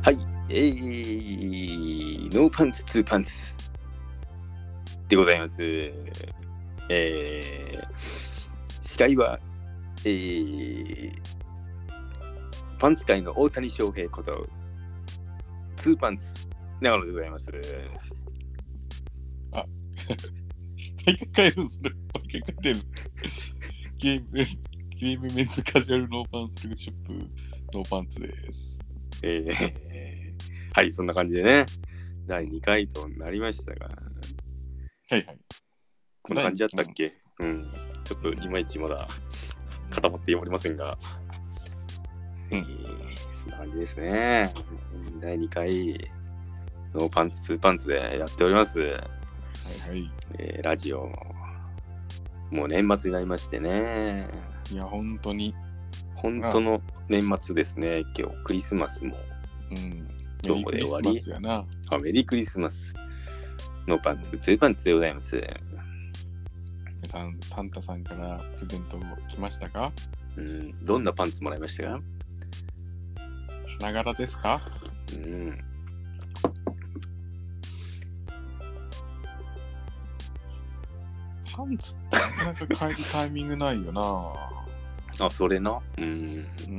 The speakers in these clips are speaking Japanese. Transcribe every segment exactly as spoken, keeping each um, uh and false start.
はい、えー、ノーパンツツーパンツでございます。えー、司会は、えー、パンツ界の大谷翔平ことツーパンツ長野でございます。 あ、毎回変えるそれ、毎回変える。ゲーム、ゲームメンズカジュアルノーパンツショップノーパンツです。 えー、はい、そんな感じでね、だいにかいとなりましたが、 はいはい。 こんな感じだったっけ？うん、ちょっといまいちまだ固まっておりませんが、うん、えー、そんな感じですね。だいにかいノーパンツツーパンツでやっております。はいはい。 えー、ラジオもう年末になりましてね。 いや本当に本当の年末ですね。今日クリスマスも、 うん、 今日もで終わり。 メリークリスマスやな。 あ、メリークリスマス。ノーパンツツーパンツでございます。 皆さんサンタさんからプレゼント来ましたか？ うん、どんなパンツもらいましたか？ 花柄ですか？ うん。 パンツってなかなか変えるタイミングないよな。 あ、それな。うん。 うん、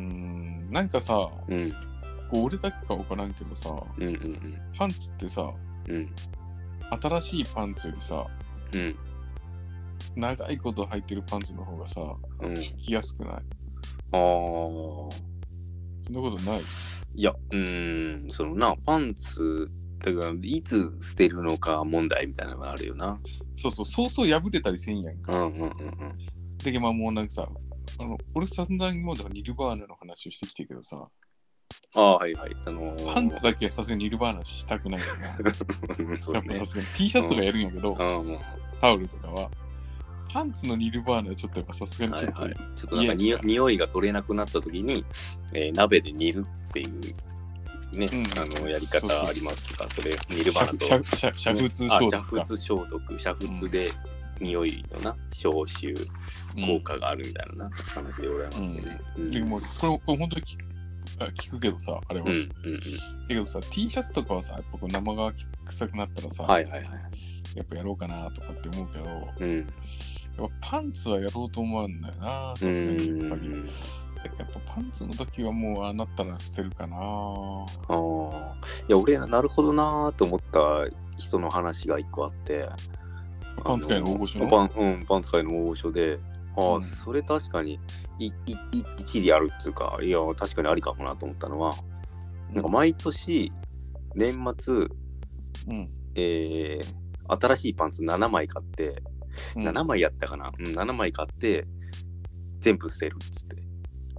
なんかさ、 うん。 こう俺だけか分からんけどさ、 うんうんうん。 パンツってさ、 うん。 新しいパンツよりさ、 うん。 長いこと履いてるパンツの方がさ、 うん、 履きやすくない？ああ。 そんなことない？ いや、うーん、そのな、パンツ、だからいつ捨てるのか問題みたいなのがあるよな。 そうそう、そうそう破れたりせんやんか。 うんうんうんうん。 だけどまあもうなんかさ、あの俺散々もうだからニルバーナの話をしてきてるけどさ、 ああ、はいはい。そのパンツだけはさすがにニルバーナしたくないよな。 そうね、 やっぱさすがに T シャツとかやるんやけど、 うんうん、 タオルとかは。パンツのニルバーナはちょっとやっぱさすがにちょっと、 はいはい、ちょっとなんかに匂いが取れなくなった時に、えー、鍋で煮るっていうね、うん、あのやり方ありますか？それニルバーナと煮沸消毒か。 煮沸消毒、煮沸で匂いのな、消臭効果があるみたいな、な話でございますね。 うんうん、でもこれこれ本当に聞くけどさ、あれは。うんうんうん、だけどさ、T シャツとかはさ、やっぱこう生が臭くなったらさ、 はいはいはい、 やっぱやろうかなとかって思うけど、 うん、 やっぱパンツはやろうと思わんだよな、さすがにやっぱり。だからやっぱパンツの時はもうああなったら捨てるかな。ああ、いや俺なるほどなと思った人の話が一個あって、 パンツ界の大御所のパン、うん、パンツ界の大御所で、ああ、うん、それ確かにいいい一理あるっていうか、いや確かにありかもなと思ったのは、なんか毎年年末、うん、えー、新しいパンツななまい買って、うん、ななまいやったかな、うん、ななまい買って全部捨てるっつって。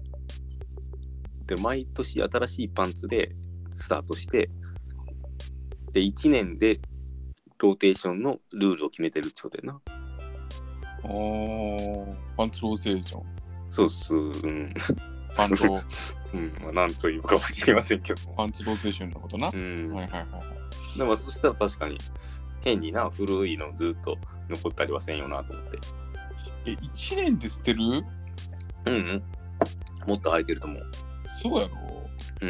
で毎年新しいパンツでスタートして、でいちねんでローテーションのルールを決めてるってことやな。 あー、パンツローテーション。 そうそう、うん。 パンロうん、まあ、なんというかは知りませんけど。 パンツローテーションのことな。 うん。 はいはいはいはい。 でもそしたら確かに変にな、古いのずっと残ったりはせんよなと思って。 え、いちねんで捨てる？ うんうん。もっと履いてると思う。 そうやろ？ うん。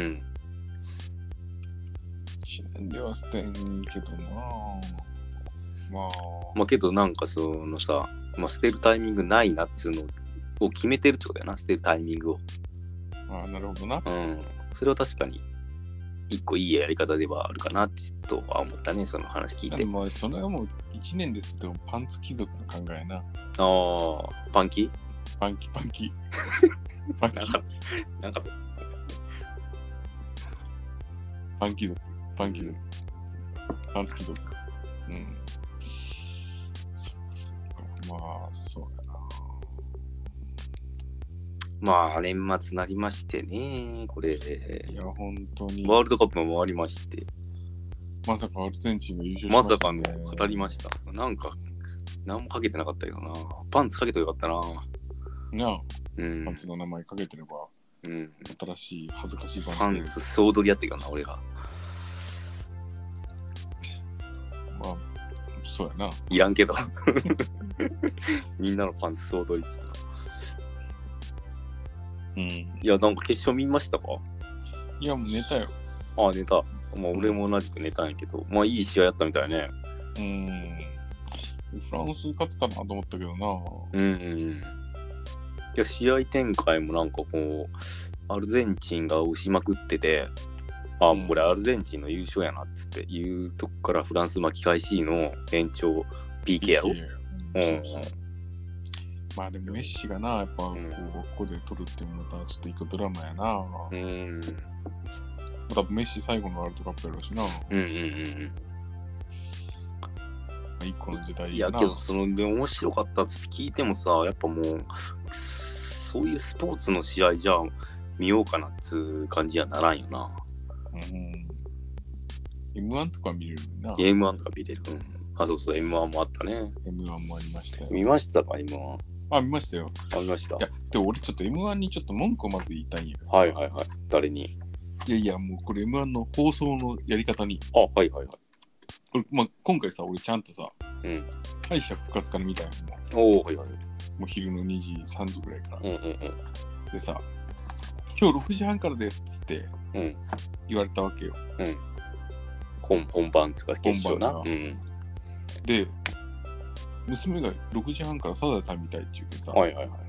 いちねんでは捨てんけどな。まあ。 まあけどなんかそのさ、まあ、捨てるタイミングないなっつうのを決めてるってことやな、捨てるタイミングを。 ああ、なるほどな。 うん。それは確かに一個いいやり方ではあるかなとは思ったね、その話聞いて。 まあそれはもういちねんですってもパンツ貴族の考えな。ああ、パンキパンキパンキ。パンキ。なんか、なんかパン貴族。パン貴族。パンツ貴族。うん。そっかそっか。まあ、そうやな。 まあ、年末なりましてね、これ。 いや、本当に。 ワールドカップも終わりまして。 まさかアルゼンチンが優勝しましたね。 まさかの当たりました。なんか、何もかけてなかったけどな。パンツかけてよかったな。 なあ、 うん、 パンツの名前かけてれば、うん、新しい恥ずかしいパンツ総取りやってるからな、俺が。 まあ、そうやな。 いらんけど。みんなのパンツ総取りっつった。うん。いや、なんか決勝見ましたか？ いや、もう寝たよ。 ああ、寝た。まあ、俺も同じく寝たんやけど、まあ、いい試合やったみたいね。 うん。フランス勝つかなと思ったけどな。 うんうんうん。いや、試合展開もなんかこう、アルゼンチンが押しまくってて、あ、 うんこれアルゼンチンの優勝やなっつっていうとこからフランス巻き返しの延長 ピーケー やろ。 うん。そうそう。まあでもメッシがな、やっぱこう、 うん、 ここで取るっていうのまたちょっと一個ドラマやな。 うん。 多分メッシ最後のワールドカップやろうしな。 うんうんうん。 一個の時代いやけどそので面白かったって聞いてもさ、やっぱもうそういうスポーツの試合じゃ見ようかなっつう感じやならんよな。 うん。エムワン とか見れるな。 エムワン とか見れる。うん、あ、そうそう、エムワン もあったね。 エムワン もありましたよ。 見ましたか、エムワン。 あ、見ましたよ。 あ、見ました。 いや、で俺ちょっと エムワン にちょっと文句をまず言いたいんやけど。 はいはいはい。誰に？ いやいや、もうこれ エムワン の放送のやり方に。 あ、はいはいはい。 俺まあ、今回さ、俺ちゃんとさ、 うん。 敗者復活から見たんやもん。おお、はいはい。 もう昼のにじ、さんじぐらいから。 うんうんうん。 でさ、今日ろくじはんからですっつってうん言われたわけよ。 うん。本本番とか決勝な。 本番うん。 で、娘がろくじはんからサザエさん見たいって言うけどさ、 はいはいはい。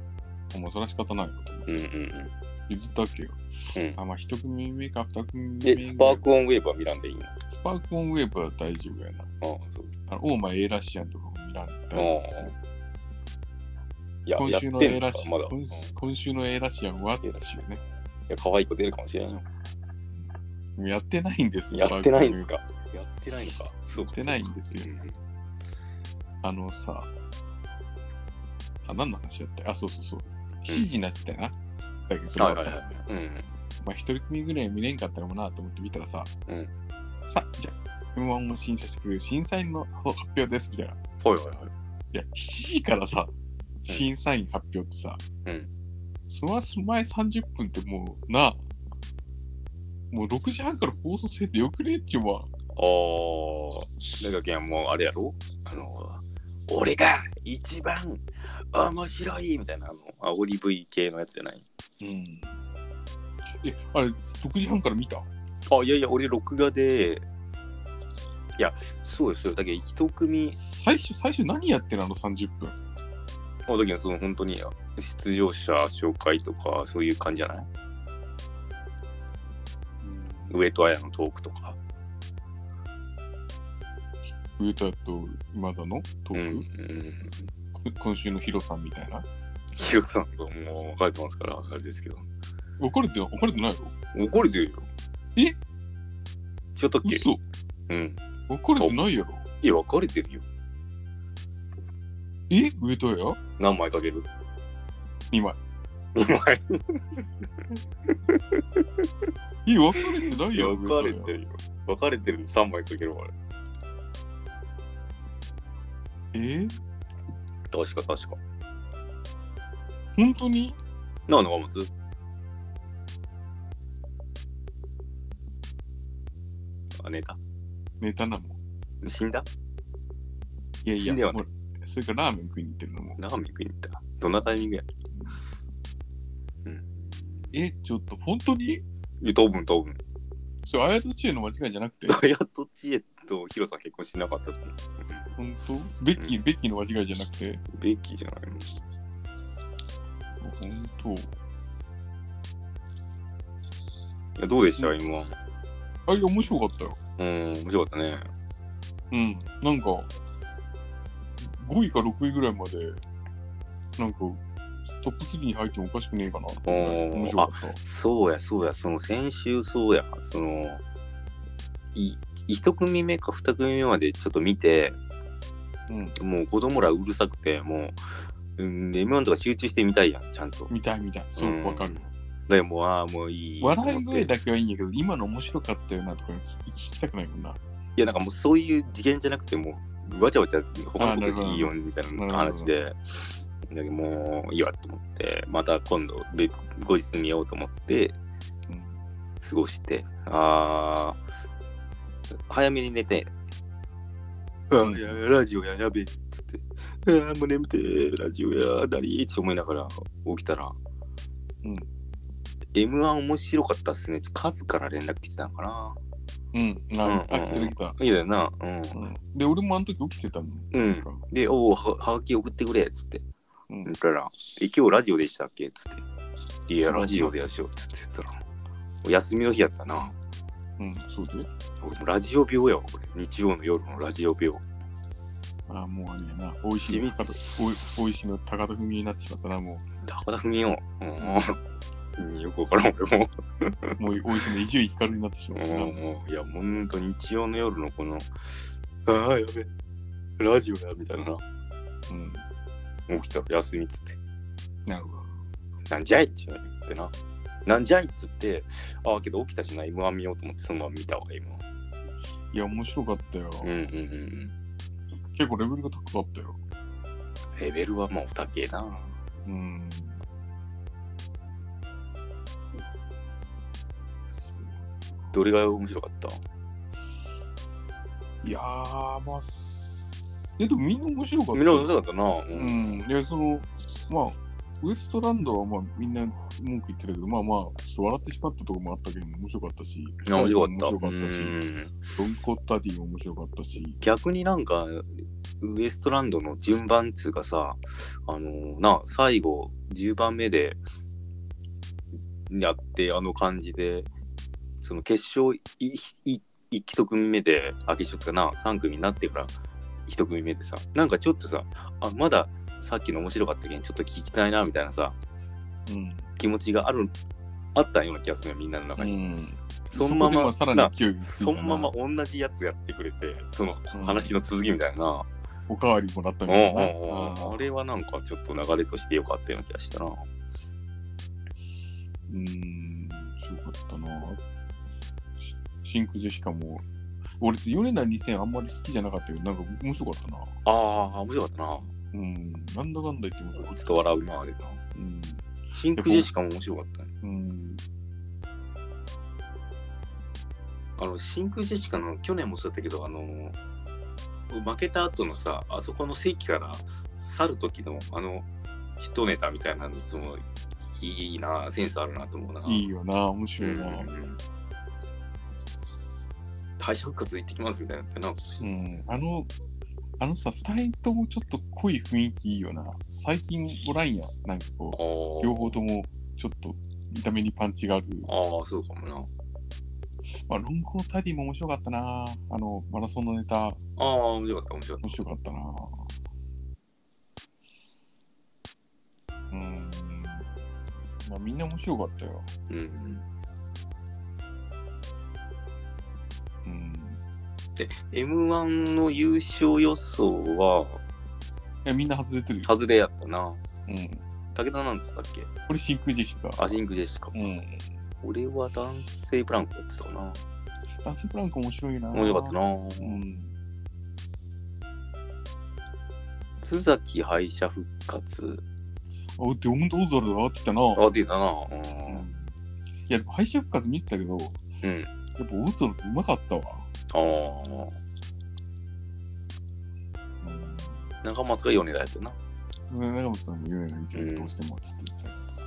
もうそれは仕方ないよと思って。 うんうんうん。 譲ったわけよ。 うん。 あ、まあ一組目か二組目。 で、スパークオンウェーブは見らんでいいの？ スパークオンウェーブは大丈夫やな。 ああ、そう。 あのオーマイ・エイラシアンとかも見らんで大丈夫ですよ。 いや、 今週のやってんエイラシすかまだ。 今今週のエイラシアンはっていうね。 いや、可愛い子出るかもしれないよ。 もうやってないんですよ。 やってないんですか？やってないのか。そうやってないんですよ。あのさ、あ、何の話だったあ、そうそうそう。しちじになってたよな。だけど、それだったら、ね。 うん。 まあ、一組ぐらい見れんかったかもなと思って見たらさ、 うん。 さ、じゃあ、エムワン を審査してくれる審査員の発表です、みたいな。 はいはいはい。 いや、しちじからさ、審査員発表ってさ、 うん。その前さんじゅっぷんってもう、なあ、もうろくじはんから放送しててよくねっていうわ。 ああ、だけどもうあれやろあの、俺が一番面白いみたいな、あの、煽り V 系のやつじゃない？ うん。え、あれ、ろくじはんから見た？ あ、いやいや、俺録画で、いや、そうですよ。だけど一組。 最初、最初何やってるあのさんじゅっぷん。 あ、だけどその本当に出場者紹介とかそういう感じじゃない？うん、上戸彩のトークとか。 上戸彩と今田のトーク、うんうん、今週のヒロさんみたいな。 ヒロさんともう分かれてますから、あれですけど。 分かれて、分かれてないよ。 分かれてるよ。 え？違ったっけ？ 嘘。 うん。 分かれてないやろ。 いや、分かれてるよ。 え？上戸彩？ 何枚かける？ に 枚。 にまいいや、分かれてないよ。 分かれてるよ。分かれてるのさんまいかけるわ。 えー、 確か確か。 本当に？ なのが松？あ、寝た？ 寝たなもん。死んだ？ いやいや、 死んではない。 それからラーメン食いに行ってるのも。 ラーメン食いに行った？どんなタイミングや？ うん。え、ちょっと本当に？いや、多分多分。 それ、綾戸知恵の間違いじゃなくて。 綾戸知恵とヒロさん結婚してなかったと思う。 本当？ベッキー、うん、ベッキーの間違いじゃなくて。 ベッキーじゃないの？ 本当。 いや、どうでした、うん、今。 あ、いや、面白かったよ。 うん、面白かったね。 うん、なんか、ごいかろくいぐらいまで、なんか、トップスリーに入ってもおかしくねえかなって面白かった。 そうや、そうや、その先週そうや、その、い一組目か二組目までちょっと見て、うん、もう子供らうるさくて、もう、うん、エムワン とか集中してみたいやん、ちゃんと。 見たい見たい、そう、わ、うん、かる。 だからもう、ああ、もういい。 笑い声だけはいいんやけど、今の面白かったよなとか聞きたくないもんな。いや、なんかもうそういう次元じゃなくて、もう、わちゃわちゃ、他のことでいいよ、みたいな話で、だけどもういいわと思って、また今度、後日見ようと思って、うん、過ごして、あー、早めに寝て、あー、いや、ラジオや、やべえ、つって、あー、もう眠て、ラジオや、だりーって思いながら起きたら、うん。 エムワン 面白かったっすね。カズから連絡来てたのかな。 うん。あ、 うんうんうんあ、来てた来た。 いいだよな。うん。 うん。で、俺もあの時起きてたもん。 うんなんかで、おお、ははがき送ってくれっつって。 うん言ったら、え、今日ラジオでしたっけっつって。いや、ラジオでやしようっつって言ったら、お休みの日やったな。 うん、そうで。 俺もラジオ病やわ、これ。日曜の夜のラジオ病。 あ、もうあれやな。美味しいの高田、おい美味しいの高田文江になってしまったな、も高田文雄。うん。よくわからん、俺も。 う。もう美味しいの伊集院光になってしまったな。 うんいや、もうほんと日曜の夜のこの、ああ、やべ、ラジオだ、みたいなな。 うん。 起きたら休みっつって。 なるほど。 なんじゃいって言ってな。なんじゃいっつって、ああ、けど起きたしな、エムワン 見ようと思ってそのまま見たわ、エムワン。 いや、面白かったよ。 うんうんうんうん。 結構レベルが高かったよ。 レベルはもう高えな。 うん。そう。 どれが面白かった？ いやー、まあ、すえ、でもみんな面白かった。 みんな面白かったな。う。 うんん。いや、その、まあ、ウエストランドはまあみんな文句言ってたけど、まあまあ、ちょっと笑ってしまったところもあったけど、面白かったし、 あ面白かった。 面白かったし、 うんロンコッタディも面白かったし、 逆になんか、ウエストランドの順番っつうかさ、あのーな、最後、じゅうばんめでやって、あの感じで、その決勝いいい一組目で、あ、決勝ってかな、さん組になってから一組目でさ、なんかちょっとさ、あ、まださっきの面白かったけん、ちょっと聞きたいなみたいなさ、 うん。 気持ちがある、あったような気がするよ、みんなの中に。 うん。 そのまま、 さらに勢いがついたなそのまま同じやつやってくれて、その話の続きみたいな。 おかわりもらったみうんたいな。 うんうんあれはなんかちょっと流れとして良かったような気がしたな。 うーん、すごかったな。し真空ジェシカも、俺、ヨネダにせんあんまり好きじゃなかったけど、なんか面白かったな。 ああ、面白かったな。 うん、なんだかんだ言っても、 ちょっと笑うな、あれな。 うん、 真空ジェシカも面白かったね。 うん、 あの、真空ジェシカの去年もそうだったけど、あの、負けた後のさ、あそこの席から去る時のあの一ネタみたいなのいつもいいな、センスあるなと思うな。 いいよな、面白いな。 うんうん敗者復活行ってきますみたいなってな。 うん、あの、あのさ、二人ともちょっと濃い雰囲気いいよな。最近おらんや。なんかこう、両方ともちょっと見た目にパンチがある。 ああ、そうかもな。 まあ、ロンコータディも面白かったな。あの、マラソンのネタ。 ああ、面白かった、面白かっ面白かったな。うーん。まあ、みんな面白かったよ。 た。うん。 うん。 で、エムワン の優勝予想は、 いや、みんな外れてるよ。 外れやったな。 うん。 武田なんつったっけ？ これ真空ジェシカ。 アシンクジェシカ。 うん。 俺は男性ブランコやってたかな。 男性ブランコ面白いな。 面白かったな。 うん。 津崎敗者復活。 あ、ってほんとオズワルド上がってきたな。 あ、出たな。うん。 うん、いや、でも敗者復活見てたけど、 うん。 やっぱオズワルドうまかったわ。 ああ。 うん。 中松が米田やってな。 長本さんも言うようにするどうしてもっつって言ってたけどさ。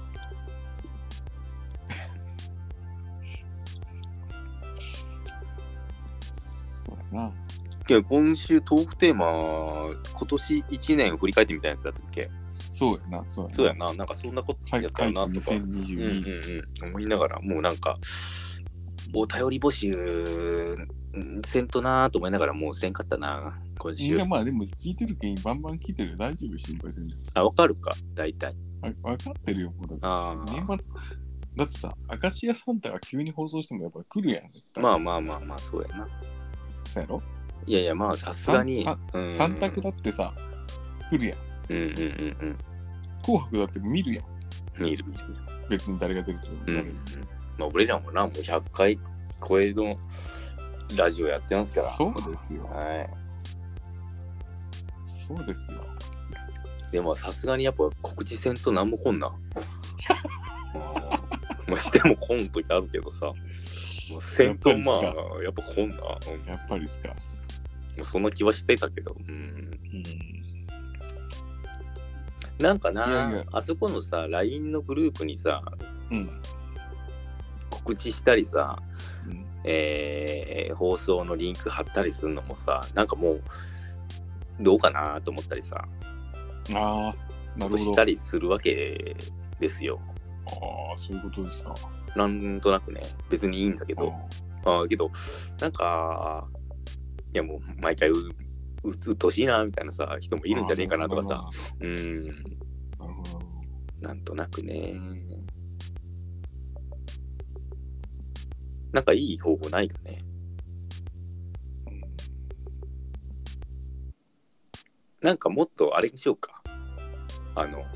そうやな。 いや今週トークテーマ、今年いちねん振り返ってみたいなやつだったっけ？ そうやな、そうやな。 そうやな、なんかそんなことやったよなとか。 にせんにじゅうに。 うんうんうん。思いながら、もうなんか、お便り募集せんとなーと思いながら、もうせんかったな、今週。 いや、まあでも聞いてるけん、バンバン聞いてるよ。大丈夫、心配せんで。 あ、わかるか、大体。 あ、分かってるよ、もうだってあー年末。だってさ、明石家サンタが急に放送してもやっぱ来るやん。絶対まあまあまあまあ、そうやな。 そうやろ？ いやいや、まあさすがに。 さうん三択だってさ、来るやん。 うんうんうんうん。 紅白だって見るやん。 見る見る見る。 別に誰が出るとかうんうん見る。 まあ俺らもな、もうひゃっかい超えのラジオやってますから。 そうですよ。 はい。 そうですよ。 でもさすがにやっぱ告知せんと何も来んな。まあしても来んときあるけどさ。もうせんとまあやっぱ来んな。うん、 やっぱりですか。 そんな気はしてたけど。うん。 うんなんかな、 いやいやあそこのさ、ライン のグループにさ、 うん。 告知したりさ、 うん、 えー、放送のリンク貼ったりするのもさ、なんかもうどうかなと思ったりさ、 ああ、なるほど。 したりするわけですよ。 ああ、そういうことですか。 なんとなくね、別にいいんだけど、ああけど、なんか、いやもう毎回うううっとうしいなみたいなさ、人もいるんじゃねえかなとかさ、うん、 なるほど。 なんとなくね、なんかいい方法ないかね。 うん、 なんかもっとあれにしようか。あの、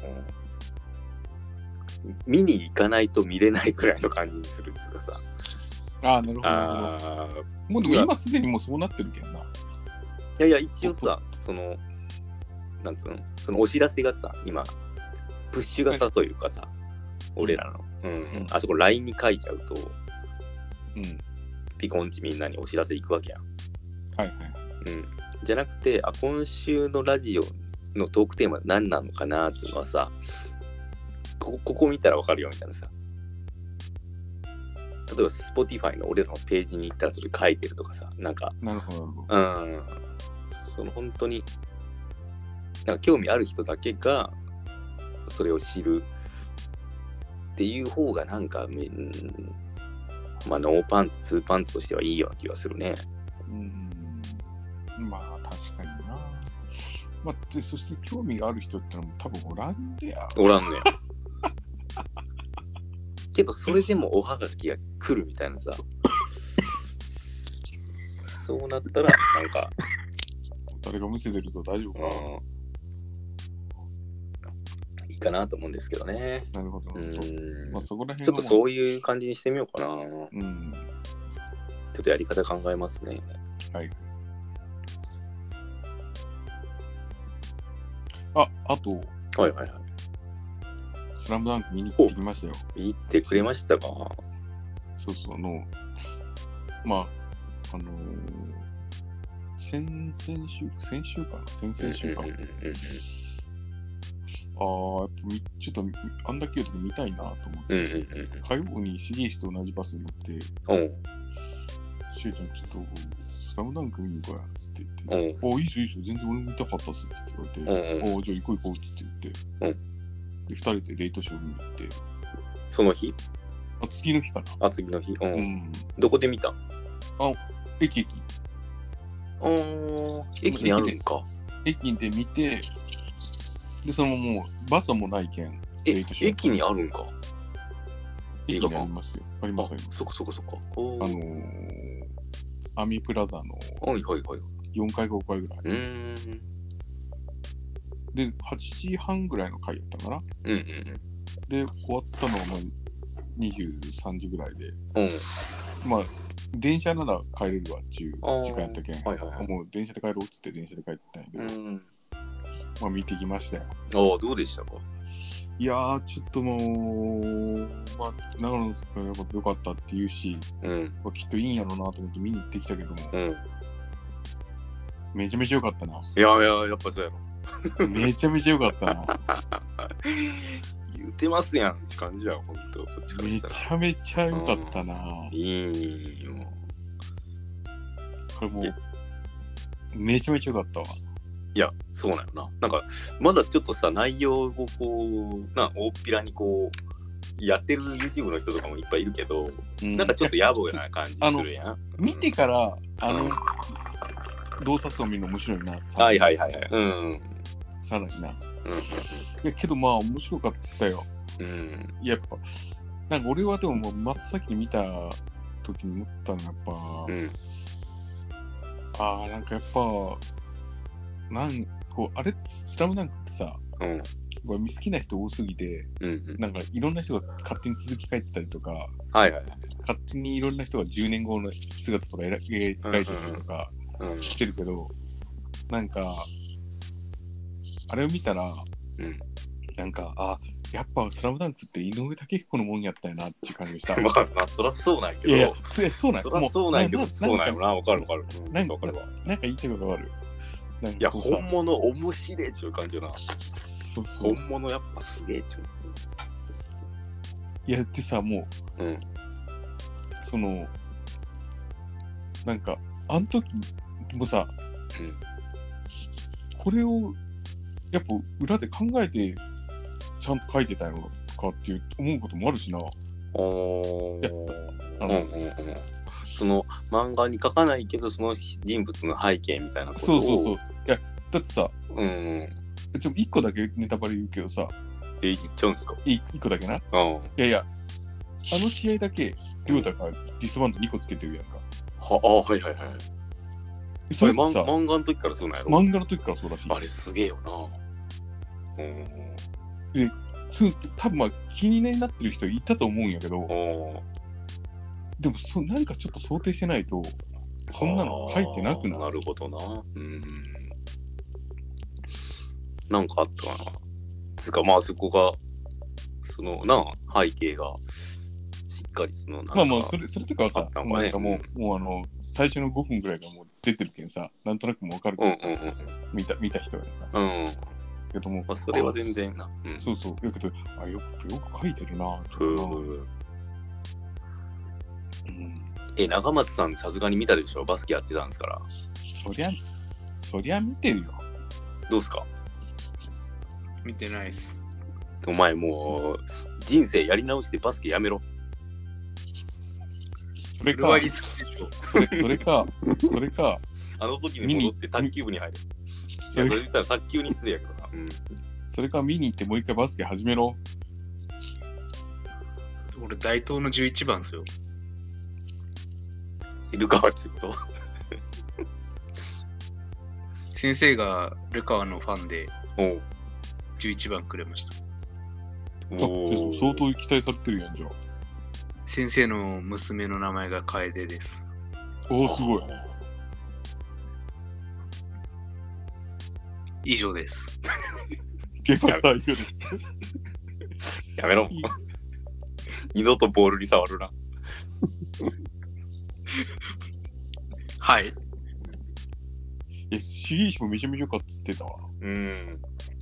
見に行かないと見れないくらいの感じにするんですかさ。 ああ、なるほど。 あもうでも今すでにもうそうなってるけどな。いやいや、一応さ、その、なんつうの、そのお知らせがさ、今、プッシュ型というかさ、うん、俺らの、うんうん、あそこ ライン に書いちゃうと、 うん、 ピコンチみんなにお知らせ行くわけやん。 はいはい。 うん。じゃなくて、あ、今週のラジオのトークテーマ何なのかなっていうのはさ、ここ、ここ見たらわかるよみたいなさ。例えば Spotify の俺らのページに行ったらそれ書いてるとかさ、なんか、 なるほど。 うん。その本当に、なんか興味ある人だけがそれを知るっていう方がなんか、うん、まあノーパンツ、ツーパンツとしてはいいような気がするね。 うん。まあ確かにな。まあ、でそして興味がある人ってのも多分おらんでや。 おらんねや。けどそれでもおはがきが来るみたいなさ。そうなったらなんか誰がむせてると大丈夫か、うん、 いいかなと思うんですけどね。 なるほど。うん、まあ、そこら辺ちょっとそういう感じにしてみようかな。うん。ちょっとやり方考えますね。 はい。あ、あと。 はいはいはい。 スラムダンク見に行ってきましたよ。 見に行ってくれましたか。 そうそう、あの、まあ、あのー、先々週、先週かな先々週か。うんうんうんうん、ああ、やっぱちょっとあんだけ言うと見たいなと思って、うんうんうん、火曜にシリーズと同じバスに乗って、しゅうちゃんちょっとスラムダンク見に行こうやつって言って、ああ、いいっすよいいっすよ、全然俺見たかったっすって言われて、ああ、じゃあ行こう行こうって言って、うん、でふたりでレイトショー見に行って、 その日あ、次の日かな。 あ、次の日、うんうん、どこで見た？あ、 駅駅。 あー、駅にあるんか。 駅で見て、で、そのもう、バスはもうないけん。 え、駅にあるんか。 駅にありますよ。ありますよ。 そこそこそこ。 あのー、アミプラザのはいはいはい。 よんかいごかいぐらい。 うーん。 で、はちじはんぐらいの回やったかな。 うんうんうん。 で、終わったのはもうにじゅうさんじぐらいで。 うん。まあ、 電車なら帰れるわっていう時間やったけん、 はいはいはい、 もう電車で帰ろうっつって電車で帰ったんやけど、うん、まあ見てきましたよ。ああ、 どうでしたか？ いやー、ちょっともう、まあ、長野さんがよかったって言うし、うん、まあ、きっといいんやろうなと思って見に行ってきたけども、うん、めちゃめちゃよかったな。 いやいや、やっぱそうやろ。めちゃめちゃよかったな。 言うてますやんって感じや、ほんと。 めちゃめちゃよかったな。 うん、いいよ。 これもう、めちゃめちゃよかったわ。 いや、そうなのな。なんか、まだちょっとさ、内容をこう、な、大っぴらにこう、やってる YouTube の人とかもいっぱいいるけど、うん、なんかちょっと野暮な感じするやん。 見てから、あの、うん、洞察を見るの面白いな。 はいはいはいはい。うん。 さらにな。うん。いや、けどまあ、面白かったよ。 うん。 やっぱ、なんか俺はでももう真っ先に見た時に思ったのはやっぱ、うん、ああ、なんかやっぱ、なんこう、あれ、スラムダンクってさ、うん、好きな人多すぎて、うんうん、なんかいろんな人が勝手に続き書いてたりとか、 はいはいはい、 勝手にいろんな人がじゅうねんごの姿とか描いてたりとかしてるけど、うんうん、なんか、あれを見たら、うん、なんか、あ、やっぱスラムダンクって井上武彦のもんやったよなっていう感じがした。 まあ、まあ、そらそうなんやけど。 いやいや、そうなんや。 そらそうなんやけど、そうなんやな。わかるわかる。 なんか、なんか言いたいことわかる。 いや、本物面白いっていう感じよな。 そうそう。 本物やっぱすげえっちゅう。 いや、ってさ、もう、うん、 そのなんかあの時もさ、うん、これをやっぱ裏で考えてちゃんと書いてたのかっていう思うこともあるしな。 おーあの、うんうんうん、その漫画に書かないけどその人物の背景みたいなことをそうそうそう。いやだってさ、 うん、 ちょっといっこだけネタバレ言うけどさ、 え言っちゃうんですか？ いっこだけな。うん、いやいやあの試合だけ亮太がリストバンドにこつけてるやんか。 はあはいはいはい。それ漫画の時からそうなんやろ？ 漫画の時からそうらしい。 あれすげえよな。うん。 で多分まあ気になってる人いたと思うんやけど、でもそなんかちょっと想定してないとそんなの書いてなくなる。 なるほどな。うん。なんかあったかな。つかまあそこがそのな背景がしっかりそのなんかまあまあそれそれとかはさ、ね、なんかもう、うん、もうあの最初のごふんぐらいがもう出てるけんさ、なんとなくもわかるけどさ、うんうんうん、見た見た人がさ。うんけども、 まあ、それは全然な、 うん、そうそう。よくあよくよく書いてるなとかな。うん。 え長松さんさすがに見たでしょ？バスケやってたんですから。 そりゃそりゃ見てるよ。 どうすか？ 見てないっす。 お前もう人生やり直してバスケやめろ。 それかそれそれそれかそれかあの時に戻って卓球部に入る。いやそれ言ったら卓球に失礼やけどな、うん、 それから見に行ってもう一回バスケ始めろ。 俺大東のじゅういちばんっすよ。 いるかってこと先生がルカワのファンでじゅういちばんくれました。 お相当期待されてるやんじゃん。 先生の娘の名前が楓です。 おおすごい。 以上です。 ゲバラ以上です。 やめろ。二度とボールに触るな。 はい。 え、シリーズもめちゃめちゃ良かったって言ってたわ。うん。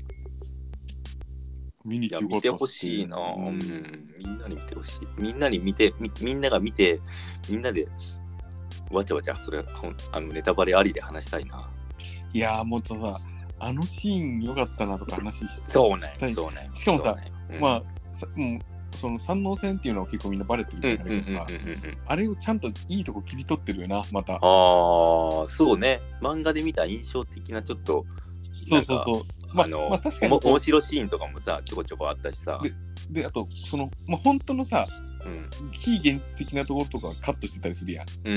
見に行ってよかった。 見てほしいな、うんうん。みんなに見てほしい。みんなに見てみ、みんなが見て、みんなでわちゃわちゃそれあのネタバレありで話したいな。 いやーもうさ。あのシーン良かったなとか話してそうねそうねしかもさ、ねうん、まあさもうその三能線っていうのは結構みんなバレてるんだけどさ、あれをちゃんといいとこ切り取ってるよなまた。ああそうね漫画で見た印象的なちょっっとそうそうそうまあ、あのまあ、確かに面白シーンとかもさちょこちょこあったしさでであとその、まあ、本当のさ、うん、非現実的なところとかカットしてたりするやん。うん、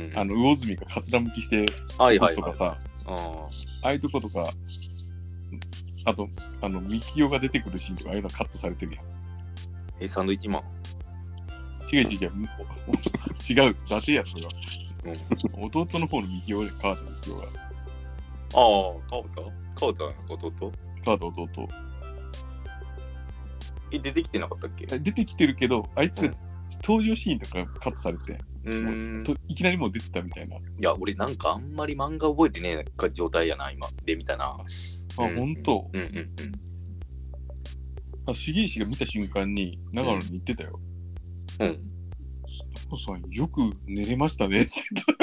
あの魚住がかつらむきしてはいはいとかさ、ああいうとことかあとあのミキオが出てくるシーンとかああいうのカットされてるやん。 えサンドイッチマン違う違う違う違う伊達やそれは、うん、弟の方のミキオで川田ミキオがああ川田川田弟川田弟え出てきてなかったっけ？ 出てきてるけどあいつが、うん、登場シーンとかカットされてうんといきなりもう出てたみたいな。いや俺なんかあんまり漫画覚えてねえか状態やな今で見たな。 あ、うん、ほんとうんうんうんあ重石が見た瞬間に長野に言ってたよ。うん。長野さんよく寝れましたねって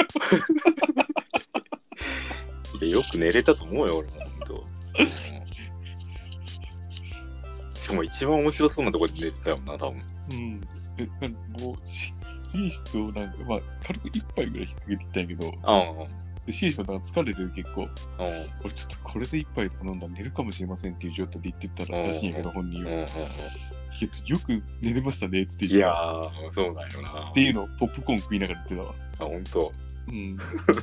いやよく寝れたと思うよ俺もほんと、うん、しかも一番面白そうなところで寝てたよな多分。うんえなんかもう重石となんかまあ軽く一杯ぐらい引っ掛けてきたんやけどああでシーションなんか疲れてる結構俺ちょっとこれで一杯飲んだら寝るかもしれませんっていう状態で言ってたらしいんやけど本人はよく寝れましたねって言っていやーそうだよなっていうのをポップコーン食いながら言ってたわ。 あほんとうん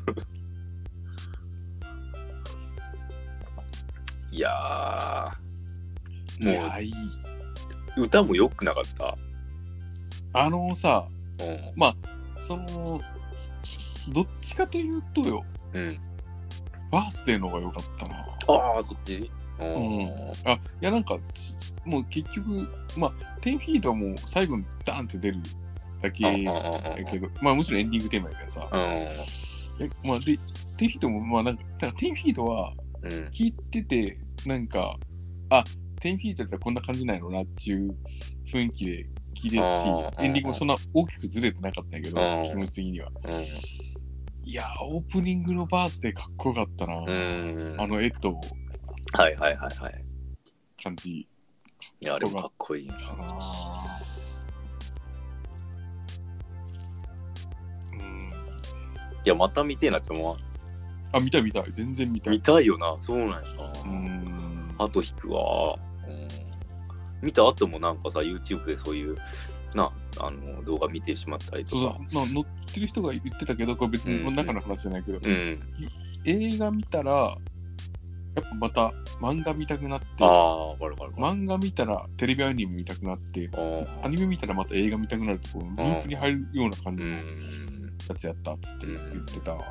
いやーもういやいい歌も良くなかったあのさ、うん、まあそのどっちかというとよ、うん、バースデーの方が良かったな。 ああそっちうんあいやなんかもう結局まあテンフィードはもう最後にダーンって出るだけだけどまあもちろんエンディングテーマやけどさえまあでテンフィードもまあなんかだからテンフィードは聞いてて、うん、なんかあテンフィードだったらこんな感じないのなっていう雰囲気で聞気ですし、エンディングもそんな大きくずれてなかったんやけど、気持ち的には。いやー、オープニングのバースでかっこよかったな。あの絵と、 はいはいはいはい。 感じ。 いや、あれもかっこいいな。うん。いや、また見てえなって思う。 あ、見たい見たい。全然見たい。 見たいよな。そうなんやな。 うん。 あと引くわ。うん。見た後もなんかさ、YouTube でそういう、な、あの動画見てしまったりとか。 そうそう、まあ、乗ってる人が言ってたけど、これ別に中の話じゃないけど、 うんうん、 映画見たら、やっぱまた漫画見たくなって、 あー、 漫画見たらテレビアニメ見たくなって、アニメ見たらまた映画見たくなるとこう、ループに入るような感じのやつやったっつって言ってたな。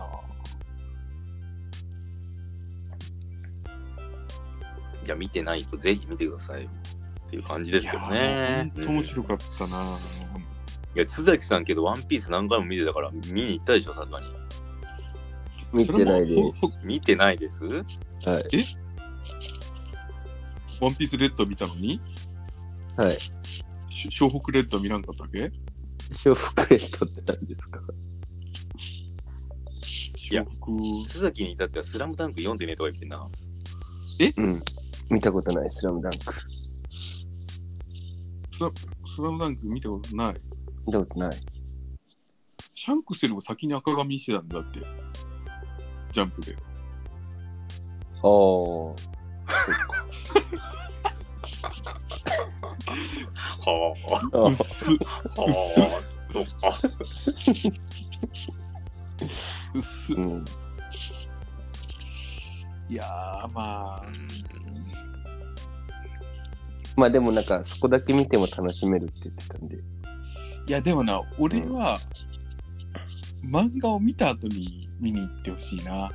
いや、見てない人ぜひ見てくださいよっていう感じですけどね。 ほんと面白かったな、うん、いや、津崎さんけどワンピース何回も見てたから見に行ったでしょ、さすがに。 見てないです。 見てないです。はい。 えワンピースレッド見たのに？ はい。 湘北レッド見らんかったっけ？ 湘北レッドって何ですか？ いや、津崎に至ってはスラムダンク読んでねえとか言ってんな。 え？ うん。見たことない、スラムダンク。 スラ、スラムダンク見たことない。 見たことない。 シャンクスよりも先に赤髪してたんだって。ジャンプで。 ああ。そっか。 はあ。 うっす。 はあ。そっか。 うっす。 うん。 いやー、まあ。 まあでもなんかそこだけ見ても楽しめるって言ってたんで。 いやでもな、俺は、うん、漫画を見た後に見に行ってほしいな。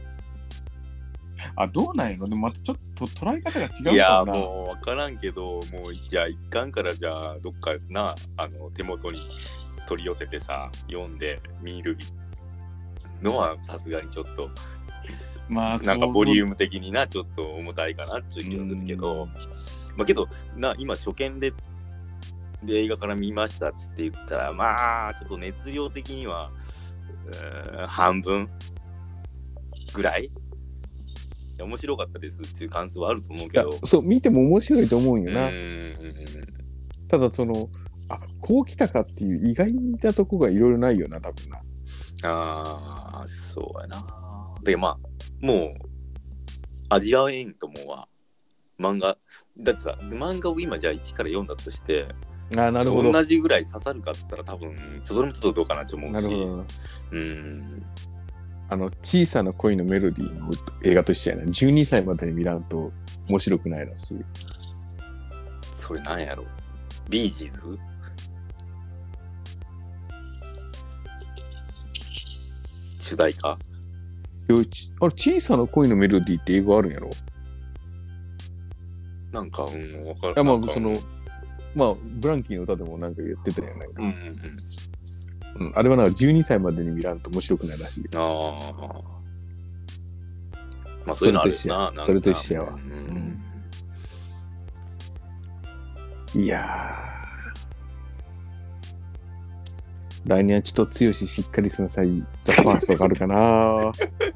あ、どうなんやろ？でもまたちょっと捉え方が違うかな。 いやもう分からんけど、もうじゃあ一巻からじゃあどっかな、あの手元に取り寄せてさ、読んで見るのはさすがにちょっと、まあなんかボリューム的になちょっと重たいかなっていう気がするけど、まあけどな、今初見でで映画から見ましたっつって言ったら、まあちょっと熱量的にはうーん半分ぐらい。いや面白かったですっていう感想はあると思うけど、 そう見ても面白いと思うんよな。ただそのあこう来たかっていう意外なとこがいろいろないよな多分な。 ああそうやな。でまあもう味わえんと思うわ漫画だってさ、漫画を今じゃあいちから読んだとして、 あなるほど同じぐらい刺さるかっつったら多分それもちょっとどうかなと思うし。 なるほど。 うんあの小さな恋のメロディーの映画としてやな、じゅうにさいまでに見らんと面白くないらしい。 それなんやろ、ビージーズ主題歌。 あれ小さな恋のメロディーって英語あるんやろ。 なんかうん分かる。 いやまあそのまあブランキーの歌でもなんか言ってたよね。 うんうんうんうん、あれはなんかじゅうにさいまでに見らんと面白くないらしい。 ああ。まあそういうのあるな。 それと一緒やわ。うんうん、いやー。来年はちょっと強ししっかりしなさい。ザ・ファーストがあるかな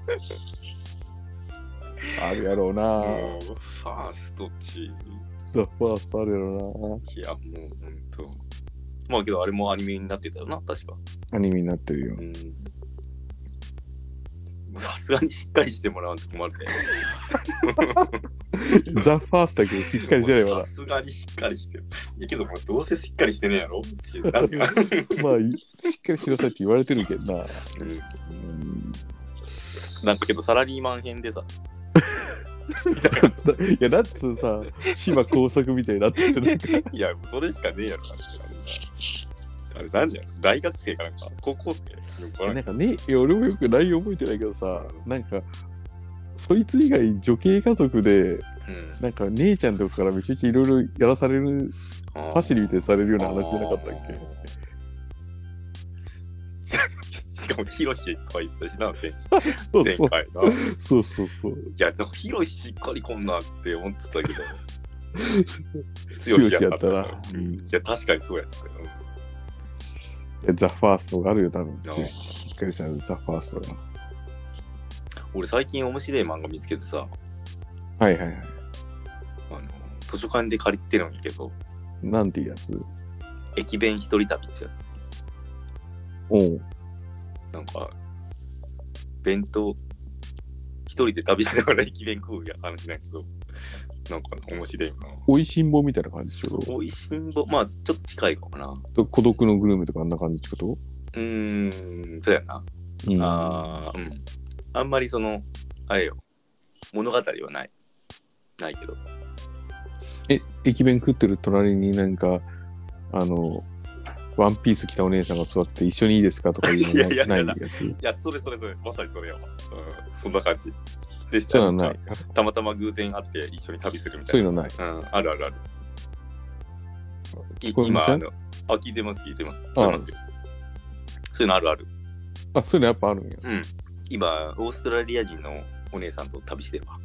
あるやろうな。 ファーストチーム。 ザ・ファーストあるやろうな。 いやもうほんと。まあけどあれもアニメになってたよな、確か。 アニメになってるよ。 さすがにしっかりしてもらわんと困るね。 ザ・ファーストだけどしっかりしてないわな。 さすがにしっかりしてる。いやけどもうどうせしっかりしてねえやろまあ、しっかりしなさいって言われてるけどな。うん、 なんかけどサラリーマン編でさ。 いやだってさ、島工作みたいになってる。 いや、それしかねえやろ。あれなんじゃ大学生かなんか高校生なんかね、いや俺もよく内容覚えてないけどさ、なんかそいつ以外女系家族で、うん、なんか姉ちゃんとかからめちゃめちゃいろいろやらされるパシリみたいにされるような話じゃなかったっけ。 しかもヒロシとか言ったしな、 前, 前回な。 そうそうそう。 いや、なんかヒロシしっかりこんなっつって思ってたけど。 強しやったな。 うん、いや、確かにそうやつだよ。 ザ・ファーストがあるよ、多分。しっかりしたザ・ファーストが。 俺、最近面白い漫画見つけてさ。 はいはいはい。 あの、図書館で借りてるんやけど。 なんていうやつ？ 駅弁一人旅ってやつ。 おう。 なんか、弁当、一人で旅しながら駅弁食うや話なんやけど。なんか面白いな。 おいしんぼみたいな感じでしょ。 おいしんぼ、まあちょっと近いかもな。 孤独のグルメとかあんな感じってこと？ うーん、そうやな。うん、あうん。あんまりその、あれよ、物語はない。ないけど。 え、駅弁食ってる隣になんか、あの、ワンピース着たお姉さんが座って一緒にいいですかとか言うのないややつ。 いや、それそれそれ、まさにそれやわ。うん、そんな感じ。でそういうのない。 たまたま偶然会って一緒に旅するみたいな。そういうのない。 うん、あるあるある。今、あの、あ、聞いてます、聞いてます。聞いてますよ。そういうのあるある。 あ、そういうのやっぱあるんや。 うん。今、オーストラリア人のお姉さんと旅してるわ。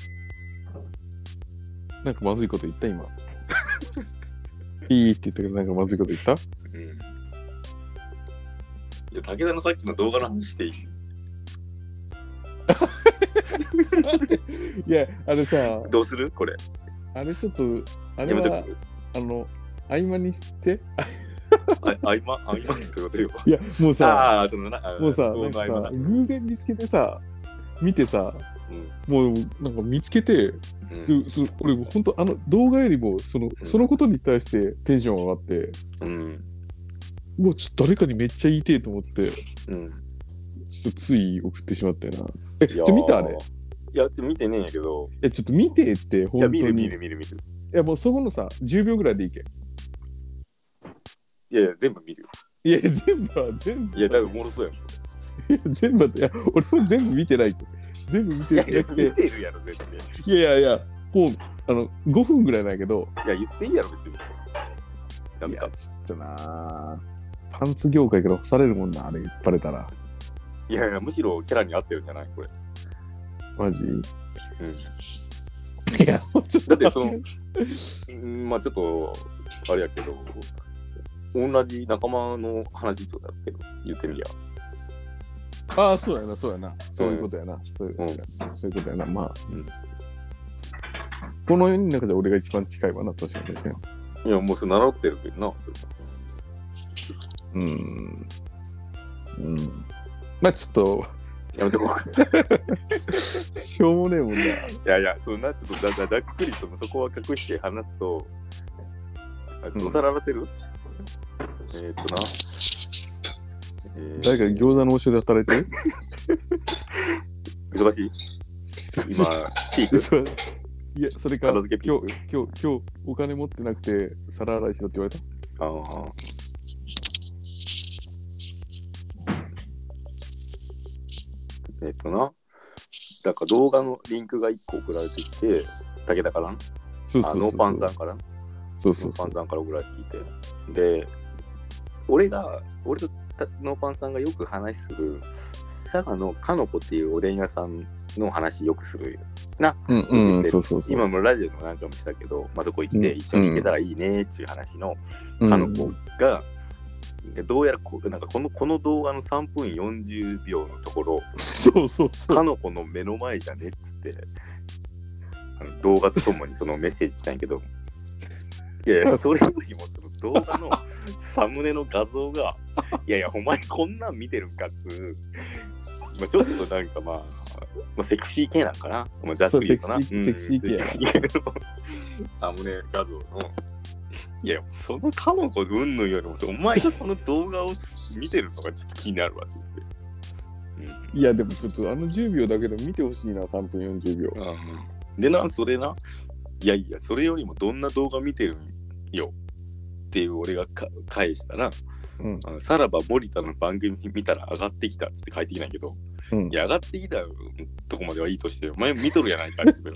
なんかまずいこと言った今。いいって言ったけど、なんかまずいこと言った？うん。 いや、武田のさっきの動画の話していい？ いや、あれさ、 どうするこれ。 あれちょっと、あれは、あの、合間にしてあ合間合間ってことよ。 いや、もうさ、 あそのなもうさ、なんかさ、偶然見つけてさ、見てさ、うん、もうなんか見つけて、うん、そ俺ほんとあの動画よりもその、うん、そのことに対してテンション上がって、うん、もうちょっと誰かにめっちゃ言いてえと思って、うん、ちょっとつい送ってしまったよな。え、ちょっと見たあれ？ いや、ちょっと見てねえんやけど。 え、ちょっと見てって、ほんとに。 いや、見る見る見る見る。 いや、もうそこのさ、じゅうびょうぐらいでいけ。 いやいや、全部見るよ。 いや、全部は、全部。 いや、だからおもろそうやもん。 いや、全部は、いや、俺も全部見てないって。全部見てる。 いや、見てるやろ、絶対。 いやいやいや、もう、あの、ごふんぐらいなんやけど。 いや、言っていいやろ、別に。 いや、ちょっとなぁ。パンツ業界から干されるもんな、あれ、言っぱれたら。 いやいや、むしろキャラに合ってるんじゃないこれ。 マジ？うん。 いや、もうちょっとだってその、うん、まあちょっと、あれやけど、同じ仲間の話とだけど、言ってみりゃ。 ああ、そうやな、そうやな。そういうことやな。うん、そういうことやな、うん、そういうことやな。まあ、うん、この世の中で俺が一番近いわな、確かに確かに。いや、もうそれ習ってるけどな。 うん。うん。まあちょっと、 やめてこう。 しょうもねえもんな。いやいや、そんなちょっとざざっくりとそこは隠して話すと、あ、ちょっとお皿洗ってる、うん、えーっとな。 えー、誰か餃子の王将で働いてる忙しい今、ピークいや、それか、今日、今日、今日、お金持ってなくて、皿洗いしろって言われた。ああ。 えっとな、なんか動画のリンクがいっこ送られてきて、武田からそうそうそうそう、 ノーパンさんからそうそうそう、 ノーパンさんから送られてきて、で、俺が、俺とノーパンさんがよく話する、佐賀のかのこっていうおでん屋さんの話よくするな。 うんうん、そうそうそう。 今もラジオのなんかもしたけど、まあ、そこ行って一緒に行けたらいいねっていう話のかのこが、うんどうやらこなんかこのこの動画のさんぷんよんじゅうびょうのところ、 そうそうそう。 かのこの目の前じゃねっつって、あの動画とともにそのメッセージ来たんやけど、いやいや、それよりもその動画のサムネの画像が、いやいや、お前こんなん見てるんかっつう、まあ、ちょっとなんかまあ、まあ、セクシー系なんかな、まあ、ざっくり言うとな、 セクシー、うん、セクシー系やな。 サムネ画像の。いや、そのかのこうんぬんよりも、お前がこの動画を見てるのがちょっと気になるわ、ちょっと。 うん、いや、でもちょっとあのじゅうびょうだけでも見てほしいな、さんぷんよんじゅうびょう。 でな、それな、いやいや、それよりもどんな動画見てるんよっていう俺がか返したら、うん、あのさらば森田の番組見たら上がってきたっつって帰ってきないけど、うん、いや、上がってきたとこまではいいとして、お前見とるやないかっつってな。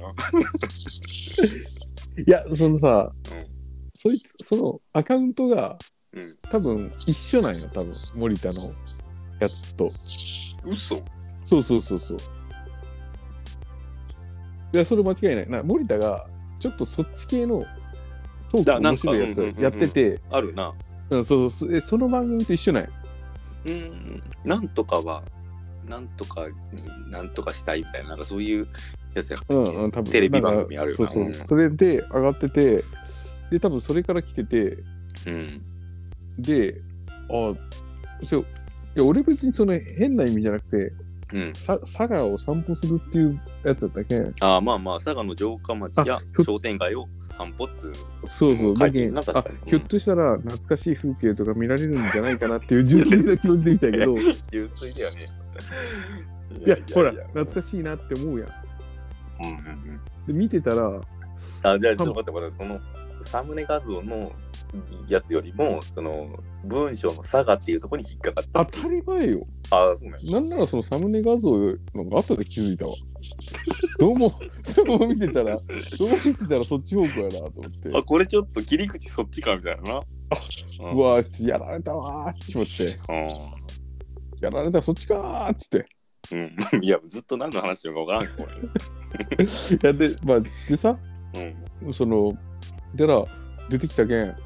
いや、そのさ、うんそいつ、そのアカウントが、うん、多分一緒なんよ、多分森田のやつと。 嘘？ そうそうそうそう。いや、それ間違いない。な森田がちょっとそっち系のトーク面白いやつやってて、 あるな。 うん、そうそう、その番組と一緒なんや。 うん、なんとかは、なんとかになんとかしたいみたいな、なんかそういうやつやったっけ、うんうん、多分テレビ番組あるよな。 そうそう、うん、それで上がってて、で、多分それから来てて、 うん、 で、あ、そう、いや、俺別にその変な意味じゃなくて、うん、さ佐賀を散歩するっていうやつだったっけ。 ああ、まあまあ、佐賀の城下町や商店街を散歩っつう。 そうそう、だけど、あ、ひょっとしたら懐かしい風景とか見られるんじゃないかなっていう純粋な気持ちで見たけど。 純粋だよね。 いや、ほら、懐かしいなって思うやん。 うんうんうん。 で、見てたら、 あ、じゃあ、ちょっと待って待って、その、サムネ画像のやつよりも、その、文章の佐賀っていうところに引っかかった。 当たり前よ。 ああ、そうね。 なんならそのサムネ画像のが後で気づいたわ。どうも、そう見てたら、どう見てたらそっち方向やなと思って。 あ、これちょっと切り口そっちかみたいなな。あ、 うん、うわぁ、やられたわーって思って。うん、やられたそっちかーっつって。 うん。いや、ずっと何の話しようか分からんこれ。いや、で、まあ、でさ、うん、その、じゃら、出てきたけん、うん、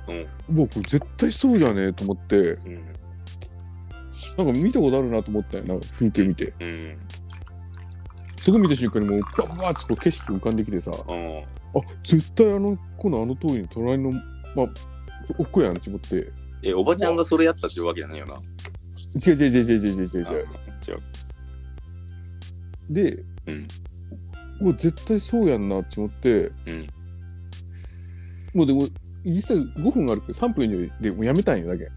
もうこれ絶対そうじゃねえと思って、うん、なんか見たことあるなと思ったよな、風景見て。うん、すぐ見た瞬間にもうバーッと景色浮かんできてさ、うん、あ、絶対あの子のあの通りに隣の、まあ、奥やんって思って。 え、おばちゃんがそれやったっていうわけじゃないよな。 違う違う違う違う違う違う違う。違う。で、うん、もう絶対そうやんなって思って、うん、もうでも、実際ごふんあるけどさんぷん以上でもうやめたんよだけ。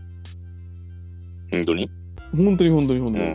本当に本当に本当に本当に。うん、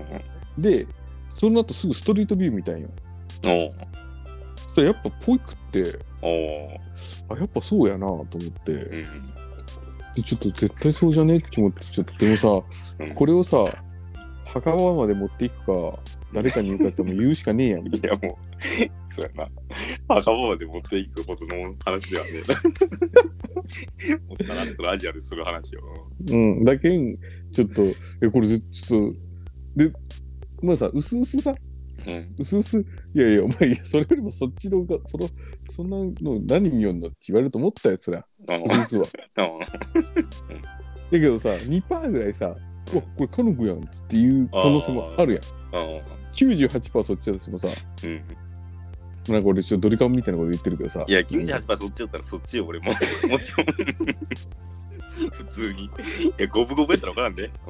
で、その後すぐストリートビュー見たんよ。おそしたらやっぱポイクって、おあ、やっぱそうやなと思って、うん、で、ちょっと絶対そうじゃねって思って、ちょっとでもさ、うん、これをさ、墓場まで持っていくか、誰かに言うかっても言うしかねえやん。 いやもう、そうやな。墓場まで持っていくことの話ではねえな。もうさらっとラジオでする話を。 うん、だけん、ちょっと、え、これちょっと、で、まあさ、うすうすさ、うん、うすうす、いやいや、お前、それよりもそっちのが、その、そんなの何見よんのって言われると思ったやつら、うすうすは。だけどさ、にパーセントぐらいさ、お、これカノコやんっつっていう可能性もあるやん。きゅうじゅうはちパーセント そっちだとしてもさ、うん、なんか俺ちょっとドリカムみたいなこと言ってるけどさ。 いや、きゅうじゅうはちパーセント そっちだったらそっちよ、俺も。もちろん。普通に。いや、五分五分やったら分からんで。うん。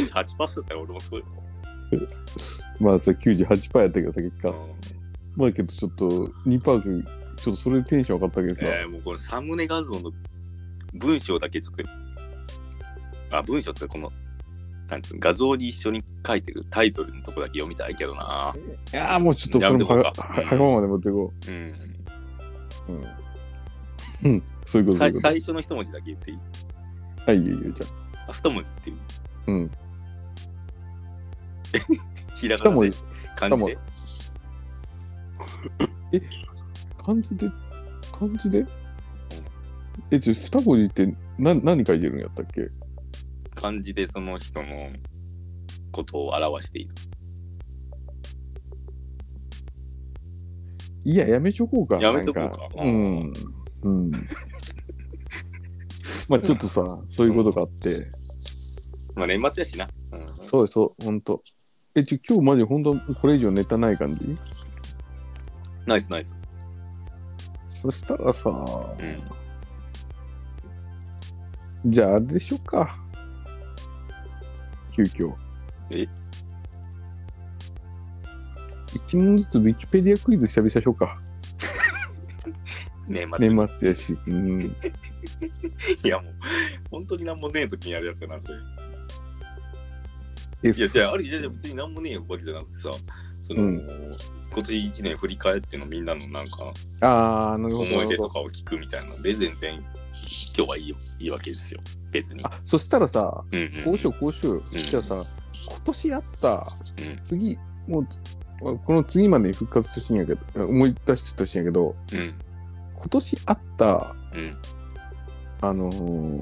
はちパーセント だったら俺もそうよ。 まあ、それ きゅうじゅうはちパーセント やったけどさ、結果。うん、まあけどちょっとにパーセント、ちょっとそれでテンション上がったけどさ。 えー、もうこれサムネ画像の文章だけちょっと、あ、文章ってこの、なんつうの画像に一緒に書いてるタイトルのとこだけ読みたいけどな。 いやーもうちょっとこれもは墓場まで持っていこう。うん。うん。うん。そういうことさ最初の一文字だけ言っていい？ はい、いいよ、いいよ、じゃあ。あ、二文字っていい？ うん。 ひらがなで漢字で。 え、漢字で漢字でえ、ちょ、二文字って何、何書いてるんやったっけ？ 漢字でその人のことを表している。 いや、やめちょこうか。 やめとこうか。 うん。うん。まあちょっとさ、そういうことがあって。うん、 まあ年末やしな。 うん、そうそう、ほんと。え、ちょ、今日マジほんとこれ以上ネタない感じ？ ナイスナイス。 そしたらさ、うん、じゃああれでしょうか。急遽。 え一問ずつウィキペディアクイズ久々しようか。 年末。 年末やし。うん。 いやもう、本当になんもねえ時にやるやつやな、それ。いや、じゃあ、あれ、じゃあ別になんもねえわけじゃなくてさ、その、うん、今年一年振り返ってのみんなのなんか、 あー、なるほど。 思い出とかを聞くみたいなので、全然、今日はいいよ、いいわけですよ。別に。 あ、そしたらさ、うんうんうん、こうしよう、こうしよう。うん、じゃあさ、今年あった、うん、次、もう、この次までに復活してほしいんやけど、思い出してほしいんやけど、うん、今年あった、うん、あのー、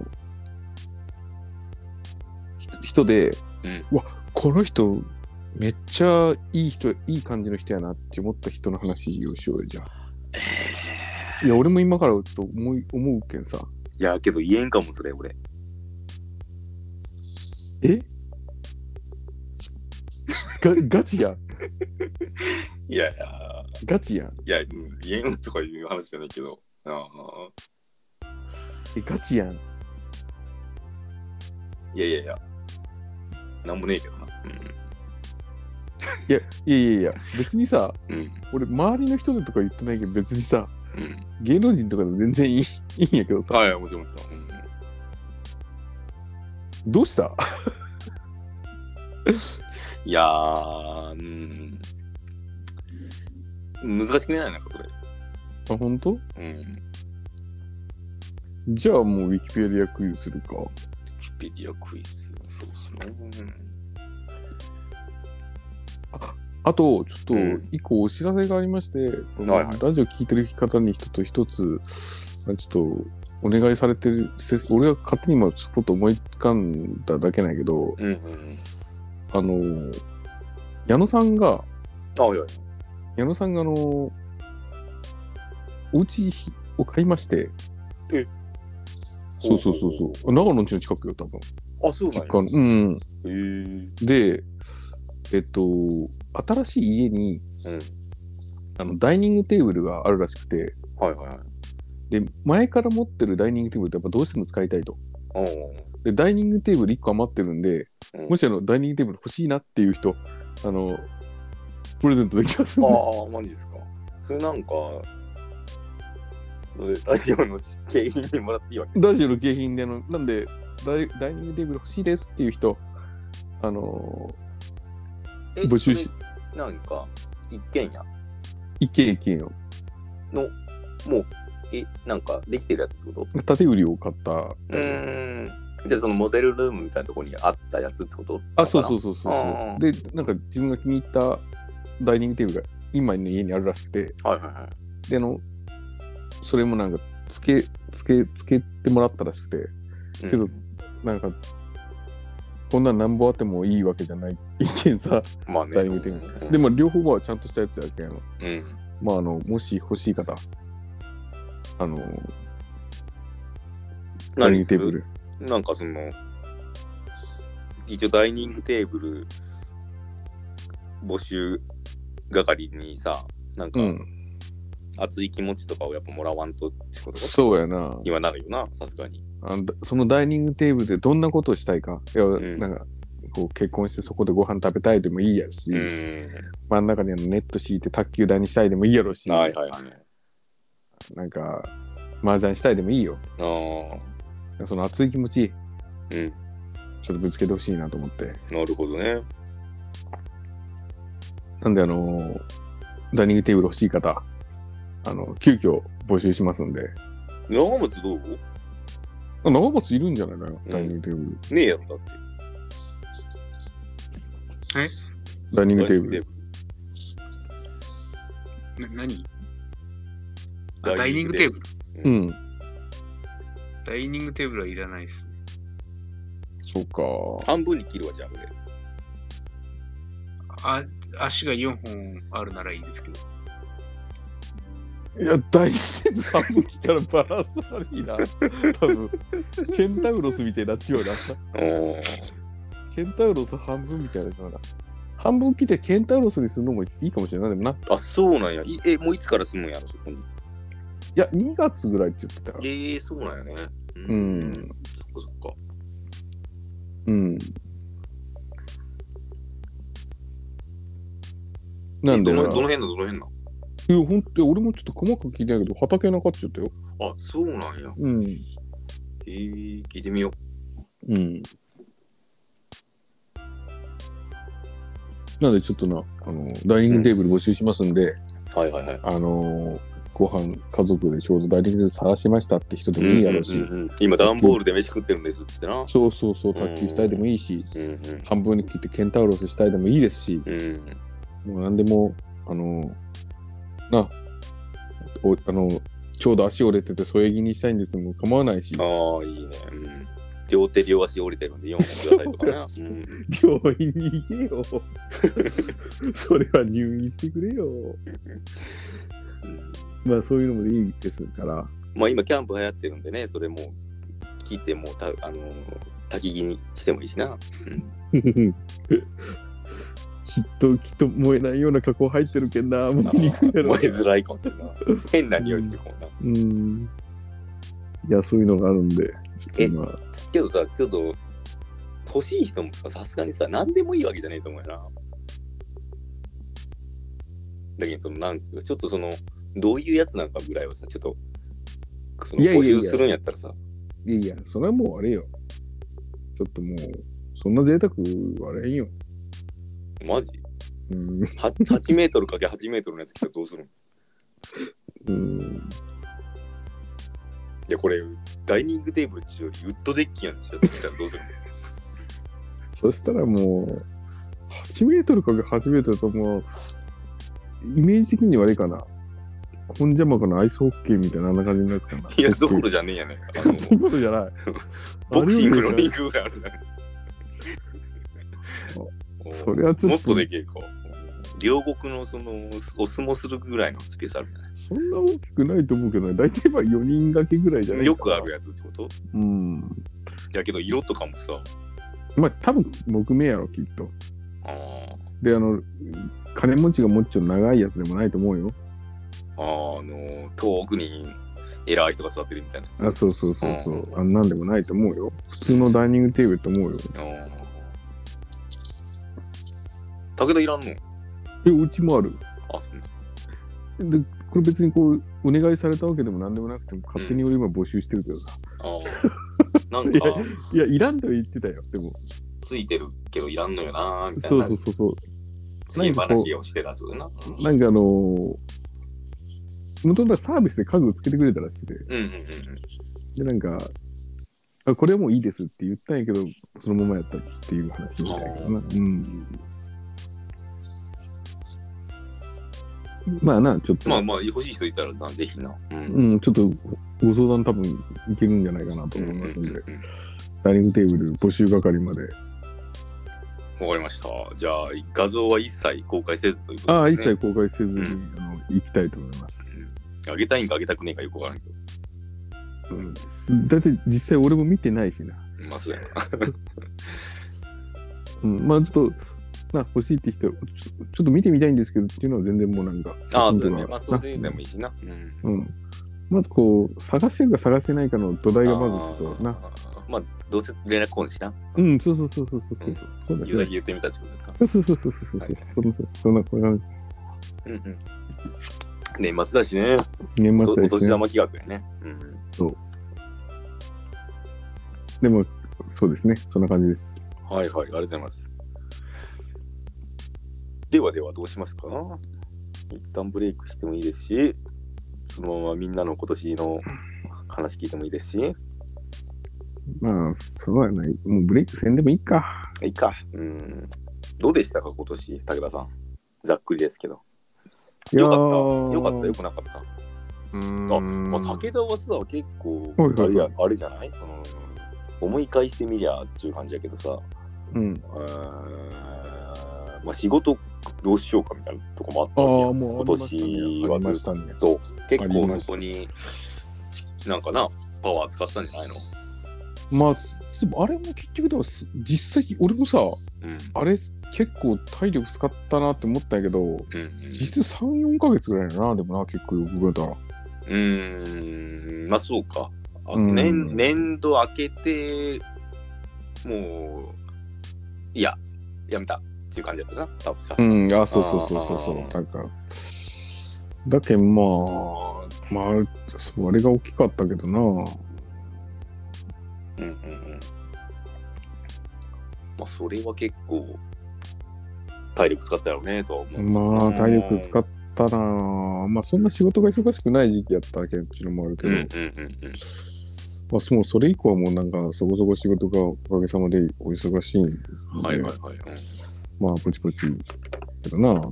人で、うん、うわ、この人、めっちゃいい人、いい感じの人やなって思った人の話をしようよ、じゃあ。 えいや、俺も今からちょっと思い思うけんさ。 いや、けど言えんかも、それ、俺。 えがガチやん。 いやいや、 ガチやん。 いや、言えんとかいう話じゃないけど。あえ、ガチやん。 いやいやいや、なんもねえけどな。うん、 いや、いやいやいや、別にさ、 うん、 俺、周りの人でとか言ってないけど、別にさ、 うん、 芸能人とかでも全然いい、いいんやけどさ。 はい、もちろんもちろん。うん、 どうしたいやー、うん。難しくないなんかそれ。 あ、ほんと？ うん。 じゃあもうウィキペディアクイズするか。 ウィキペディアクイズ、そうっすね。 あ, あと、ちょっと一個お知らせがありまして、 うん、はいはい、 ラジオ聞いてる方に一つ一つ、ちょっとお願いされてる、俺が勝手に今ちょっと思い浮かんだだけなんやけど、 うんうん、 あの、矢野さんが、 あ、いやいや矢野さんがあの、お家を買いまして、 えそうそうそうそう、長野の家の近くよ、多分。 あ、そうなんや。 実家の、うん。 へー。 で、えっと、新しい家に、 うん、 あのダイニングテーブルがあるらしくて、 はいはいはい。 で、前から持ってるダイニングテーブルってやっぱどうしても使いたいと。 おで、ダイニングテーブルいっこ余ってるんで、うん、もしあのダイニングテーブル欲しいなっていう人、あの、プレゼントできますんで。 ああ、マジですか。それなんか、それラジオの景品にもらっていいわけ？ ラジオの景品での、なんでダイ、ダイニングテーブル欲しいですっていう人、あのー、募集し、 なんか、一軒家一軒一軒よ。 の、もう、え、なんか、できてるやつってこと？建売りを買った。 うーん。じゃあそのモデルルームみたいなところにあったやつってこと？ あ、そうそうそうそうそう。で、なんか自分が気に入ったダイニングテーブルが今の家にあるらしくて、 はいはいはい。 で、あの、それもなんか、つけ、つけ、つけてもらったらしくて、けど、うん、なんか、こんなんなんぼあってもいいわけじゃない一見さ、 まあね、 ダイニングテーブル。うん、でも両方はちゃんとしたやつやけん。 うん。 まあ、あの、もし欲しい方、あの、ダイニングテーブル。 なんかその、一応ダイニングテーブル募集係にさ、なんか、うん、熱い気持ちとかをやっぱもらわんとってこと？ そうやな。 今なるよな、さすがに。 あのそのダイニングテーブルでどんなことをしたいか。いや、うん、なんか、こう結婚してそこでご飯食べたいでもいいやし、うん、真ん中にあのネット敷いて卓球台にしたいでもいいやろし、 はいはいはい。 なんか、麻雀したいでもいいよ。 あその熱い気持ち、 うん、 ちょっとぶつけてほしいなと思って。 なるほどね。 なんであのー、ダイニングテーブル欲しい方、あの、急遽募集しますんで。 長松どう？ あ、長松いるんじゃないかな、うん、ダイニングテーブル。 ねえやろ、だって。 え？ ダイニングテーブル。 な、何？あ、ダイニングテーブル。 うん。 ダイニングテーブルはいらないっす。 そうか。 半分に切るわ、じゃあ、俺。 あ、足がよんほんあるならいいですけど。 いや、ダイニングテーブル半分切ったらバランス悪いな。多分、ケンタウロスみたいになっちゃうな。ケンタウロス半分みたいなのな。半分切ってケンタウロスにするのもいいかもしれないでもな。 あ、そうなんや。いえ、もういつから住むんやろ、そこに。 いや、にがつぐらいって言ってたから。 ええー、そうなんやね。 うん。うん、 そっかそっか。 うん。なんでどの、どの辺のどの辺のいや、ほんと、俺もちょっと細かく聞いてないけど、畑なかっちゃったよ。 あ、そうなんや。 うん。 ええー、聞いてみよう。うん。なんでちょっとな、あの、ダイニングテーブル募集しますんで、 うん、はいはいはい。 あのー、ご飯、家族でちょうどダイニングテーブル探しましたって人でもいいやろうし、 うんうんうん、今、段ボールで飯食ってるんですってな。 そうそうそう、卓球したいでもいいし、 うんうん、 半分に切ってケンタウロスしたいでもいいですし、 うん、 もう何でも、あのー、な、おあの、ちょうど足折れてて添え木にしたいんですも構わないし。 ああ、いいね。うん、両手両足折れてるんでよんほんくださいとかね。うん、 病院に行けよ。それは入院してくれよ。 まあそういうのもいいですから。 まあ今キャンプ流行ってるんでね、それも聞いてもた、あのー、焚き木にしてもいいしな。うん、きっときっと燃えないような加工入ってるけんな。燃えにくいやろ。 燃えづらいかもしれんない。変な匂いするかもな。 うん。うんいやそういうのがあるんで。 え、けどさ、ちょっと欲しい人もさ、さすがにさ、何でもいいわけじゃないと思うよな。だけどそのなんつうかちょっとそのどういうやつなんかぐらいはさ、ちょっとその募集するんやったらさ。 いやいや、それはもうあれよ。ちょっともう、そんな贅沢はあれんよ。 マジ？ うん。 はちメートルかけはちメートルのやつ来たらどうするの？ うん。 いや、これ、ダイニングテーブルっていうよりウッドデッキやんってやつ来たらどうするの？ そしたらもう、はちメートルかけはちメートルともう、イメージ的にはあれかな。コンジャマカのアイスホッケーみたいなあんな感じのやつかな。 いや、どころじゃねえやねん。 どころじゃない。 ボクシングのリングがあるね。 それはちょっと。 もっとでけえか。両国のそのお相撲するぐらいのスペースあるじゃない。 そんな大きくないと思うけどね。大体はよにん掛けぐらいじゃないかな。 よくあるやつってこと？ うん。 だけど色とかもさ。 まあ多分木目やろきっと。 ああ。 であの金持ちがもうちょっと長いやつでもないと思うよ。 あの遠くに偉い人が座ってるみたいな。 あ、そうそうそうそう。うん、あんなんでもないと思うよ。普通のダイニングテーブルと思うよ。ああ。武田いらんの？え、 うちもある。 あ、そうね。で、これ別にこうお願いされたわけでもなんでもなくても勝手に俺今募集してるけどさ。 うん、ああ。なんかいや、いやいらんとは言ってたよ。でも。 ついてるけどいらんのよなーみたいな。 そうそうそうそう。 次に話をしてたぞな。 なんかあのー。元々はサービスで家具をつけてくれたらしくて、 うんうんうん、 でなんかあこれはもういいですって言ったんやけどそのままやったっていう話みたいな、うん、まあなちょっとまあまあ欲しい人いたらなぜひな、 うん、うん、ちょっとご相談多分いけるんじゃないかなと思いますので、うんうんうんうん、ダイニングテーブル募集係までわかりました。じゃあ画像は一切公開せずということですね。 ああ一切公開せずに、うん、あの行きたいと思います。 あげたいんかあげたくねえかよくわからんけど。 うん。だって実際俺も見てないしな。 まあそうやな。 うん、まあちょっと、な欲しいって人ちょ、ちょっと見てみたいんですけどっていうのは全然もうなんか。 ああ、そうね。まあそれでもいいしな。 うん。うん、まずこう、探してるか探してないかの土台がまずちょっとな。 まあどうせ連絡来んしな。 うん、そうそうそうそうそう。 そうだね。言ってみたってことか。 そうそうそうそうそう。はい、そんな感じ。 うんうん。年末だしね。 年末だしね。 お年玉企画やね。うん。 そう。でも、そうですね。そんな感じです。 はいはい、ありがとうございます。ではではどうしますか？一旦ブレイクしてもいいですし、そのままみんなの今年の話聞いてもいいですし。 まあ、そうやない。もうブレイクせんでもいいか。 いいか。うん。どうでしたか、今年、武田さん。ざっくりですけど。よかった。よかった、よくなかった。 うーん。あ、 まあ、武田はさ、結構、あれや、あれじゃないその、思い返してみりゃっていう感じやけどさ。 うん。 まあ、仕事どうしようかみたいなとこもあったわけや。今年はずっと、結構そこに、なんかな、パワー使ったんじゃないの？ まあ、でもあれも結局でも実際俺もさ、うん、あれ結構体力使ったなって思ったんやけど、うんうん、実質さん、よんかげつぐらいだな、でもな、結構よく覚えたら。 うーん、まあそうか。あうん、年, 年度明けて、もう、いや、やめたっていう感じだったな、多分さ。 うん、あ、そうそうそうそうそう。なんか、だけどまあ、まあ、あれが大きかったけどな。 うんうんうん。まあそれは結構体力使ったよねとは思う。 まあ体力使ったな。まあそんな仕事が忙しくない時期やったけどっていうのもあるけど、うんうんうんうん、まあもうそれ以降はもうなんかそこそこ仕事がおかげさまでお忙しいんで、 はいはいはい、うん、 まあポチポチけどな。あ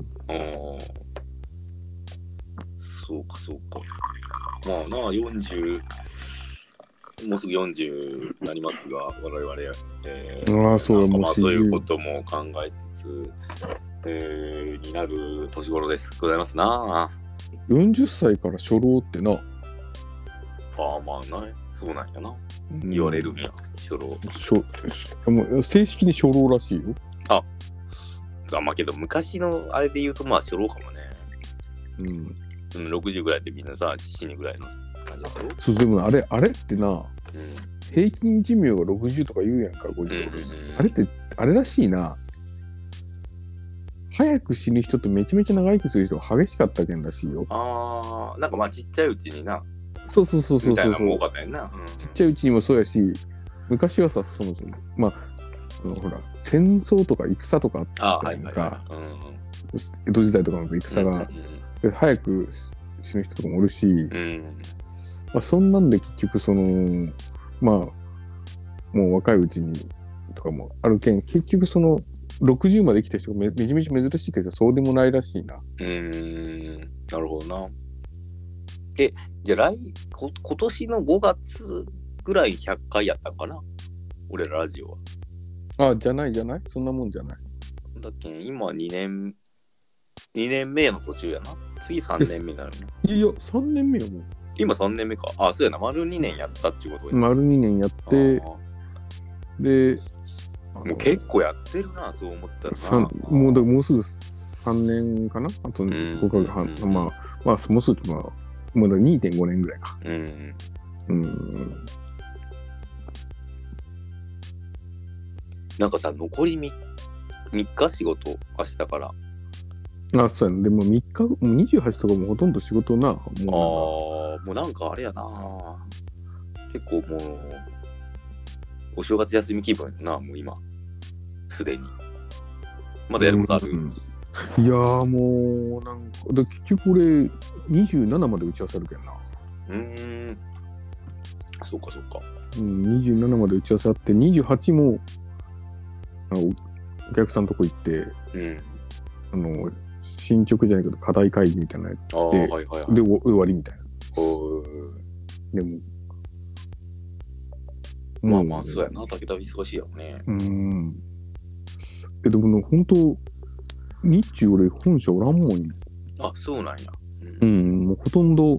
そうかそうか。まあなよんじゅうもうすぐよんじゅうになりますが、我々、えー、 あそうまあそういうことも考えつつ、えー、になる年頃です。ございますな。 よんじゅっさいから初老ってな。 ああ、まあな、そうなんやな。言われるんや、初老。 しょしもう正式に初老らしいよ。 あ、あまあけど昔のあれで言うとまあ初老かもね。 うん。 ろくじゅうぐらいでみんなさ、死ぬぐらいの感じだったろ。 そう、でもあれ、あれってな、 うん、 平均寿命がろくじゅうとか言うやんか、ごじゅうとか、うんうんうん。あれって、あれらしいな。早く死ぬ人とめちゃめちゃ長生きする人が激しかったけんらしいよ。 ああ、なんかまあちっちゃいうちにな。 そうそうそうそうそう。みたいなのも多かったよな、うん。 ちっちゃいうちにもそうやし、昔はさ、そもそも、まあ、あのほら、戦争とか戦とかあったやんか、江戸時代とかの戦が、うんうん、早く死ぬ人とかもおるし、うんまあ、そんなんで結局その、まあ、もう若いうちにとかもあるけん、結局その、ろくじゅうまで生きた人が め, めちゃめちゃ珍しいけど、そうでもないらしいな。 うーん、なるほどな。え、じゃあ来こ、今年のごがつぐらいひゃっかいやったんかな俺らラジオは。あ、じゃないじゃないそんなもんじゃない。 だっけ今にねん、にねんめの途中やな。次さんねんめになるな。いや、さんねんめやもん。 今さんねんめか。あ、そうやな。丸にねんやったっていうことや。 丸にねんやって、で、 もう結構やってるな、そう思ったらな。 もうだもうすぐさんねんかなあとごかげつはん、まあ、まあ、もうすぐ、まあ、まだ にてんごねんぐらいか。うん。うん。 なんかさ、残り 3, 3日仕事、明日から。 あ、そうやね。でもみっか、もうにじゅうはちとかもほとんど仕事な。もうああ、もうなんかあれやな。結構もう、お正月休み気分やな、もう今。すでに。まだやることある、うん、いやーもう、なんか、だ結局俺、にじゅうななまで打ち合わせあるけんな。 うーん。そうかそうか。 うん、にじゅうななまで打ち合わせあって、にじゅうはちも、あのお客さんのとこ行って、うん、あの、進捗じゃないけど、課題会議みたいなのやって、はいはいはい、で、終わりみたいな。でも、 まあまあ、そうやな。武田忙しいやもんね。 うん。え、でも、ほんと、日中俺本社おらんもん。 あ、そうなんや。 うん、うん、もうほとんど、も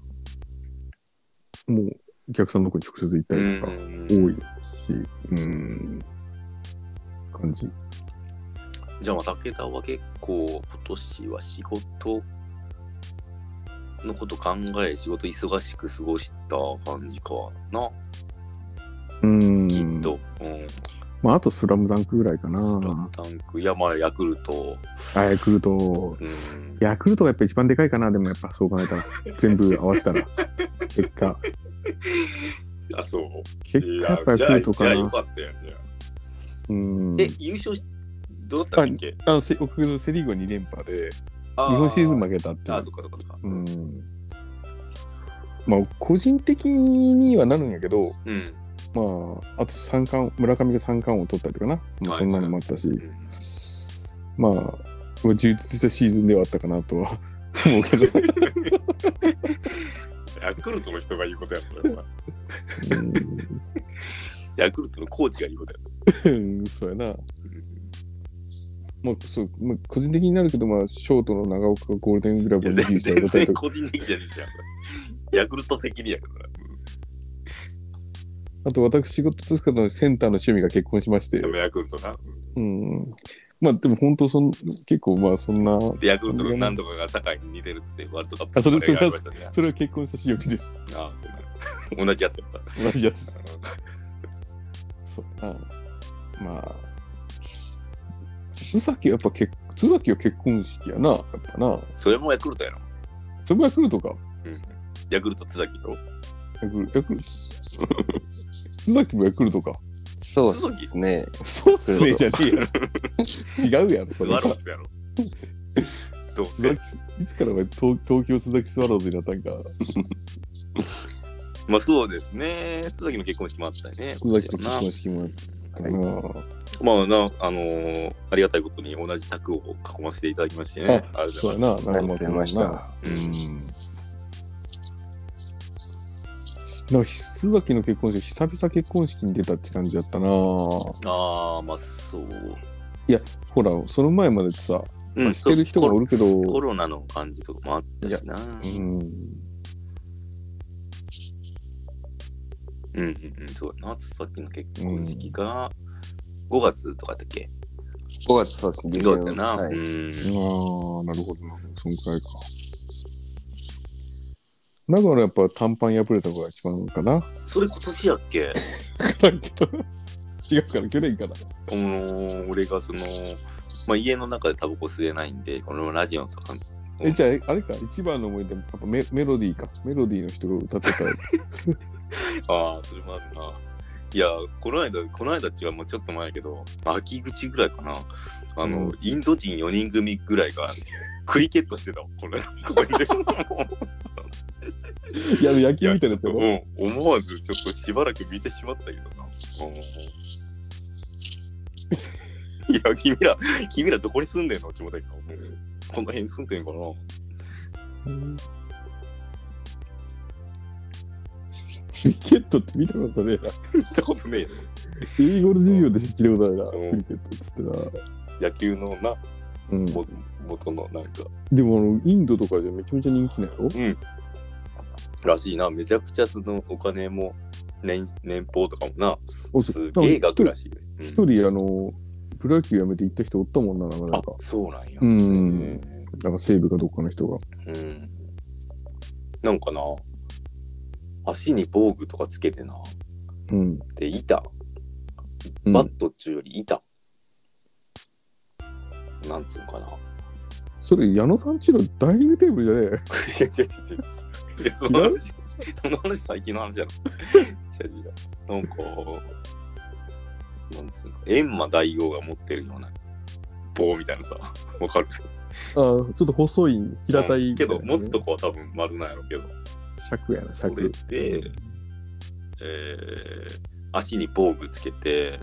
うお客さんのとこに直接行ったりとか多いし、うん、感じ。 じゃあ、まあ、武田は結構今年は仕事のこと考え、仕事忙しく過ごした感じかな。 うん。 きっと。うん。 まあ、あとスラムダンクぐらいかな。スラムダンク。いや、まあ、ヤクルト。 あ、ヤクルト。うん、ヤクルトがやっぱ一番でかいかな。でもやっぱそう考えたら。全部合わせたら。結果。 あ、そう。 結果やっぱヤクルトかな。 じゃあ、よかったよ、じゃあ。うん。え、優勝し、どうだったっけ？ あ、あせ僕のセリーグはに連覇で、日本シリーズ負けたっていう。 あ、そっかそっかそっか。 うん。まあ、個人的にはなるんやけど、うん。まあ、あと三冠、村上が三冠を取ったりとかな、まあ、そんなのもあったし、はいはいはい、まあ、充実したシーズンではあったかなとは思うけど。 ヤクルトの人が言うことや、それは。ヤクルトのコーチが言うことや。うん、そうやな。まあ、そう、まあ、個人的になるけど、まあ、ショートの長岡がゴールデングラブをリリースされたりとか。個人的じゃねえじゃん。ヤクルト責任やからな。 あと私仕事ですけどセンターの趣味が結婚しまして。 ヤクルトな。 うん。まあでも本当そん結構まあそんな。 ヤクルトの何とかが堺に似てるっつってワールドカップ。 あ、それそれはそれは結婚したしよきです。 ああ、そうだ。同じやつやった。 同じやつです。そうだな。まあ須崎はやっぱ結須崎は結婚式やなやっぱな。 それもヤクルトやな。 それもヤクルトか。 うん。ヤクルト須崎よ。 ヤクルト、ヤクルト。須崎もヤクルトか。 そうっすね。 そうっすねじゃねえやろ。違うやろ、それは。 スワローズやろ。どうせ。 いつから東, 東京須崎スワローズになったんか。 まあそうですね。須崎の結婚式もあったよね。 須崎の結婚式もあったな。はい、 まあな、あのー、ありがたいことに同じ卓を囲ませていただきましてね。 あ、あそうやな。 何も出ました。うん。 なんか須崎の結婚式、久々結婚式に出たって感じだったな。 ああ、まあそう。 いや、ほら、その前までってさ、 うんまあ、してる人もおるけどコロナの感じとかもあったしな。うん。うんうんうん、そうだな。さっきの結婚式がごがつとかだっけ？ ご 月そうですね。 そうだな。 はい、うん。ああ、なるほどな。そんくらいか。だからやっぱ短パン破れた方が一番かな。 それ今年やっけ？ 違うから、去年かな。 うん、俺がその、まあ、家の中でタバコ吸えないんで、このラジオとか。 え、じゃあ、あれか、一番の思い出、やっぱメメロディーか。メロディーの人が歌ってたやつ。 ああ、それもあるな。いや、この間、この間っていうかもうちょっと前やけど、秋口ぐらいかな。あの、うん、インド人よにん組ぐらいがクリケットしてたもん、これ。ここにいや、野球みたいなやつよ。 うん、思わずちょっとしばらく見てしまったけどな。いや、君ら、君らどこに住んでんのって思ったけど、この辺住んでんかな。 うん、クリケットって見たことねえな。 見たことねえよ。 英語の授業で聞いたことないな、うん、クリケットっつってな。 野球のな、うん、元のなんか。 でもあの、インドとかでめちゃめちゃ人気なの？ うん。らしいな。めちゃくちゃそのお金も 年, 年俸とかもな、すげえ額らしい。 一人、うん、あの、プロ野球辞めて行った人おったもんな、なんか。 あ、そうなんや。 うん。なんか西武かどっかの人が。 うん。なんかな、足に防具とかつけてな。 うん。 で、板。バットっちゅうより板。うん、なんつうのかな。 それ、矢野さんちのダイニングテーブルじゃねえ？いや、違う違う違う。いや、その話、その話最近の話やろ。違う違う。なんか、なんつうの、閻魔大王が持ってるような棒みたいなさ、わかる？ ああ、ちょっと細い、平たい、 ね、けど、持つとこは多分丸なんやろうけど。 尺やな、尺。 それで、うん、えー、足に防具つけて、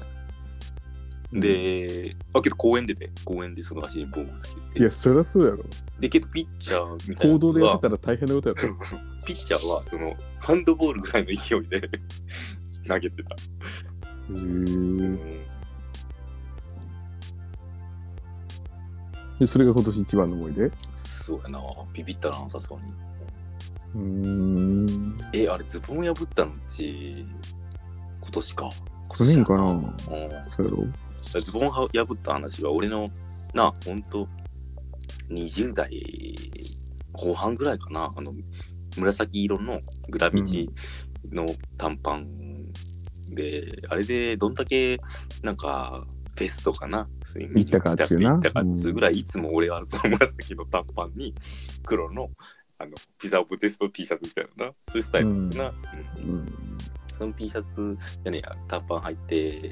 で、あ、けど公園でね、公園でその足に防具つけて。 いや、そりゃそうやろ。 で、けどピッチャーみたいな。 行動でやってたら大変なことやった。 ピッチャーは、その、ハンドボールぐらいの勢いで投げてた。 へー。で、それが今年一番の思い出？ そうやな、ビビったな、さすがに。 うーん。 え、あれ、ズボン破ったのうち、今年か。 去年かな。うん。 そうやろ。ズボン破った話は、俺の、な、ほんと、にじゅう代後半ぐらいかな。あの、紫色のグラビチの短パンで、うん、あれでどんだけ、なんか、フェスとかな、 行ったかっていうな。 行ったかっていうぐらい、いつも俺はその紫の短パンに黒の、あの、ピザオブテスト T シャツみたいなな、そういうスタイルだな。うんうん、その T シャツやねや、短パン入って、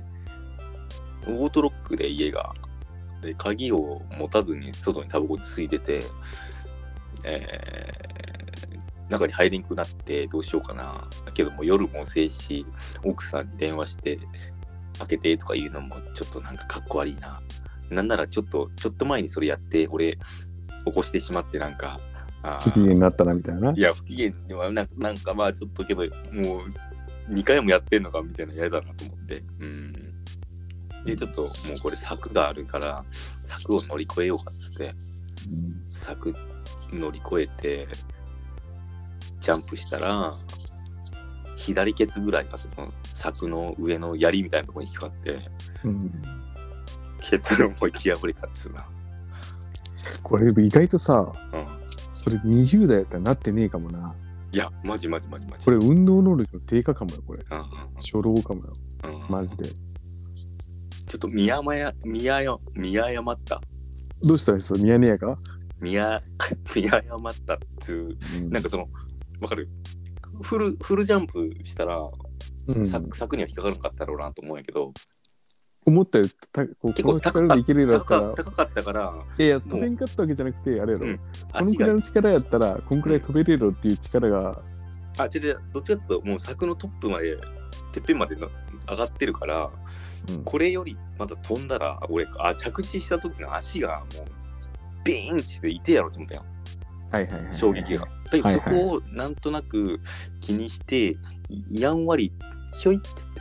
オートロックで家が、で、鍵を持たずに外にタバコついてて、えー、中に入りにくくなってどうしようかな。だけども夜も遅いし、奥さんに電話して開けてとか言うのもちょっとなんかかっこ悪いな。なんならちょっと、ちょっと前にそれやって、俺、起こしてしまってなんか、 不機嫌になったなみたいな。 いや、不機嫌ではな、なんかまあちょっとけど、もうにかいもやってんのかみたいな嫌だなと思って。うん。で、ちょっともうこれ柵があるから、柵を乗り越えようかっつって、うん、柵乗り越えて、ジャンプしたら、左ケツぐらいがその柵の上の槍みたいなところに引っかかって、うん、ケツの思いっきり破れたっつうな。 これ意外とさ、うん、それにじゅう代やったらなってねえかもな。 いや、マジマジマジマジ。 これ運動能力の低下かもよ、これ。うんうんうん、初老かもよ、うん、マジで。 ちょっと見誤や、見誤、見誤った。 どうしたんですか、見やねやか見や、見誤ったっていう、うん、なんかその、わかる？フル、フルジャンプしたら、うん、柵には引っかからなかったろうなと思うんやけど、 思ったより、こう結構高かった高かったから、 いやいや、飛べんかったわけじゃなくて、あれやろ、うん、このくらいの力やったら、こんくらい飛べれろっていう力が。 あ、違う違う、どっちかっていうと、もう柵のトップまで、てっぺんまでの上がってるから、うん、これよりまた飛んだら、俺、あ、着地した時の足がもう、ビーンっていてやろうと思ったよ。 はいはいはい、 衝撃が。だけどそこをなんとなく気にして、やんわりひょいってって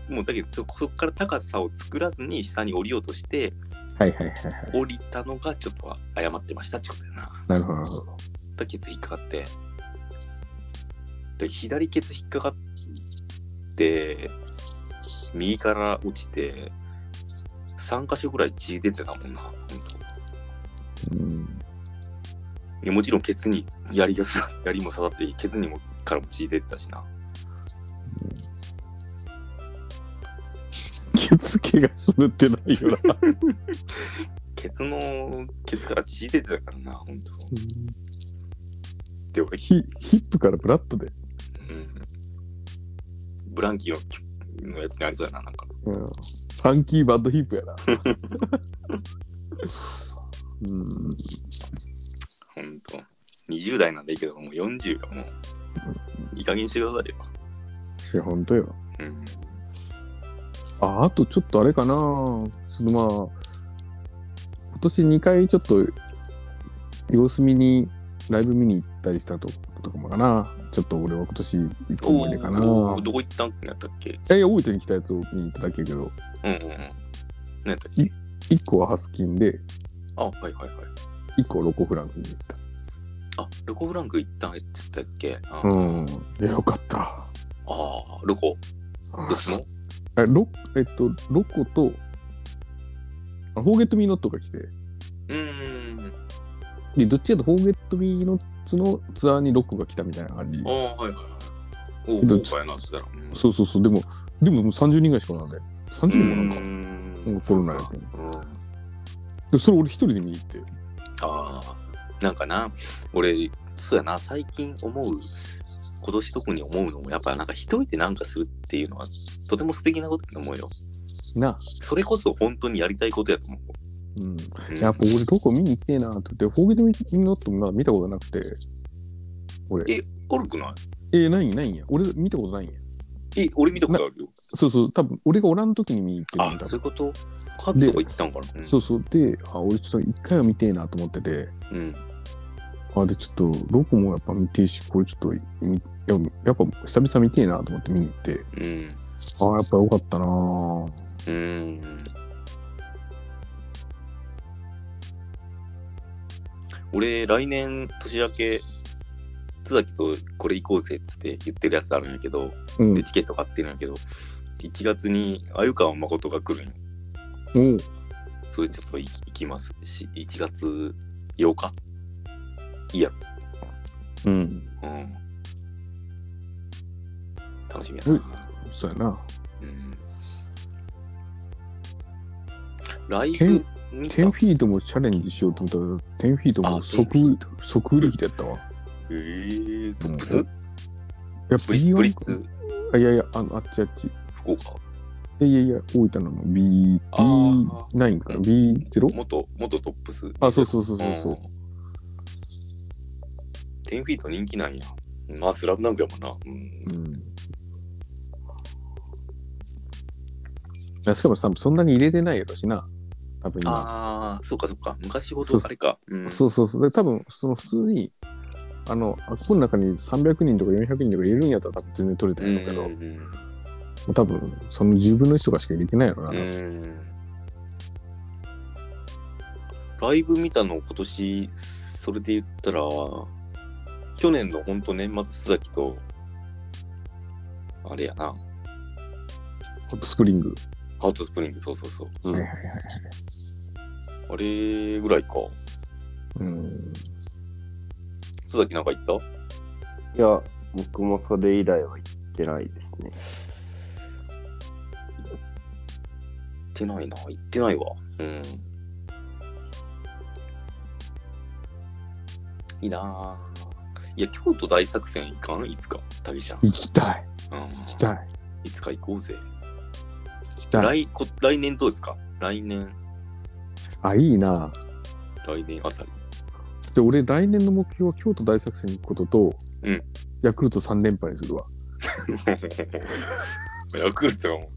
もうだけどそこから高さを作らずに下に降りようとして、 はいはいはいはい。 降りたのがちょっと誤ってましたってことだよな。 なるほどなるほど。 だケツ引っかかって、で左ケツ引っかかって右から落ちてさん箇所ぐらい血出てたもんな。ほんと。 うん。 いやもちろんケツに槍が槍も刺さってケツにもからも血出てたしな。 ケツ怪我するってないよな。 ケツのケツから血出てたからな、ほんと。で俺ヒヒップからブラッドで。 うん。ブランキーのやつにありそうやな、なんか。 うん。ファンキーバッドヒップやな。うん。 ほんと。にじゅう代なんだけど、もうよんじゅうがもう、いい加減にしてくださいよ。 いや、ほんとよ。 うん。 あ、あとちょっとあれかな。そのまあ、今年にかいちょっと様子見にライブ見に行ったりしたととかもかな。ちょっと俺は今年行く思い出かな。 どこ行ったんやったっけ？ いやいや、大分に来たやつを見に行っただけやけど。 うんうんうん。何やったっけ？ いっこはハスキンで、 あ、はいはいはい。 いっこロコフランクに行った。 あ、ロコフランク行ったんやったっけ？ うん。いや、よかった。 ああ、ロコ？どっちの？ え、ロえっと、ロコと、あフォーゲットミーノットが来て、 うーん。 で、どっちかとフォーゲットミーノッツのツアーにロコが来たみたいな感じ。 ああ、はいはいはい。おお、 どっ豪華やな、そしたら。うん、 そうそうそう、でも、でももうさんじゅうにんぐらいしかおらんで。さんじゅうにんもなんか、 うんもうコロナやけん。 うん、 で、それ俺一人で見に行って。 ああ、なんかな、俺、そうやな、最近思う、今年特に思うのも、やっぱなんか一人でなんかするっていうのは、とても素敵なことだと思うよ。 な。 それこそ本当にやりたいことやと思う。 うん。 うん、 やっぱ俺ロコ見に行きてえなって言って、フォーゲットミーノットもまだ見たことなくて。俺。 え、おるくない？ えー、ないんないんや。俺見たことないんや。 え、俺見たことあるよ。 そうそう、多分俺がおらん時に見に行ってるんだ。 あ、そういうこと？数とか行ったんかな、うん、 そうそう。で、あ、俺ちょっと一回は見てえなと思ってて。 うん。 あ、で、ちょっと、ロコもやっぱ見てえし、これちょっと、ややっぱ久々見てえなと思って見に行って。 うん。 ああ、やっぱよかったなぁ。 うん。俺、来年年明け、津崎とこれ行こうぜっつって言ってるやつあるんやけど、 うん、 でチケット買ってるんやけど、いちがつに鮎川誠が来るんよ。 おう。 それちょっと行きますし、いちがつようかいいやろ。 うん。 うん。楽しみやな。 うん、そうやな。 うん。ライブ見た？ じゅうフィートもチャレンジしようと思ったら、じゅうフィートも即、即売り切れやったわ。 えー、トップス？ いや、 ブリブリッツ？ あ、いやいや、あの、あっちあっち。 福岡？ いやいやいや、大分の ビーナイン かな ビーゼロ？ 元、元トップス。 あ、そうそうそうそうそう。 うん、じゅうフィート人気なんや。まあ、スラムダンクやもんな。うん。うん、 いやしかもさ、そんなに入れてないやろしな。多分今。 ああ、そうかそうか。昔ほどあれか。 そうそうそうそう。で、多分、その普通に、あの、あそこの中にさんびゃくにんとかよんひゃくにんとか入れるんやったら多分全然取れたんやろうけど、うんうん、多分、そのじゅうぶんのいちとかしか入れてないやろな。うん、 ライブ見たの今年、それで言ったら、去年のほんと年末須崎と、あれやな。 ホットスプリング。 ハートスプリング、そうそうそう。うん、 はいはいはい。 あれぐらいか。 うん。 須崎なんか行った？ いや、僕もそれ以来は行ってないですね。 行ってないな、行ってないわ。うん。いいなぁ。いや、京都大作戦行かん？いつか、たけちゃん。 行きたい。 うん。行きたい。 いつか行こうぜ。 行きたい。 来、こ来年どうですか？来年。 あ、いいな。 来年あたり。 で、俺、来年の目標は京都大作戦に行くことと、 うん。 ヤクルトさん連覇にするわ。 ヤクルトがもう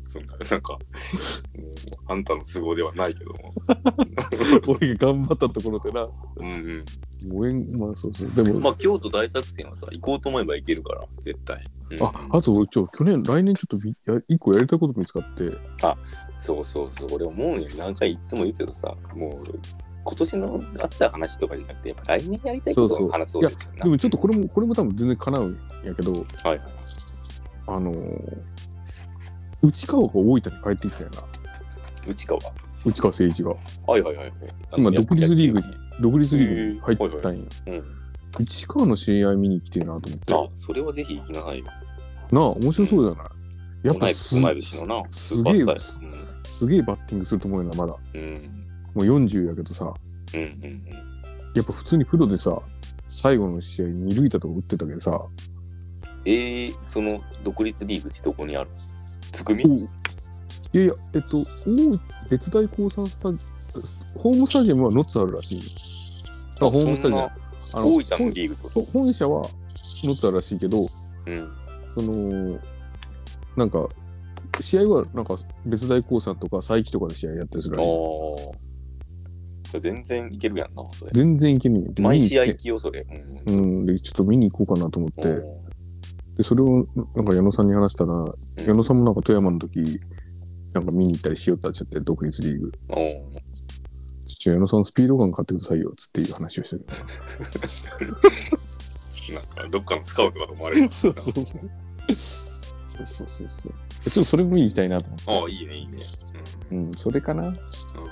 そんな、なんか、もうあんたの都合ではないけども。 俺が頑張ったところでな。 うんうん。 応援、まあそうそう。でも、 まあ京都大作戦はさ、行こうと思えば行けるから、絶対。うん、 あ、あと俺、ちょ、去年、来年ちょっとや一個やりたいこと見つかって。 あ、そうそうそう。俺思うんよ。何回いつも言うけどさ、もう、今年のあった話とかじゃなくて、やっぱ来年やりたいことを話そうですよね。 いや、でもちょっとこれも、これも多分全然叶うんやけど、 はい。 あのー、内川が大分に帰ってきたよな。 内川内川誠一が。 はいはいはい。 今、独立リーグに、独立リーグに入ったんや。うん。内川の試合見に来てるなと思って。 あ、それはぜひ行きなさいよ。 なあ、面白そうじゃない、うん、やっぱす、 同い年のな、 すげえ、うん、すげえバッティングすると思うよな、まだ。うん。もうよんじゅうやけどさ。うんうんうん。やっぱ普通にプロでさ、最後の試合に塁打とか打ってたけどさ。 えー、その独立リーグってどこにある？つくみ？ いやいや、えっと、別大高三スタジホームスタジアムはノッツあるらしい。あ、ホームスタジアム。 あの大分のリーグってこと？ 本社はノッツあるらしいけど、うん、その、なんか、試合はなんか別大高三とか佐伯とかで試合やったりするらしい。 ああ。全然いけるやんな、それ。 全然いけるよ。 毎試合行きよ、それ。 うん、うん。で、ちょっと見に行こうかなと思って。で、それをなんか矢野さんに話したら、うん、矢野さんもなんか富山の時、なんか見に行ったりしよったっちゃって、独立リーグ。ちょ、矢野さんスピードガン買ってくださいよ、つっていう話をしてる。 なんか、どっかのスカウトかと思われる。 そうそうそう。そうそうそうそう。ちょっとそれも見に行きたいなと思って。 ああ、いいね、いいね。 うん、うん、それかな。うん、うん、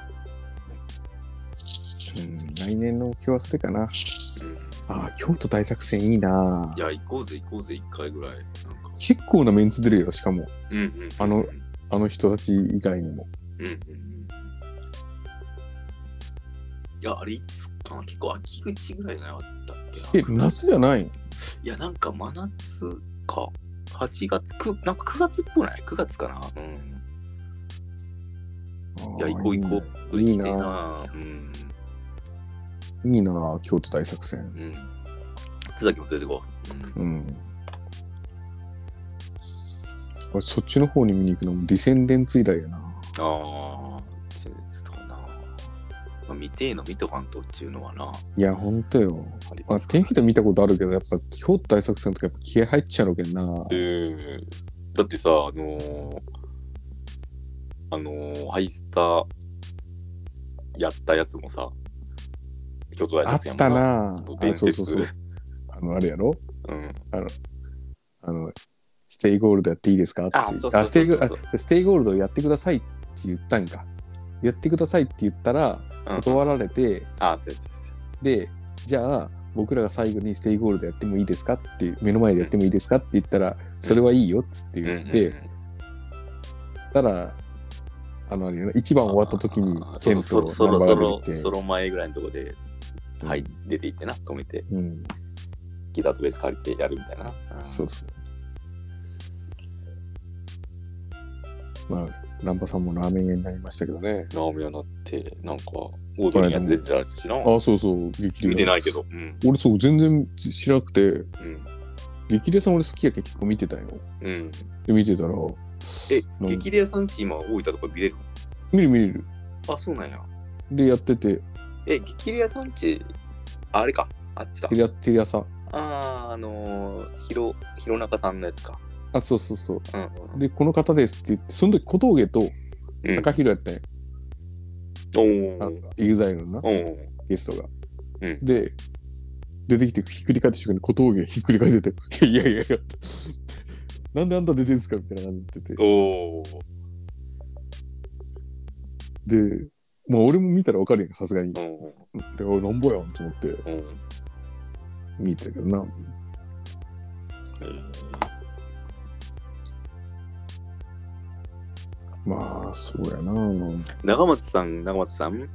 来年の目標はそれかな。うん、ああ、京都大作戦いいな。 いや、行こうぜ、行こうぜ、一回ぐらい。なんか結構なメンツ出るよ、しかも。 うんうん、うん。 あの、あの人たち以外にも。 うんうんうん。いや、あれいつかな、結構秋口ぐらいじゃなかったっけ？ え、夏じゃない？ いや、なんか真夏か。はちがつ、くなんかくがつっぽない？ く 月かな。うん。いや、行こう行こう。 いいな。いいな。うん。いいな、京都大作戦。うん。 津崎も連れてこう。うん。うん、そっちの方に見に行くのもディセンデンツ以来やな。ああ、ディセンデンツとかな。まあ、見てえの見とかんとっていうのはな。 いや、ほんとよ。まあ、天気で見たことあるけど、やっぱ京都大作戦とかやっぱ気合入っちゃうのけんな。 えー、だってさ、あのー、あのー、ハイスターやったやつもさ、京都大作戦やもんな。あったなぁ。伝説。そうそうそう。あの、あれやろ？うん。あの、あの、ステイゴールドやっていいですかって。あ、そうそうそうそう。あ、ステイゴールド、ステイゴールドやってくださいって言ったんか。やってくださいって言ったら、断られて、うん、 あ、そうそうそう。 で、じゃあ、僕らが最後にステイゴールドやってもいいですかって、目の前でやってもいいですかって言ったら、うん、それはいいよっつって言って、うんうんうん、ただ、あの、いちばん終わった時に、 テントをそろそろ、そろ前ぐらいのところで、うん、はい、出ていってな、止めて、うん、ギターとベース借りてやるみたいな。 うん、そうそう。まあ、ナンパさんもラーメン屋になりましたけどね。 ラーメン屋になって、なんか、オードリーのやつ出てたしな。 あ、そうそう、激励。 見てないけど。うん、 俺、そう、全然知らなくて、うん、激励さん俺好きやけ結構見てたよ。うん。で、見てたら、 え、激励さんち今、大分とか見れる？ 見る見れる。 あ、そうなんや。 で、やってて。 え、激励さんち、あれか、あっちか。 テレテレ朝。 あー、あのー、ひろ、弘中さんのやつか。 あ、そうそうそう。うんうん、で、この方ですって言って、その時小峠と高弘やったんや。おお。エグザイルのな、ゲストが。うん、で、出てきてひっくり返った瞬間に小峠ひっくり返ってて、いやいやいや、なんであんた出てんすかみたいな感じでて。おお。で、まあ俺も見たらわかるやん、さすがに。で、おい、なんぼやんと思って、見てたけどな。えーまあ、そうやな。 長松さん、長松さん。い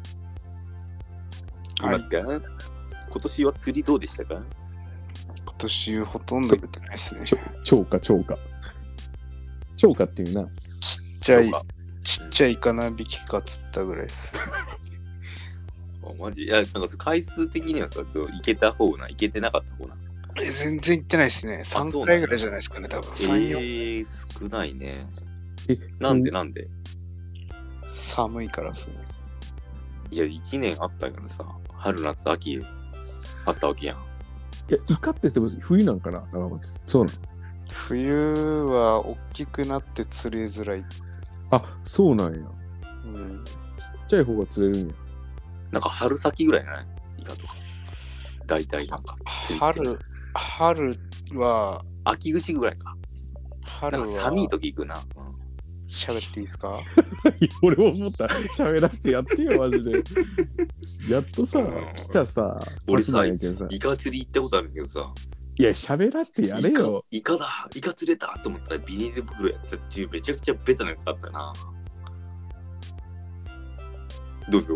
ますか、はい、今年は釣りどうでしたか？ 今年ほとんど出てないですね。 超過、超過。超過っていうな。 ちっちゃい、ちっちゃいイカ何匹か釣ったぐらいです。 あ、マジ？いや、なんか回数的にはさ、いけた方な、いけてなかった方な。 え、全然いってないですね。さんかいぐらいじゃないですかね、多分。さん、よん。 えー、少ないね。 え、なんでなんで寒いからっすね。 いや、いちねんあったからさ、春、夏、秋あったわけやん。 いや、イカってでも冬なんかな、長松。そうなの。 冬は大きくなって釣れづらい。 あ、そうなんや。 うん。 ちっちゃい方が釣れるんや。 なんか春先ぐらいじゃないイカとか。大体なんか。 春、春は、 秋口ぐらいか。 春は、 寒い時行くな。 喋っていいですか？ 俺も思った。喋らせてやってよ、マジで。やっとさ、来たさ、 俺さ、イイカ釣り行ったことあるけどさ、 いや、喋らせてやれよ。 イカ、イカだ、イカ釣れたと思ったらビニール袋やったっていうめちゃくちゃベタなやつあったな。どうぞ。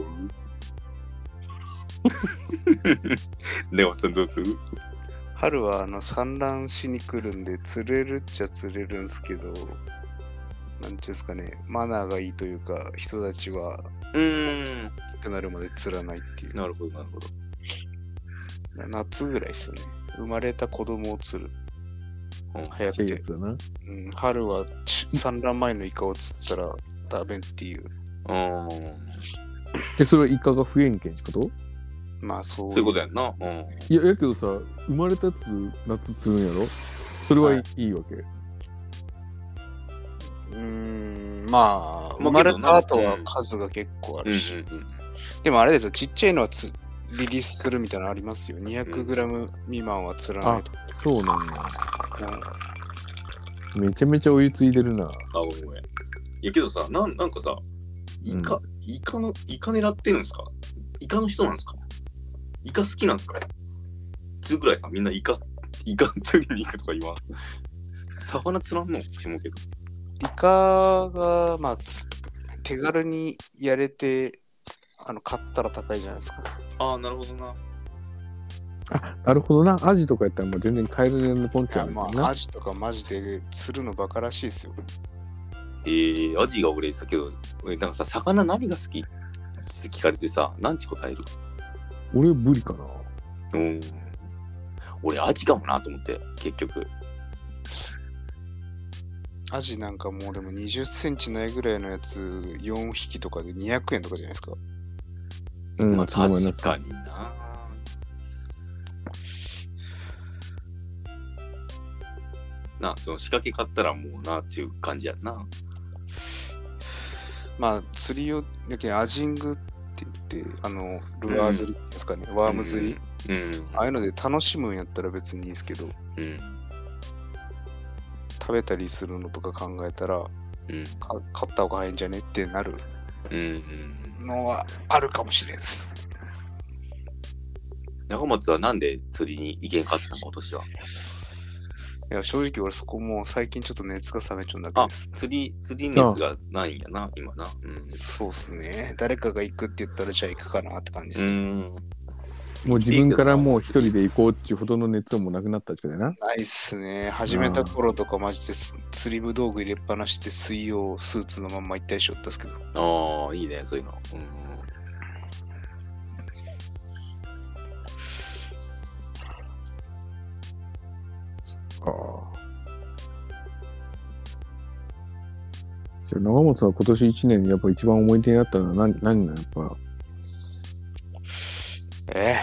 ネオさんどうぞ。 春はあの産卵しに来るんで釣れるっちゃ釣れるんすけど、なんていうんですかね、マナーがいいというか、人たちはうーん大きくなるまで釣らないっていう。 なるほどなるほど。 夏ぐらいですよね。生まれた子供を釣る。 うん、 早くて、 やつだな。 うん。春は産卵前のイカを釣ったらダメっていう。 うん。 で、それはイカが増えんけんってこと？ まあそう。 そういうことやんな。うん。 いや、やけどさ、生まれたやつ夏釣るんやろ？それはいい、はい、いいわけ。 うーん、まあ、生まれた後は数が結構あるし。うんうんうん、でもあれですよ、ちっちゃいのはつリリースするみたいなのありますよ。にひゃくグラム 未満は釣らないと。 あ、そうなんだ。うん、めちゃめちゃお湯ついでるな。あ、 ごめんごめん。いやけどさ、なん、なんかさ、イカ、うん、イカの、イカ狙ってるんですか？イカの人なんですか？イカ好きなんですか？つぐらいさ、みんなイカ、イカ釣りに行くとか言わん。魚釣らんのって思うけど。 イカが、まあ、手軽にやれて、あの、買ったら高いじゃないですか。 ああ、なるほどな。 あ、なるほどな。アジとかやったらもう全然買える値段でポンチャーみたいな。 まあ、アジとかマジで釣るのバカらしいですよ。 えー、アジが俺さけど、なんかさ、魚何が好きって聞かれてさ、何ち答える？ 俺ブリかな。 うん。俺アジかもなと思って、結局。 アジなんかもうでもにじゅっセンチないぐらいのやつよんひきとかでにひゃくえんとかじゃないですか。 うん、 まあ確かにな。な、その仕掛け買ったらもうなっていう感じやな。 まあ釣りをやけんアジングって言って、あのルアー釣りですかね、うん、ワーム釣り、うんうん、ああいうので楽しむんやったら別にいいですけど、うん、食べたりするのとか考えたら、うん、か買った方が早いんじゃねってなるのはあるかもしれんです。 長松はなんで釣りに行けんかったの今年は？ いや正直俺そこも最近ちょっと熱が冷めちゃうんだけどです。 あ、釣り、釣り熱がないんやな、今な、 うん。そうっすね。誰かが行くって言ったらじゃあ行くかなって感じです。うん。 もう自分からもう一人で行こうっていうほどの熱もなくなったってことだな。 ないっすね。始めた頃とかマジで釣り部道具入れっぱなしで水曜スーツのまんま行ったりしよったっすけど。 ああ、いいね、そういうの。うん。 かじゃあ長松は今年いちねんにやっぱ一番思い出になったのは何、何なのやっぱえ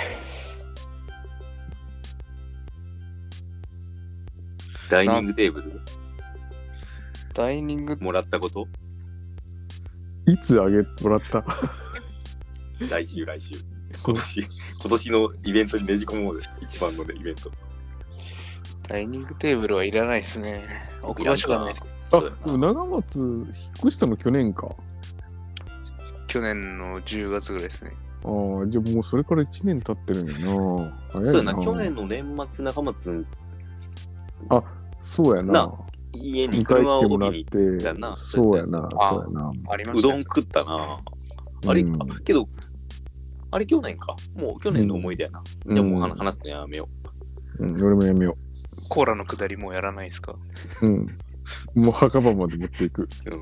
ー、ダイニングテーブルダイニングもらったこと？ いつあげもらった来週来週今年今年のイベントにねじ込もうで一番の、ね、イベント。 ダイニングテーブルはいらないですね。置く場所がないです。 あ、でも長松引っ越したの去年か。 去年のじゅうがつぐらいですね。 ああ、じゃあもうそれからいちねん経ってるんやな。 そうやな、去年の年末長松。 あ、そうやな。 な家に車を置きに行ったな。 そうやな、そうやな。 ありました。 うどん食ったな。あれ、うん、あけど、あれ去年か。もう去年の思い出やな。うん、じゃあもう話すのやめよう。うん、俺もやめよう。 コーラの下りもうやらないですか？ うん。もう墓場まで持っていく。うん。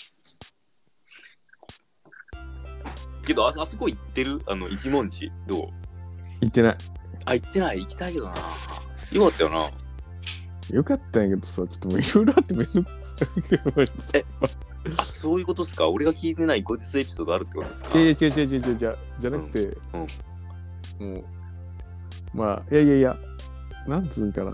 けどあ、あそこ行ってるあの一文字どう？ 行ってない。 あ、行ってない。行きたいけどな。よかったよな。 よかったんやけどさ、ちょっともういろいろあってめんどくさい。 えあ、そういうことっすか？俺が聞いてない後日エピソードあるってことですか？ いやいや違う違う違う違うじゃじゃなくて、 うんうん、もうまあいやいやいやなんつうんかな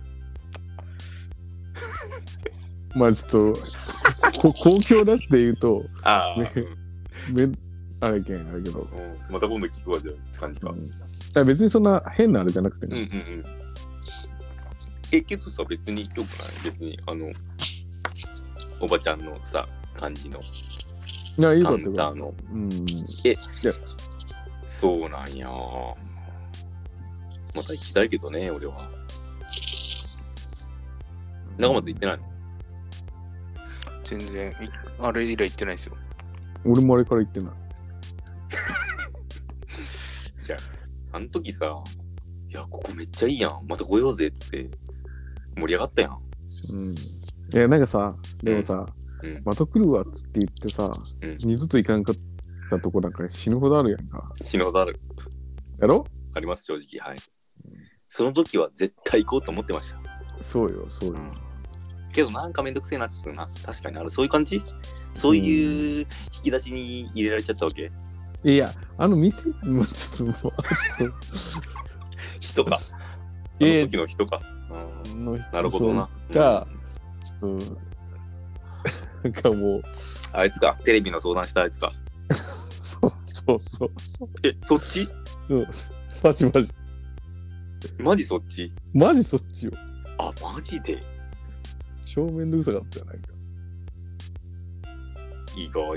まあちょっとこ公共だって言うとああ、 めめあれけんあれけど、 うん、また今度聞くわじゃあって感じか。 うん、だから別にそんな変なあれじゃなくてね。 うんうんうん。え、けどさ、別によくない？別に、あの、おばちゃんのさ、感じの、 いやいいかカウったンターの。 うん。 え、 いやそうなんや。また行きたいけどね、俺は。長松行ってないの？ 全然、あれ以来行ってないですよ。 俺もあれから言ってない。 じゃあ、あの時さ、いや、ここめっちゃいいやん。また来ようぜっつって盛り上がったやん。 うん。いや、なんかさ、でもさ、 うん、 また来るわっつって言ってさ、うん、二度と行かんかったとこなんか死ぬほどあるやんか。 死ぬほどある。 やろ？ あります、正直。はい。うん、その時は絶対行こうと思ってました。 そうよ、そうよ。うん、 けどなんかめんどくせえなっつってな。確かにあれ、そういう感じ？そういう引き出しに入れられちゃったわけ？ いや、あの店、もうちょっともう、 人か。あの時の人か。うん、なるほどな。 が、ちょっと、なんかもう。 あいつか。テレビの相談したあいつか。 そうそうそう。 え、そっち？ うん。マジマジ。 マジそっち？ マジそっちよ。 あ、マジで？ 超めんどくさかったよ、なんか。 意外。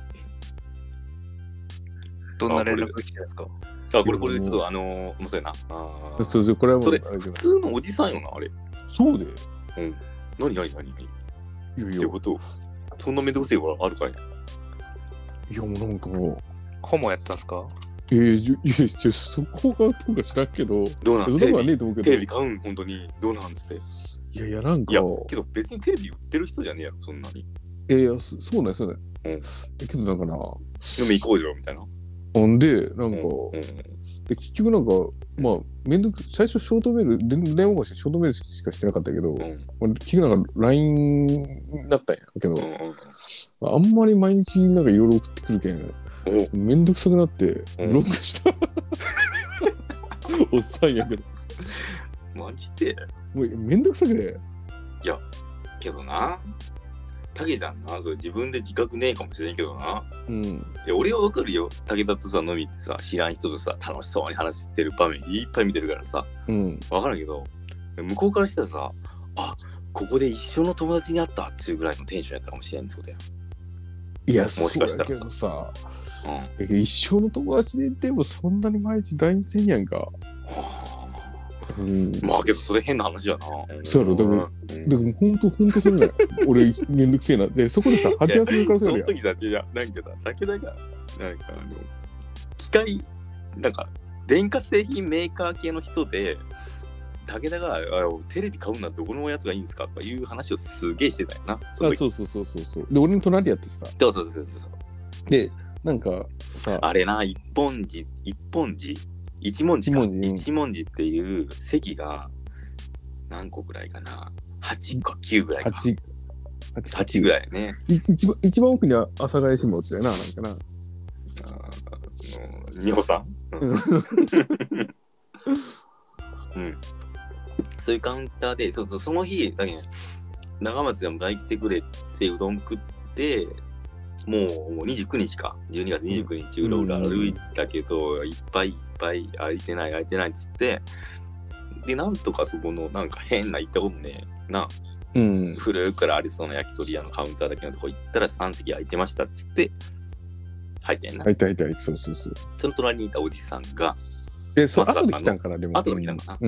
どんな連絡が来てるんですか？ あ、これこれちょっとあのー、もうそうやな。あそうそう、これはもうそれ普通のおじさんよな、あれ。 そうで。 うん。なになになになに。 いやいや。 ってこと？そんなめんどくせえからあるかい？ いやもうなんかもう。 ホモやったんすか？ えー、いやいや、そこがどうか知らんけど。 どうなん？ そんなことはねえと思うけど。 テレビ買うん本当にどうなんつって。 いやいやなんか。 いやけど別にテレビ売ってる人じゃねえやろそんなに。 えー、いやそそうなんそうね。うん。けどなんかな。でも行こうよみたいな。 ほんで、なんか、うんうん、で結局なんか、まあ、めんどく最初ショートメール、電話越しでショートメールしかしてなかったけど、うん、結局なんか ライン だったんやけど、うんうん、あんまり毎日なんかいろいろ送ってくるけん、めんどくさくなってブロックした。おっさんやけど。 マジでもうめんどくさくて。 いや、けどな。タケじゃんな、それ自分で自覚ねえかもしれんけどな。うん。いや、俺はわかるよ。武田とさ、飲みってさ、知らん人とさ、楽しそうに話してる場面いっぱい見てるからさ。うん。わかるけど、向こうからしたらさ、あ、ここで一緒の友達に会ったっていうぐらいのテンションやったかもしれんってことや。 いや、もしかしたらさ、さうん、一生の友達ででもそんなに毎日 ライン せんやんか。 うん、まあけどそれ変な話やな。 そうやろ、だから、うん、だからほんとほんとそんな俺めんどくせえな。で、そこでさ、はちがつのからするやん。 その時さ、違う、なんかさ、先だが、なんかあの、機械、なんか、電化製品メーカー系の人で、武田がテレビ買うのはどこのやつがいいんですかとかいう話をすげえしてたよな。 そあそうそうそうそうそう。で、俺の隣やってさ。 そうそうそうそう。 で、なんかさ、 あれな、一本字、一本字一文字か。一文字、一文字っていう席が何個ぐらいかな。はちかきゅうぐらいか。はち、はちぐらいね。 一番一番奥には阿佐ヶ谷姉妹ってな、なんかな。ああ、美穂さん。うん。うんそういうカウンターで、そうそうその日だけ、ね、長松が迎え来てくれてうどん食って、もう、もうにじゅうくにちか、じゅうにがつにじゅうくにちうろうろ歩いたけど、うん、いっぱいいっぱい空いてない空いてないっつって、で、なんとかそこのなんか変な行ったことねな、うん、古くからありそうな焼き鳥屋のカウンターだけのとこ行ったらさん席空いてましたっつって、入ったんやな。 入った入った入った、そうそうそう。 その隣にいたおじさんが、 え、そう、後で来たんかな、でも。 後で来たんかな。 うん。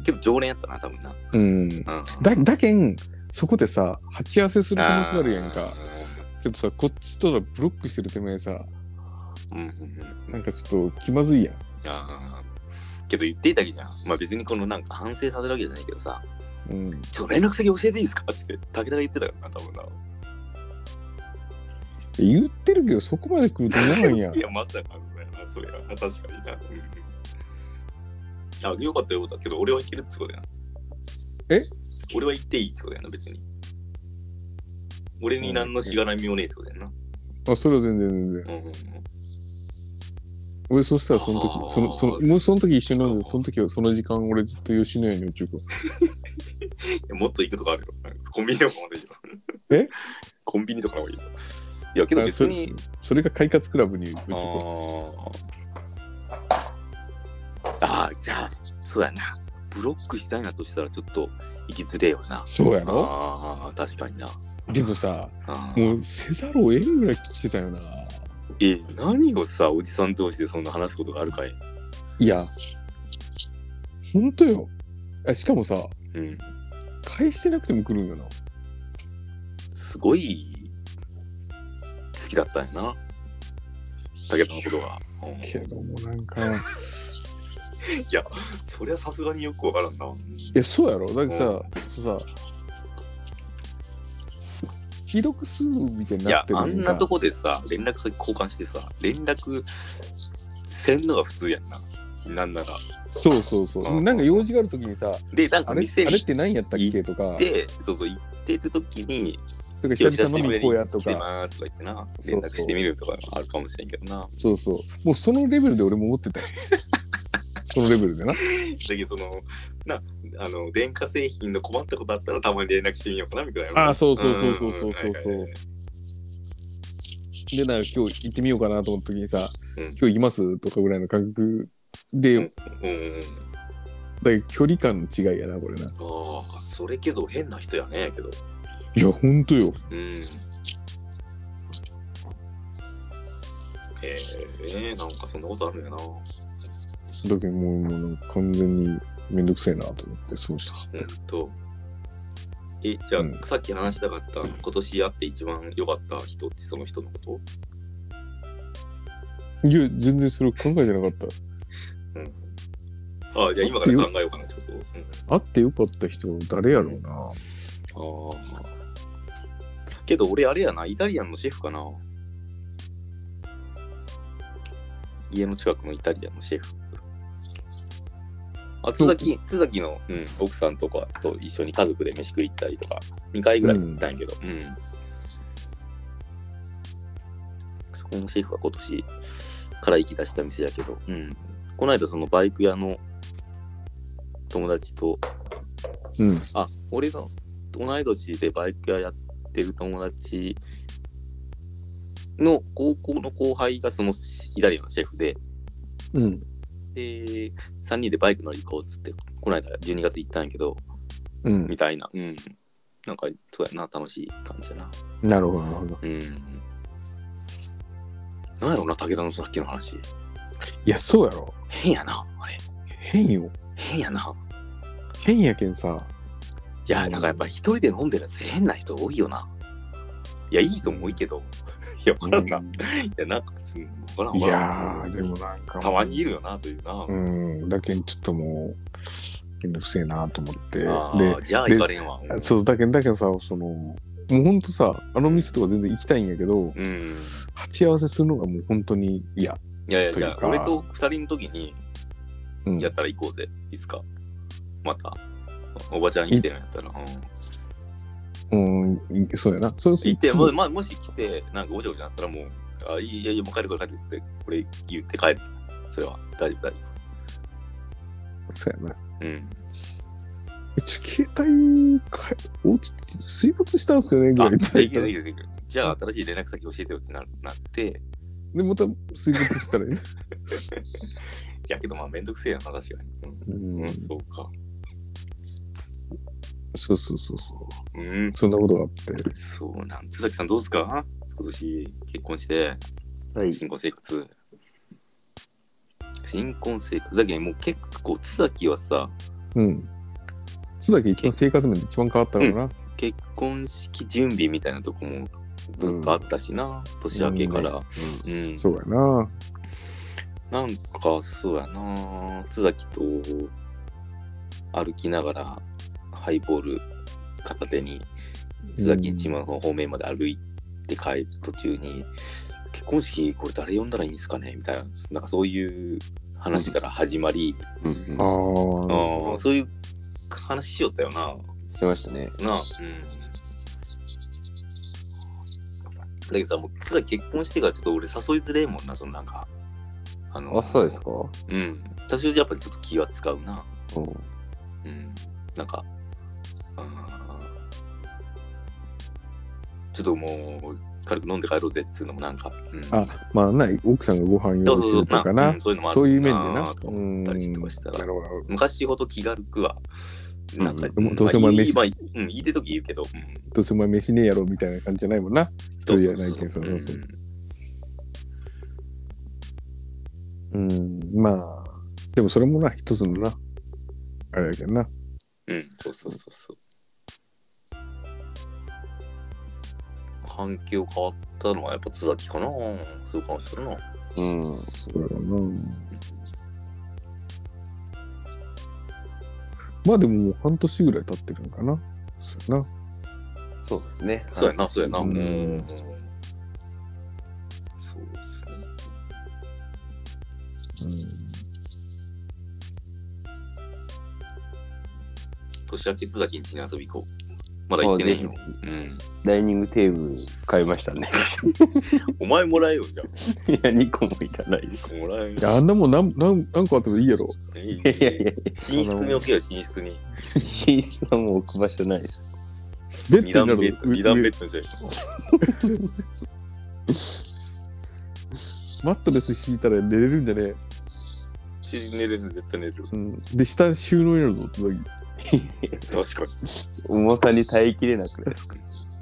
けど常連やったな、多分な。 うん。うん、だ、だけん、そこでさ、鉢合わせする可能性があるやんか。けどさ、こっちとらブロックしてる手前さ、うんうんうん、なんかちょっと気まずいやん。 あけど言っていたわけじゃん。まあ別にこのなんか反省させるわけじゃないけどさ、うん、ちょっと連絡先教えていいですかって武田が言ってたからな、多分な。 言ってるけど、そこまで来ると思わんやん。 いや、まさかな、それは確かにな。うんあ、よかったよかったけど、俺はいけるってことやな。 え俺は行っていいってことやな、別に。俺に何のしがらみもねえってことやな。 あ、それは全然全然。うんうんうん、俺そしたらその時、その、その、もうその時一緒に飲んで、その時はその時間俺ずっと吉野家に宇宙か。 もっと行くとかあるよ。コンビニとかもでいいよ。 えコンビニとかもいいよ。いやけど別に。 そ, それが快活クラブに宇宙か。 ああ、じゃあ、そうやな。ブロックしたいなとしたらちょっと行きづれよな。 そうやろ。 ああ、確かにな。 でもさ、もうせざるを得んぐらい来てたよな。 え、何をさ、おじさん同士でそんな話すことがあるかい？ いや、ほんとよ。しかもさ、うん、返してなくても来るんよな。 すごい好きだったんやな。武田のことが。 うん、けどもなんか。 いや、そりゃさすがによくわからんな。いや、そうやろ。だってさ、そうさ、既読スルーみたいになってるのか。 いや、あんなとこでさ、連絡先交換してさ、連絡せんのが普通やんな。なんなら。 そうそうそう。うん、なんか用事があるときにさ、 で、なんか店にあれ、あれって何やったっけとか。 で、そうそう、行ってるときに、 とか久々飲み行こうやとか。 来てますとか言ってな、連絡してみるとかあるかもしれんけどな。 そうそう。もうそのレベルで俺も思ってたよ。そのレベルでな。だけどその、な、あの、電化製品の困ったことあったらたまに連絡してみようかなみたいな。 ああ、そうそうそうそうそうそう。で、なんか今日行ってみようかなと思った時にさ、うん、今日行きますとかぐらいの感覚で、うんうん、だから距離感の違いやな、これな。 ああ、それけど変な人やね、けど。 いや、ほんとよ。 うん。えー、なんかそんなことあるんやな。だけどもう、もうなんか完全にめんどくせえなと思って、そうした。 ほんと。え、じゃあ、うん、さっき話したかった、今年会って一番良かった人ってその人のこと？ いや、全然それを考えてなかった。 うん。ああ、じゃあ今から考えようかなってこと。うん、 会って良かった人誰やろうな。ああ。けど俺あれやな、イタリアンのシェフかな。家の近くのイタリアンのシェフ。あ、津崎、津崎の、うん、奥さんとかと一緒に家族で飯食い行ったりとか、にかいぐらい行ったんやけど、うん。うん、そこのシェフは今年から行き出した店やけど、うん。この間そのバイク屋の友達と、うん、あ、俺が同い年でバイク屋やってる友達の高校の後輩がそのイタリアンのシェフで、うん。で、さんにんでバイク乗り行こうっつって、この間じゅうにがつ行ったんやけど、うん、みたいな。うん。なんか、そうやな、楽しい感じやな。 なるほど、なるほど。うん。 なんやろな、武田のさっきの話。いや、そうやろ。 変やな、あれ。 変よ。 変やな。 変やけんさ。 いや、なんかやっぱ一人で飲んでるやつ変な人多いよな。いや、いいと思うけど。いや、わからんな。うん、いや、なんか、すんわからんわ。 いやー、でもなんか。 たまにいるよな、そういうな。 うん、だけどちょっともう、めんどくせえなと思って。 で、じゃあ行かれんわ。 うん、そう、だけど、だけどさ、その、もうほんとさ、あの店とか全然行きたいんやけど、うん、鉢合わせするのがもう本当に嫌。 いやいや、じゃあ、俺と二人の時に、やったら行こうぜ、うん、いつか。また、おばちゃん来てるんやったら。 うん、うん、そうやな。そう行って、も, まあ、もし来て、なんかごちゃごちゃなったらもう、あ、いいやいや、もう帰るから帰ってって、これ言って帰る。それは、大丈夫、大丈夫。そうやな。 うん。 携帯か、お水没したんですよね、ぐらい。 できるできるできる。じゃあ、新しい連絡先教えてよってななって、 で、また水没したらね。 いやけど、まあ、めんどくせえな、確かに。うん、うん、そうか。 そうそうそうそう。うん。そんなことがあって。 そうなん。津崎さんどうですか？今年結婚して、はい、新婚生活。新婚生活。だけどもう結構津崎はさ、 うん。津崎一番生活面で一番変わったからな、うん。 結婚式準備みたいなとこもずっとあったしな。うん、年明けから、 うんうん。そうやな。 なんかそうやな。津崎と歩きながら、ハイボール片手に津崎一番の方面まで歩いて帰る途中に、うん、結婚式これ誰呼んだらいいんですかねみたいな、なんかそういう話から始まり、うんうん、ああそういう話しよったよな。 してましたね。 なあ、うん。だけどさ、もうただ結婚してからちょっと俺誘いづれえもんな、そのなんか。 あのー、あ、そうですか？ うん。私はやっぱりちょっと気は使うな。 うん。 うん。なんか、あちょっともう、軽く飲んで帰ろうぜっつうのもなんか。うん、 あ、まあな、奥さんがご飯用意してたかな。 うん、そういうのもあるそういう面でな。 と思ったりしてましたら。 なるほど。 昔ほど気軽くは。なんか、 うん、どうせお前飯、 まあ、うん、言いてとき言うけど、うん、 どうせお前飯ねえやろみたいな感じじゃないもんな。一人やないけん、そうそう。うん、まあ、でもそれもな、一つのな、あれやけどな。 うん、そうそうそうそう。環境変わったのはやっぱ津崎かな。そう変わったな。 うん、 そうやろな。まあでももう半年ぐらい経ってるのかな。そうやな。 そうですね。 そうやな、そうやな。うん。 うん、 そうですね。 うん。 年明け津崎ん家に遊び行こう。まだ行ってねえよ。うん。 ダイニングテーブル買いましたね。 お前もらえよ、じゃあ。いや、にこもいらないです。 もらえよ。 いや、あんなもん何、何、何個あってもいいやろ。 いやいやいやいや。寝室に置けよ、寝室に。 寝室はもう置く場所ないです。 ベッドになる二段ベッド、二段ベッドじゃマットレス敷いたら寝れるんじゃねえ。寝れる、絶対寝れる。 うん。で、下収納になるぞ、つなぎ。 確かに。 重さに耐えきれなくないですか。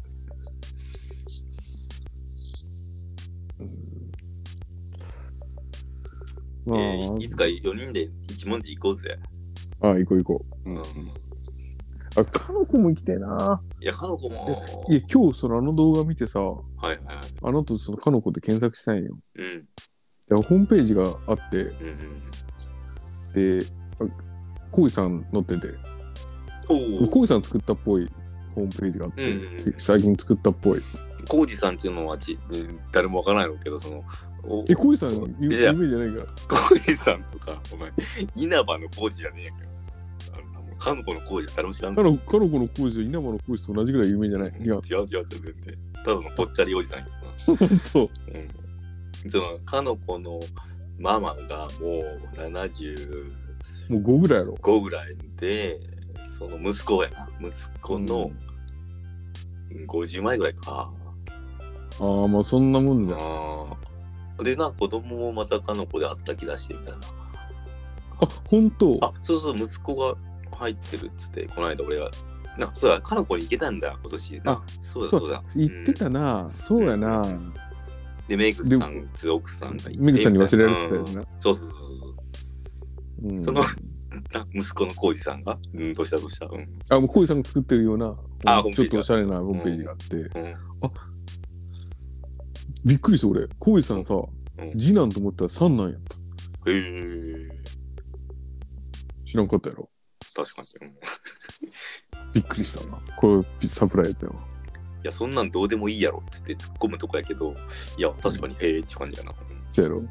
うん、えー、いつかよにんで一文字行こうぜ。 ああ、行こう行こう。 うん。うん、 あ、かのこも行きたいな。 いや、かのこも。 いや、今日そのあの動画見てさ、 はいはい。 あの後そのかのこで検索したんよ。 うん。 ホームページがあって、 うんうん、 で、コウジさん載ってて、コウジさん作ったっぽいホームページがあって、うんうん、最近作ったっぽい。 コウジさんっていうのはち誰もわからないのけど、その、 え、コウジさん有名じゃないから。 コウジさんとか、お前、稲葉のコウジじゃねえやから。かのこのコウジは誰も知らんから。かのこのコウジは稲葉のコウジと同じぐらい有名じゃない。 違う違う違う全然。ただのぽっちゃりおじさんやな。 ほんと。 うん。その、かのこのママがもうななじゅう、もうごぐらいやろ。 ごぐらいで、その息子やな。息子のごじゅうまいぐらいか。 うん、ああ、まあそんなもんだ。 あでな、子供もまたかの子で働き出してみたいな。 あ、ほんと？ あ、そうそう、息子が入ってるっつって、この間俺が。な、そうだ、かの子に行けたんだ、今年。あ、そうだそうだ。 言ってたな、うん、そうやな。うん、 で、メイクさん、奥さんがいて。 メイクさんに忘れられてたよな。 うん、そうそうそうそう。うん、その息子のコウジさんが、うん、どうしたどうした、うん、 あ、もうコウジさんが作ってるような、あちょっとおしゃれなホームページがあって、うんうん、あ、びっくりした俺、コウジさんさ、うん、次男と思ったら三男やった。へえ。知らんかったやろ。 確かに。 びっくりしたな。これサプライズやわ。 いや、そんなんどうでもいいやろって突っ込むとこやけど、いや、確かに、へえって感じやな。 そうやろ。うん。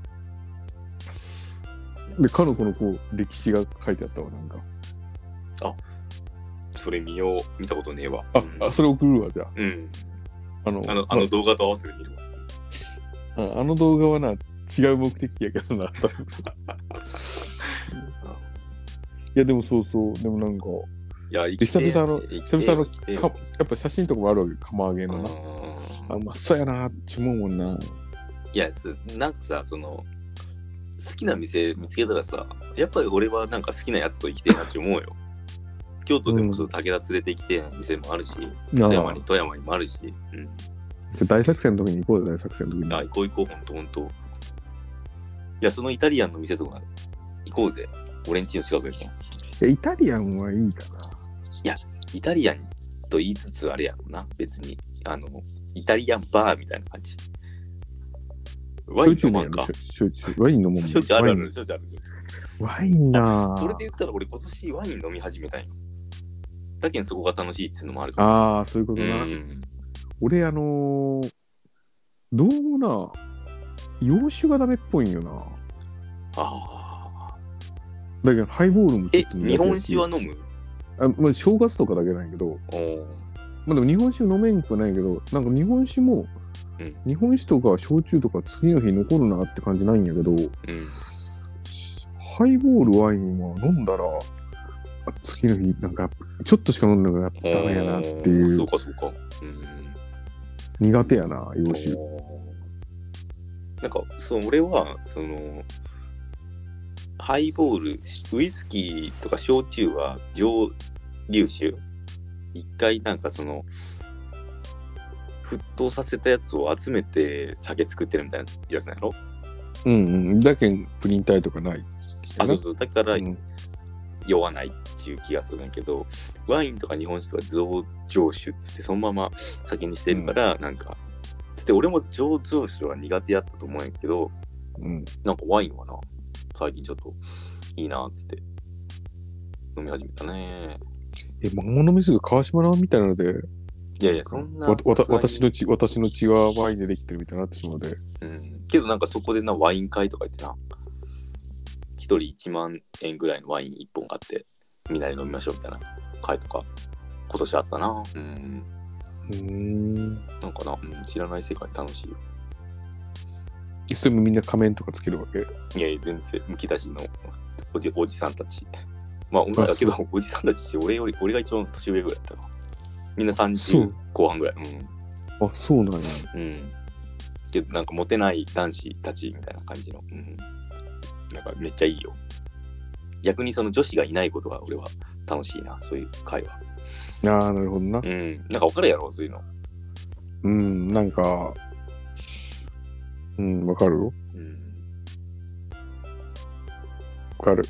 で、かのこのこう、歴史が書いてあったわ、なんか。 あ、それ見よう。見たことねえわ。 あ、うん、あそれ送るわ、じゃあ。 うん。あの、あの、あの動画と合わせてみるわ。あの動画はな、違う目的やけどな。いや、でもそうそう、でもなんか、 いや、 久々の、久々のか、やっぱ写真とかもあるわけ、釜揚げのな。あ、うまそうやなって思うもんな。 いや、なんかさ、その、好きな店見つけたらさ、やっぱり俺はなんか好きなやつと生きてえなって思うよ。京都でもそう、武田連れてきて店もあるし、うん、富山に、富山にもあるし。うん、 じゃ大作戦の時に行こうよ、大作戦の時に。 あ、行こう行こう、ほんとほんと。いや、そのイタリアンの店とか行こうぜ。俺ん家の近くやけん。いや、イタリアンはいいかな。 いや、イタリアンと言いつつあれやろな、別に。あの、イタリアンバーみたいな感じ。ワイン飲まんか。 ワイン飲むもん。 焼酎あるある、焼酎ある。 ワインなぁ。 それで言ったら俺今年ワイン飲み始めたんよ。だけんそこが楽しいっていうのもあるから。 ああ、そういうことな。うん、俺、あのー、どうもな、洋酒がダメっぽいんよな。 ああ。 だけどハイボールもちょっとえ、日本酒は飲む？ あ、まあ、正月とかだけなんやけど、まあでも日本酒飲めんくないけど、なんか日本酒も、うん、日本酒とか焼酎とか次の日残るなって感じないんやけど、うん、ハイボールワインは飲んだら、次の日、なんか、ちょっとしか飲んだらやっぱダメやなっていう。 そうかそうか。うん、 苦手やな、洋酒。 なんか、そう、俺は、その、ハイボール、ウイスキーとか焼酎は蒸留酒。一回なんかその、沸騰させたやつを集めて酒作ってるみたいなやつなんやろ？ うんうん。だけんプリン体とかない。 あ、そうそう。だから、酔わないっていう気がするんだけど、ワインとか日本酒とか醸醸酒っつってそのまま酒にしてるから、うん、なんか、つって俺も醸造酒は苦手やったと思うんやけど、うん、なんかワインはな、最近ちょっといいなっつって飲み始めたね。 え、魔物水が川島直みたいなので、 いやいや、そんな。 わわた私の血、私の血はワインでできてるみたいになってしまうので。 うん。けどなんかそこでな、ワイン会とか言ってな、一人いちまんえんぐらいのワインいっぽん買って、みんなで飲みましょうみたいな会とか、今年あったな。うん。うーん。なんかな、うん、知らない世界楽しいよ。 それもみんな仮面とかつけるわけ？ いやいや、全然、むき出しのおじ、おじさんたち。まあ、女だけど、おじさんたち、俺より、俺が一番年上ぐらいだったな。みんなさんじゅう後半ぐらい。うん。 あ、そうなんや。 うん。けど、なんかモテない男子たちみたいな感じの。うん。なんかめっちゃいいよ。逆にその女子がいないことが俺は楽しいな、そういう会話。 ああ、なるほどな。 うん。なんか分かるやろ、そういうの。 うん、なんか、うん、分かるよ。うん。分かる。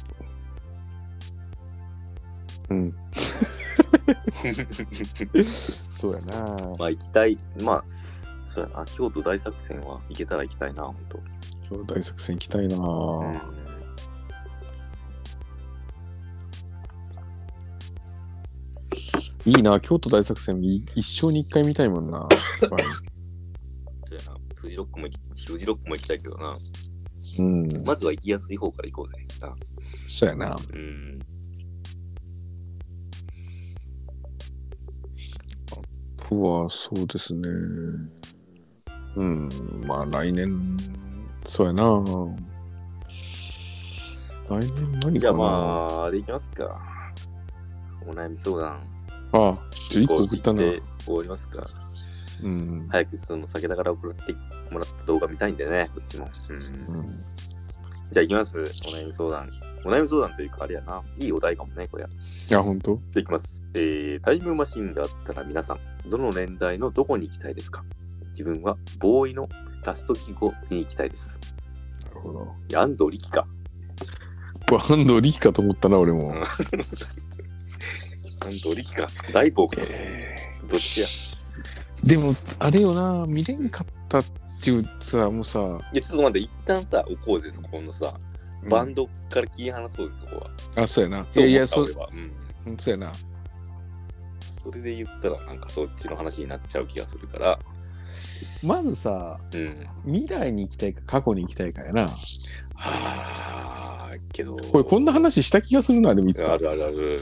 うん。そうやな。 まあ行きたい。まあ、そうやな。京都大作戦は行けたら行きたいな、ほんと。 京都大作戦行きたいな、うん。いいな、京都大作戦一生に一回見たいもんな。そうやな。フジロックも、フジロックも行きたいけどな。 うん。 まずは行きやすい方から行こうぜ。な。 そうやな。 うん。 あとは、そうですね。うん。まあ、来年、そうやな。来年何かな。 じゃあまあ、でいきますか。お悩み相談。 ああ、じゃあいっこ送ったな。 終わりますか。うん。早くその酒だから送ってもらった動画見たいんだよね、こっちも。うん。うん、じゃあ行きます。お悩み相談。お悩み相談というか、あれやな。いいお題かもね、これ。いや、ほんと？ じゃあ行きます。えー、タイムマシンがあったら皆さん、どの年代のどこに行きたいですか？自分はボーイのラスト記号に行きたいです。 なるほど。 いや、安藤力か。 安藤力かと思ったな、俺も。 安藤力か。大冒険、えー、どっちや。 でも、あれよな、見れんかったっていうさ、もうさ。 いや、ちょっと待って、一旦さ、置こうぜ、そこのさ、バンドから切り離そうで、そこは。 あ、そうやな。いやいや、そう。 うん。 そうやな。 それで言ったら、なんかそっちの話になっちゃう気がするから。 まずさ、うん、未来に行きたいか過去に行きたいかやな。はあ、けど。 これこんな話した気がするな、でもいつか。 あるあるある。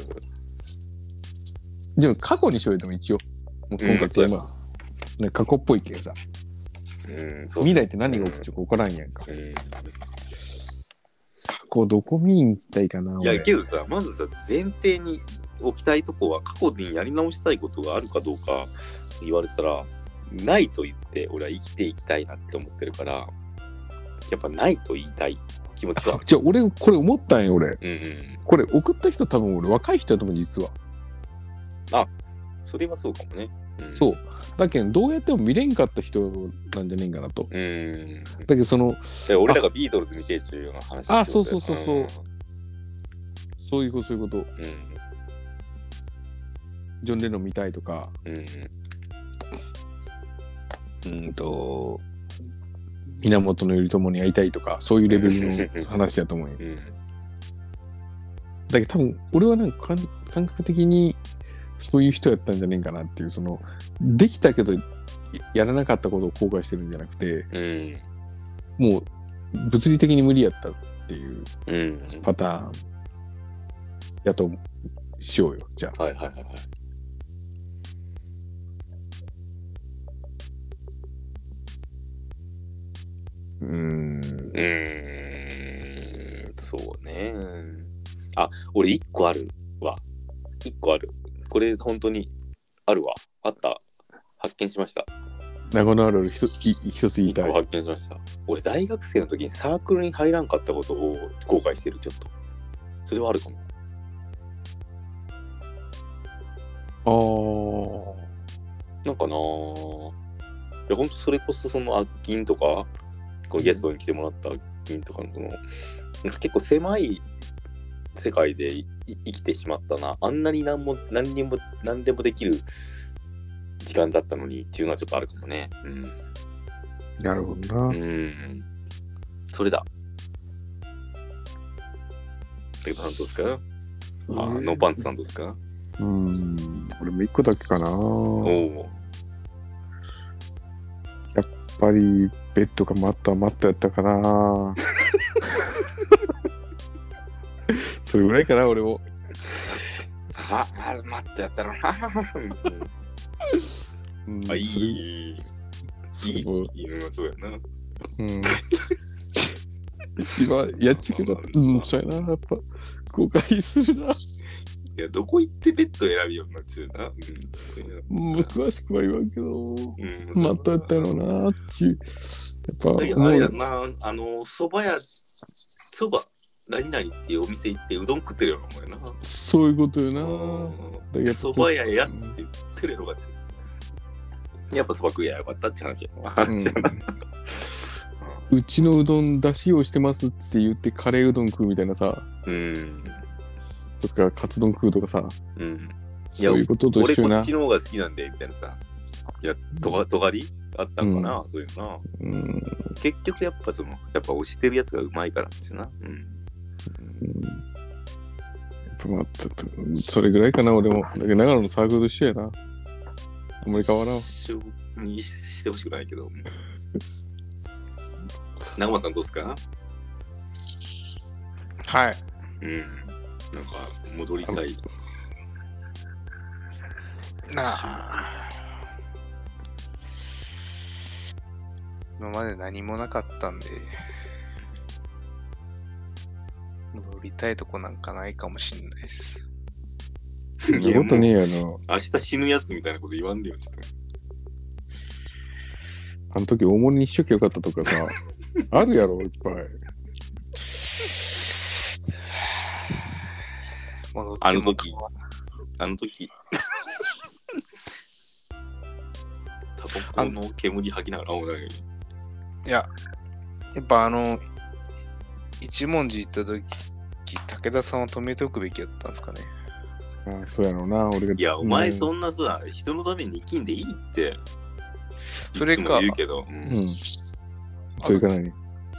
でも過去にしようとも一応。もう今回テーマ、うん、ね、過去っぽいけどさ。うん、そう未来って何が起きちゃうか分からんやんか。うん、過去どこ見に行きたいかな。 いやけどさ、まずさ、前提に置きたいとこは過去にやり直したいことがあるかどうか言われたら、ないと言って俺は生きていきたいなって思ってるから、やっぱないと言いたい気持ちは。 じゃあ俺これ思ったんよ俺、 うんうん、 これ送った人多分俺若い人だと思う実は。 あ、それはそうかもね、 うん、そうだけどどうやっても見れんかった人なんじゃねえかなと。うん、だけどその俺らがビートルズ見てるというような話。 あ、そうそうそうそう、うん、そういうことそういうこと、うん、ジョン・レノン見たいとか、うんうんと源頼朝に会いたいとかそういうレベルの話だと思うよ、うん、だけど多分俺はなんか感覚的にそういう人やったんじゃねえかなっていう、そのできたけどやらなかったことを後悔してるんじゃなくて、うん、もう物理的に無理やったっていうパターンやとしようよ、じゃあ。 はいはいはいはい。 うーん。 うーん、そうね。あ、俺一個あるわ。一個ある。これ本当にあるわ。あった。発見しました。 長野あるある一つ言いたい。 一個発見しました。俺大学生の時にサークルに入らんかったことを後悔してる、ちょっと。それはあるかも。 あー。 なんかなぁ。いや、ほんとそれこそそのアッキンとか、このゲストに来てもらったアッキンとかのこの、なんか結構狭い世界で生きてしまったな。あんなに何も、何にも、何でもできる時間だったのにっていうのはちょっとあるかもね。うん。 なるほどな。 うん。それだ。竹田さんどうですか？あ、ノーパンツさんどうですか？ うーん。俺も一個だけかな。 おお。 やっぱりベッドがマットはマットやったかな。それぐらいかな、俺も。 はあ、マットやったらな。 うん、 あ、いい。いい。いい。 そういい。そうやな。 うん。今、やっちゃけど、うん、そうやな。やっぱ、誤解するな。 いや、どこ行ってベッド選びようになっちゃうな。 うん。うん、詳しくは言わんけど、うん、マットやったのなっていう。やっぱ、 だけどあれやな、あの、蕎麦屋、蕎麦、何々っていうお店行ってうどん食ってるようなもんやな。 そういうことよな。 蕎麦屋やっつって言ってるのがつやっぱ蕎麦食いやよかったって話やな。うんうちのうどん出し用してますって言ってカレーうどん食うみたいなさ、 うん、 とかカツ丼食うとかさ、 うん、 そういうことと一緒な。 俺こっちの方が好きなんでみたいなさ、いやとがとがりあったんかな、うん、そういうのな、うん。結局やっぱそのやっぱ押してるやつがうまいからですよな。うん。うん、 やっぱまあそれぐらいかな俺も。だけど長野のサークルと一緒やな。あんまり変わらん。 一緒にしてほしくないけど。長間さんどうですか？ はい。 うん。なんか戻りたい。 なあ。今まで何もなかったんで、戻りたいとこなんかないかもしれないです。 そんなことねえやな。 明日死ぬやつみたいなこと言わんでよ、ちょっと。 あの時大盛りにしときゃよかったとかさ。あるやろ、いっぱい。 あの時、あの時、タバコの煙吐きながら、あ、いや、やっぱあの、一文字行った時、武田さんを止めておくべきだったんですかね。 ああ、そうやろうな、俺が。 いや、お前そんなさ、人のために生きんでいいって。 それか、 言うけど、うん。うん、 それか何？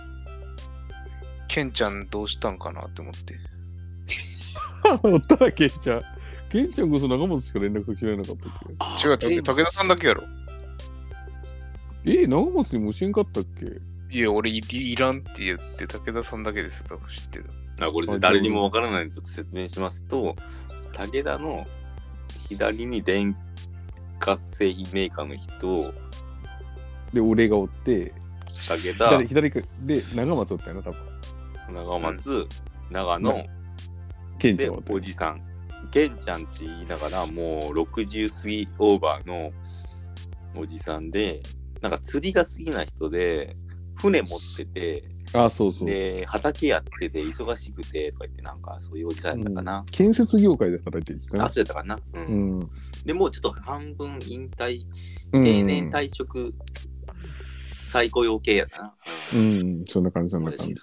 ケンちゃんどうしたんかなって思って。 おったらケンちゃん。ケンちゃんこそ長本しか連絡先知らなかったっけ？違う、武田さんだけやろ。 え、長本にも教えんかったっけ？ いや、俺い、いらんって言って武田さんだけですよ、多分知ってる。 あ、これ誰にもわからないのでちょっと説明しますと、武田の左に電化製品メーカーの人で、俺がおって、 武田左、左で長松おったよな、多分。 長松、うん、長野、 ケンちゃんでおじさん。ケンちゃんって言いながらもうろくじゅう過ぎオーバーのおじさんで、なんか釣りが好きな人で、船持ってて、 あ、そうそう。 で、畑やってて忙しくてとか言って、なんかそういうおじさんやったかな。うん、 建設業界で働いてるんですかね。 あ、そうやったかな。うん。うん、でもうちょっと半分引退、 定年退職、うん、再雇用系やったな。 うん、うん、そんな感じ、そんな感じ。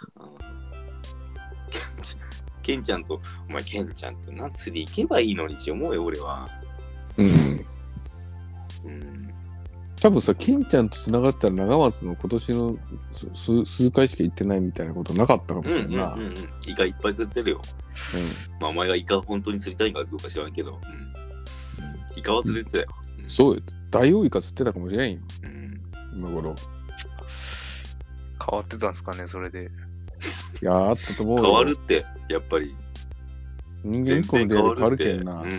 ケンちゃんと、お前ケンちゃんとな、釣り行けばいいのにって思うよ、俺は。 うん。うん。多分さ、ケンちゃんと繋がったら長松の今年の数, 数回しか行ってないみたいなことなかったかもしれないな。 うんうんうんうん。イカいっぱい釣ってるよ。うん。まあ、お前がイカ本当に釣りたいかどうか知らんけど、うん。イカは釣れてたよ。 うん、そうよ。ダイオウイカ釣ってたかもしれんよ。うん。今頃。 変わってたんすかね、それで。 いや、あったと思うよ。 変わるって、やっぱり。 人間一個の出会いで変わるけんな。 うんうんうんうん。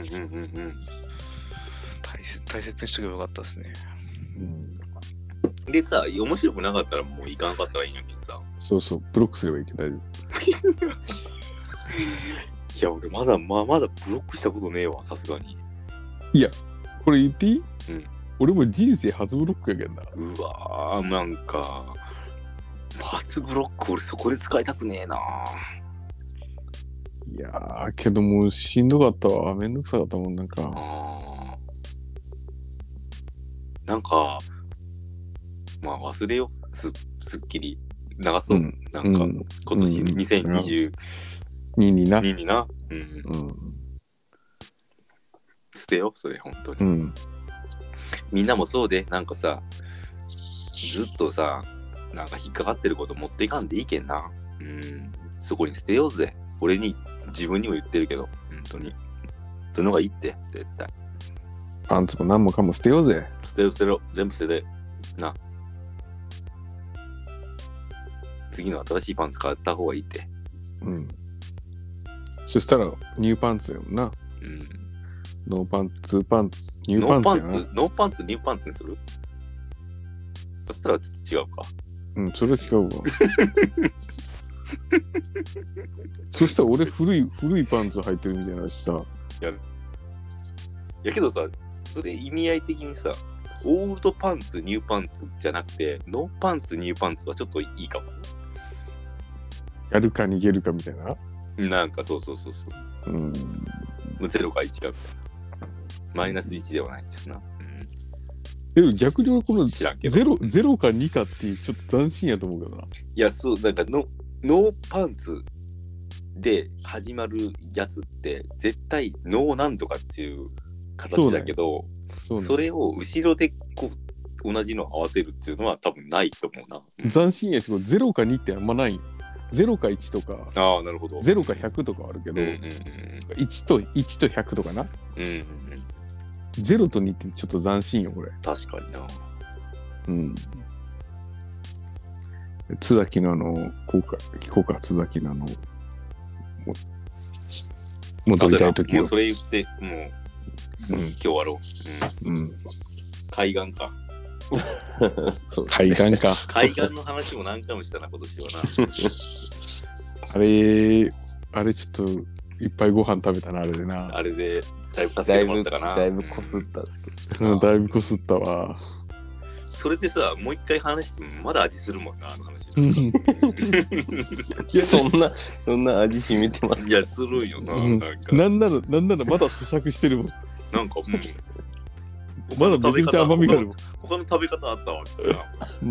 大切、大切にしとけばよかったですね。 うん、でさ、面白くなかったらもう行かなかったらいいんやけどさ。 そうそう、ブロックすればいいけど大丈夫。 いや、俺まだ、まあ、まだブロックしたことねえわ、さすがに。 いや、これ言っていい？ うん。 俺も人生初ブロックやけんな。 うわー、なんか、初ブロック俺そこで使いたくねえな。 いやー、けどもうしんどかったわ。めんどくさかったもん、なんか。 あなんか、まあ忘れよう。す、すっきり流そう。うん、なんか、うん、今年にせんにじゅうににな。 ににな。うん。うん、捨てよ、それ、本当に。うん、みんなもそうで、なんかさ、ずっとさ、なんか引っかかってること持っていかんでいいけんな。うん。そこに捨てようぜ。俺に、自分にも言ってるけど、本当に。その方がいいって、絶対。 パンツも何もかも捨てようぜ。 捨てよ、捨てろ。全部捨てて。な。次の新しいパンツ買った方がいいって。 うん。そしたら、ニューパンツやもんな。 うん。 ノーパンツ、パンツ、ニューパンツやな。ノーパンツ、 ノーパンツ、ニューパンツにする？そしたらちょっと違うか。 うん、それは違うわ。そしたら俺古い、古いパンツ履いてるみたいなしさ。 いや、いやけどさ、それ意味合い的にさ、オールドパンツ、ニューパンツじゃなくて、ノーパンツ、ニューパンツはちょっといいかも。 やるか逃げるかみたいな。 なんかそうそうそうそう。うん。ゼロかいちかみたいな。マイナスいちではないんですな。 でも逆にこのゼロ、ゼロかにかってちょっと斬新やと思うけどな。 いや、そう、なんかノ、ノーパンツで始まるやつって絶対ノーなんとかっていう形だけど、そ, ね そ, それを後ろでこう同じの合わせるっていうのは多分ないと思うな。 うん、斬新やし、ゼロかにってあんまない。ゼロかいちとか、 ああ、なるほど。 ゼロかひゃくとかあるけど、うんうんうん、いちといちとひゃくとかな。 うんうんうん、 ゼロとにってちょっと斬新よこれ。 確かにな。 うん。津崎のあの効果聞こうか。津崎のあの戻りたいときを。もうそれ言ってもう、うん、今日終わろう。うん。うん、海岸か。 海岸か。 海岸の話も何回もしたな今年はな。あれあれちょっといっぱいご飯食べたなあれでな。 あれでだいぶ助けてもらったかな。 だいぶこすったんですけど。 うん、だいぶこすったわ。 それでさ、もう一回話してもまだ味するもんな、あの話。 いや、そんな、そんな味染みてます。 いや、するよな。 うん、なんかなんなら、なんならまだ咀嚼してるもん。 なんか、 うん、まだめちゃめちゃ甘みがあるもん。 他の食べ方あったわ、つってな。 うん。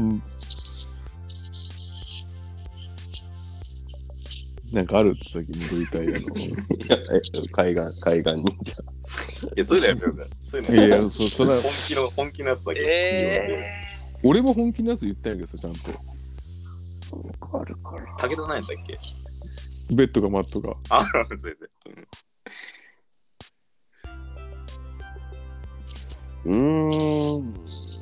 なんかあるってさっき戻りたいあの。いや、海岸、海岸忍者。 いや、そういうのやめようぜ。そういうの。 いやいや、そ、それは。 本気の、本気のやつだけ。 えー、俺も本気のやつ言ったんやけどさ、ちゃんと。 あるから。 武田何やったっけ？ ベッドかマットか。 あ、そうですね。 うーん。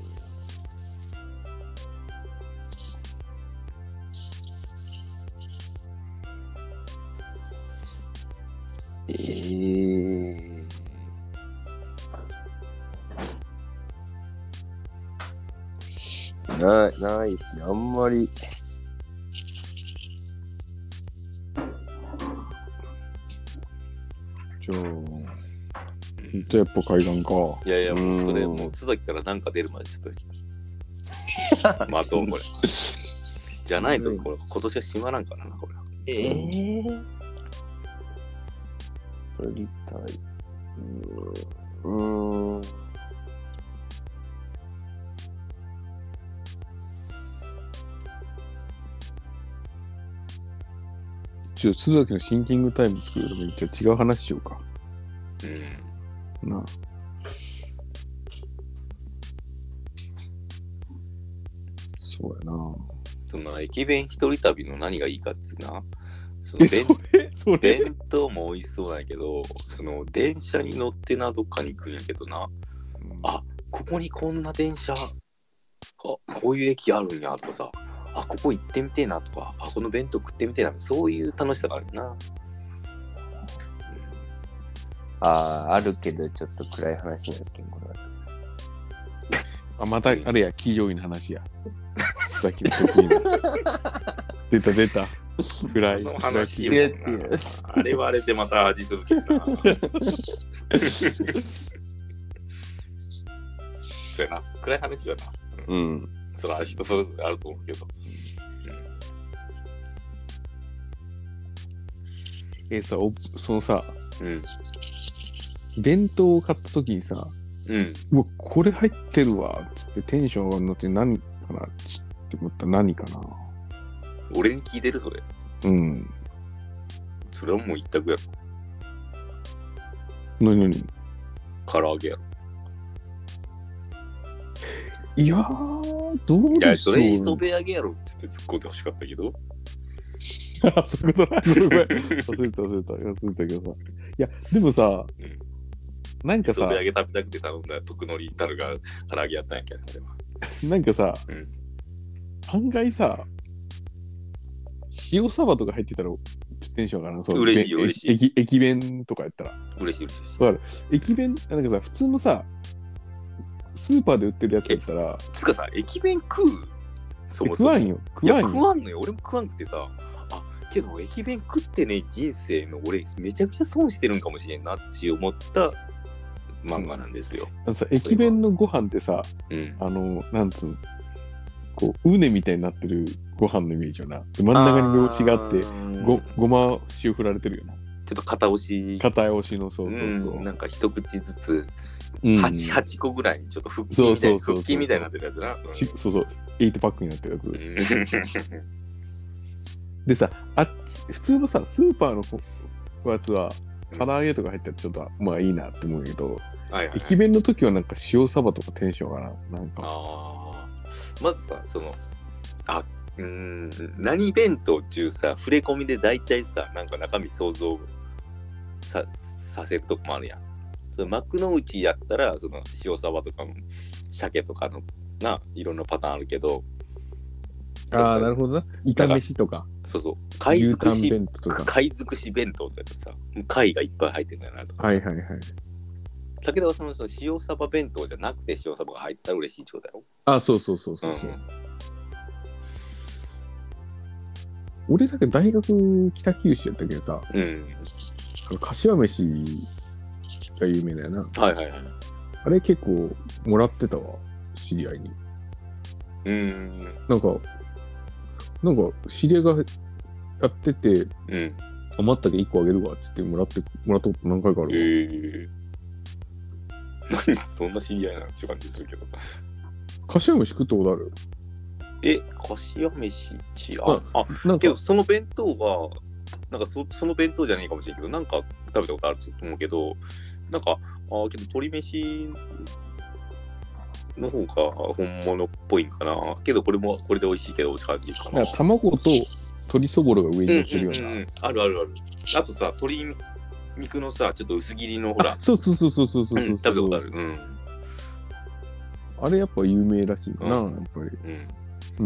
えー、ない、ないですね。あんまり。 じゃあ、じゃあやっぱ海岸か。 いやいや、もうそれ、もう津崎からなんか出るまでちょっと。まとう、これ。じゃないと、これ今年は閉まらんからな、これ。 ええー。取りたい。うーん。 ちょっと津崎のシンキングタイム作るのにじゃあ違う話しようか。 うん。 なあ。そうやな。 その駅弁一人旅の何がいいかってな。その弁それ弁当も美味しそうだけど、その電車に乗ってな、どっかに行くんやけどな、うん、あ、ここにこんな電車、あ、こういう駅あるんやとかさ、あ、ここ行ってみてえなとか、あ、この弁当食ってみてえな、そういう楽しさがあるな。 ああ、あるけど、ちょっと暗い話になるけん、これは。 あ、また、あれや、騎乗位の話や。さっきの得意な。出た出た。暗い。 の話暗いよなあれはあれでまた味するけどな。そうやな。暗い話はな。 うん。 それは人それぞれあると思うけど。 えさ、おそのさ、 うん。 弁当を買った時にさ、 うん。 うわ、これ入ってるわ、つってテンション上がるのって何かなって思ったら何かな。 俺に聞いてるそれ。 うん。 それはもう一択やなになにろ。唐揚げやろ。 いやー、どういや、 でしょう。 それ磯辺揚げやろって突っ込んでほしかったけど。 あ、そういうことだ。ごめんごめん。忘れた忘れた。忘れたけどさ。いや、でもさ、 うん、 なんかさ、 磯辺揚げ食べたくて頼んだ特のりたるが唐揚げやったんやけど、あれは。 なんかさ、 うん、 案外さ、塩サバとか入ってたらテンション上がるの。そう嬉しいよ、嬉しい。 駅駅弁とかやったら。 嬉しい、嬉しい。 だから、駅弁、なんかさ、普通のさ、スーパーで売ってるやつだったら、 つかさ、駅弁食うそもそも食わんよ。 いや、 食わんよ。 食わんのよ。俺も食わんくてさ、あ、けど駅弁食ってね、人生の俺、めちゃくちゃ損してるんかもしれんなって思った漫画なんですよ。 あのさ、駅弁のご飯ってさ、 うん。 あの、なんつうの、こう、ウネみたいになってるご飯のイメージよな。で、真ん中に餅があって、ご、ごま塩振られてるよな。 ちょっと片押し。 片押しの、そうそうそう。 うん、なんか一口ずつ、 うん、 はち, はちこぐらいにちょっと腹筋みたいな、腹筋みたいになってるやつな。うん、 そうそう、エイトパックになってるやつ。 うん、 でさ、あ普通のさ、スーパーのやつは、唐揚げとか入ったらちょっと、まあいいなって思うけど、はいはいはい、駅弁の時はなんか塩サバとかテンションがな、なんか。 あまずさ、その、あ、うーん、何弁当中さ、触れ込みで大体さ、なんか中身想像さ、させるとこもあるやん。その幕の内やったら、その塩サバとかの鮭とかのな、いろんなパターンあるけど。 ああ、なるほどな。炒飯とか。 そうそう。貝尽くし弁当とか。 貝尽くし弁当とかってさ、貝がいっぱい入ってるんだよなとか。 はいはいはい。 だけどその、その塩サバ弁当じゃなくて塩サバが入ってたら嬉しいってことだよ。 あ、そうそうそうそうそう。うん、俺だけ大学北九州やったけどさ、うん、あの柏飯が有名だよな。 はいはいはい。 あれ結構もらってたわ、知り合いに。 うーん。 なんか、なんか知り合いがやってて、うん、余ったけいっこあげるわっつってもらって、もらったこと何回かあるわ。へー。どんな知り合いなのって感じするけど。 柏飯食ったことある？ え、柏飯ちあ、あ、なんかけどその弁当は、なんか そ, その弁当じゃないかもしれんけど、なんか食べたことあると思うけど、なんか、あけど鶏飯の方が本物っぽいんかな。けどこれもこれで美味しいけど感じかな。 いや卵と鶏そぼろが上に乗ってるような、 うんうんうん。あるあるある。あとさ、鶏肉のさ、ちょっと薄切りのほら。 そうそうそうそうそうそうそう、うん。 食べたことある。うん。 あれやっぱ有名らしいな、うん、やっぱり。うん。うん。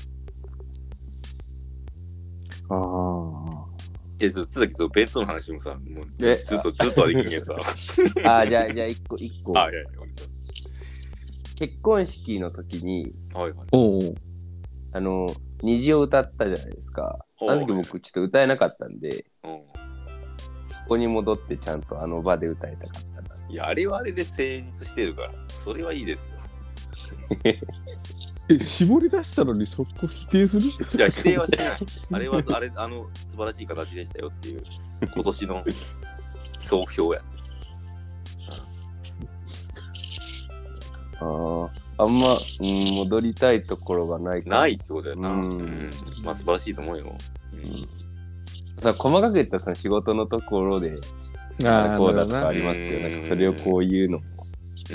ああ。 え、ずっときその弁当の話もさ、もうずっとずっとはできんけどさ。 ああ、じゃあじゃあ一個一個。 あ、いやいや、お願いします。 結婚式の時に、 はいはい。 おうあの虹を歌ったじゃないですか。あの時僕ちょっと歌えなかったんで、そこに戻ってちゃんとあの場で歌いたかったな。 いや、あれはあれで成立してるから、それはいいですよ。 え、絞り出したのにそこ否定する？ じゃあ否定はしない。あれはあれあの素晴らしい形でしたよっていう今年の総評や。 ああ、あんま、うん、戻りたいところがないかないってことやな。うん、うん、まあ素晴らしいと思うよ。うん、 さ細かく言ったらその仕事のところであこうだとかありますけど、なんかそれをこういうのも。うん、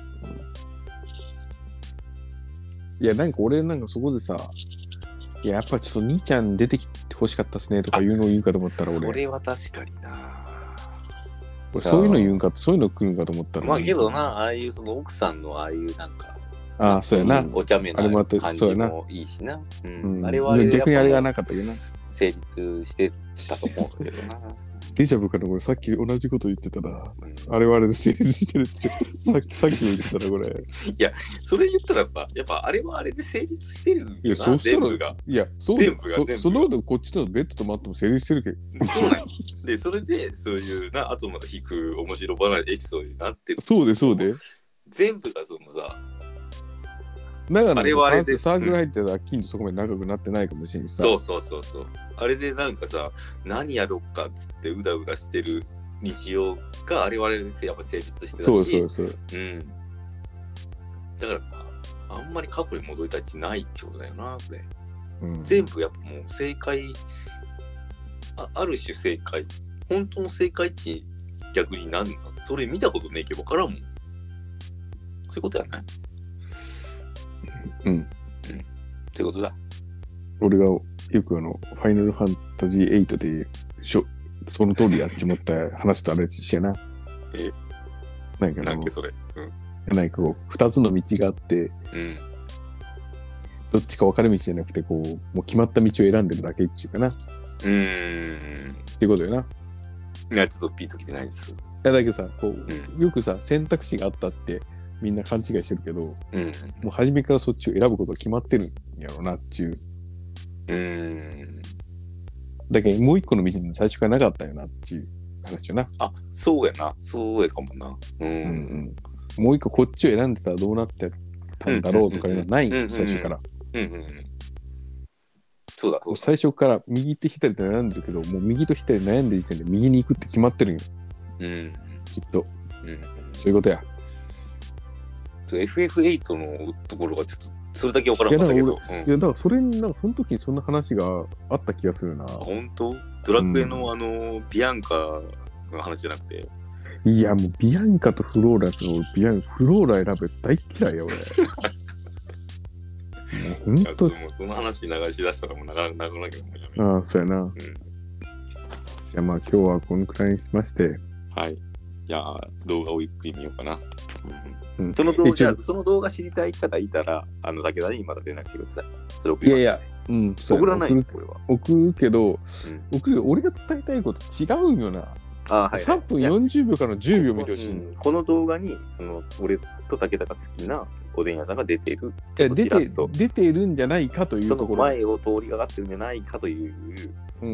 いや、なんか俺なんかそこでさ、いや、やっぱちょっと兄ちゃん出てきてほしかったっすねとかいうのを言うかと思ったら俺。 それは確かにな。 俺そういうの言うんか、そういうの来るんかと思ったら。 まあけどな、ああいうその奥さんのああいうなんか、 ああ、そうやな。 お茶目な感じもいいしな。うん、あれは逆にあれがなかったけどな。 成立してたと思うけどな。 デジャブからこれさっき同じこと言ってたら、あれはあれで成立してるってさっきさっきも言ってたらこれ。 いや、それ言ったらさ、やっぱあれはあれで成立してるよな。 いや、そうしたら、 全部がいや、そう全部が全部がそそのことこっちのベッドとマットも成立してるけど。 そうなんよで、それでそういうな、あとまた引く面白話エピソードになってる。 そうでそうで。 全部がそのさ、 だからあれはあれでサークル入ってたら金とそこまで仲良くなってないかもしれんしさ。 そうそうそうそう。あれでなんかさ、何やろっかっつってうだうだしてる日常があれはあれでやっぱ成立してたし。 そうそうそう。 うん。だからまあ、あんまり過去に戻りたいってないってことだよな、これ。うん、全部やっぱもう正解あ、ある種正解。本当の正解値逆になんのそれ見たことねえけど分からんもん。そういうことやない？ うん。うん。 そういうことだ。 俺がよくあの、ファイナルファンタジーエイトでしょ、その通りやってもった話とあれしやな。 えなんかなんけそれ。 うん。なんかこう、二つの道があって、うん。どっちか分かれ道じゃなくて、こう、もう決まった道を選んでるだけっていうかな。うーん。 っていうことよな。 いや、ちょっとピンときてないです。いや、だけどさ、こう、うん、よくさ、選択肢があったって、みんな勘違いしてるけど、うん、もう初めからそっちを選ぶことが決まってるんやろうなっていう。うーん。だけどもう一個の道に最初からなかったよなっていう話よな。 あ、そうやな。そうやかもな。うん。うんうん、もう一個こっちを選んでたらどうなってたんだろうとかいうのはない、うんうんうん、最初から。うんうんうん。 そうだそうだ。 最初から右と左と悩んでるけど、もう右と左悩んでる時点で右に行くって決まってるんよ。うん。きっと。うん。そういうことや。 エフエフエイト のところがちょっとそれだけ分からなかったけど。いや、 うん、いやだからそれになんかその時にそんな話があった気がするな。 本当？ドラクエの、うん、あのビアンカの話じゃなくて。 いやもうビアンカとフローラとビアンフローラ選ぶやつ大嫌いよ俺。 もう本当。もうその話流し出したらもう長くなくなるけどもやめ。 ああそうやな。うん、じゃあまあ今日はこのくらいにしまして。 はい。じゃあ動画をゆっくり見ようかな。うん、その動画、その動画知りたい方いたら、あの、武田にまた連絡してください。それ送ります。 いやいや、うん、 送らないんです、これは。 送るけど、うん、送る俺が伝えたいこと違うんよな。あ、はいはい、さんぷんよんじゅうびょうからじゅうびょう見てほしい、 うん。この動画に、その、俺と武田が好きなおでん屋さんが出ている。 いや出て、出ているんじゃないかというところ。 その前を通りがかってるんじゃないかという。 うん、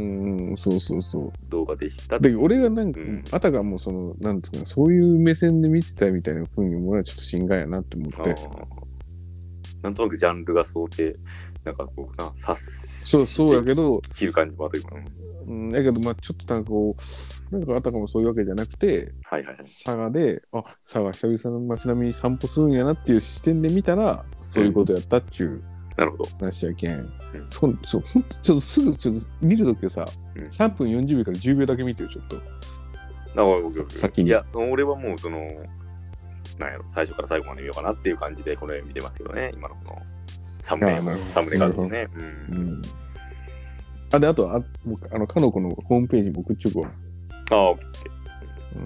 そうそうそう。 動画でした。 で、俺がなんか、うん、あたかもその、なんていうか、そういう目線で見てたみたいな風に思うのはちょっと心外やなって思って。 なんとなくジャンルが想定、なんかこうな、察しそうそうやけど、 切る感じもあるかな。 うん、だけど、まあちょっとなんかこう、なんかあたかもそういうわけじゃなくて、はいはいはい、佐賀で、あ、佐賀久々の街並みに散歩するんやなっていう視点で見たら、そういうことやったっちゅう。 なるほど。 話やけん。うん、そこ、そう、ほんと、ちょっとすぐ、ちょっと見るときはさ、うん、さんぷんよんじゅうびょうからじゅうびょうだけ見てよ、ちょっと。 先に。いや、俺はもう、その、なんやろ、最初から最後まで見ようかなっていう感じで、これ見てますけどね、今のこの、サムネも、サムネ画像ね。うん。うん、 あ、で、あと、あ、僕、あの、かのこのホームページ僕、ちょこ。 ああ、オッケー。うん。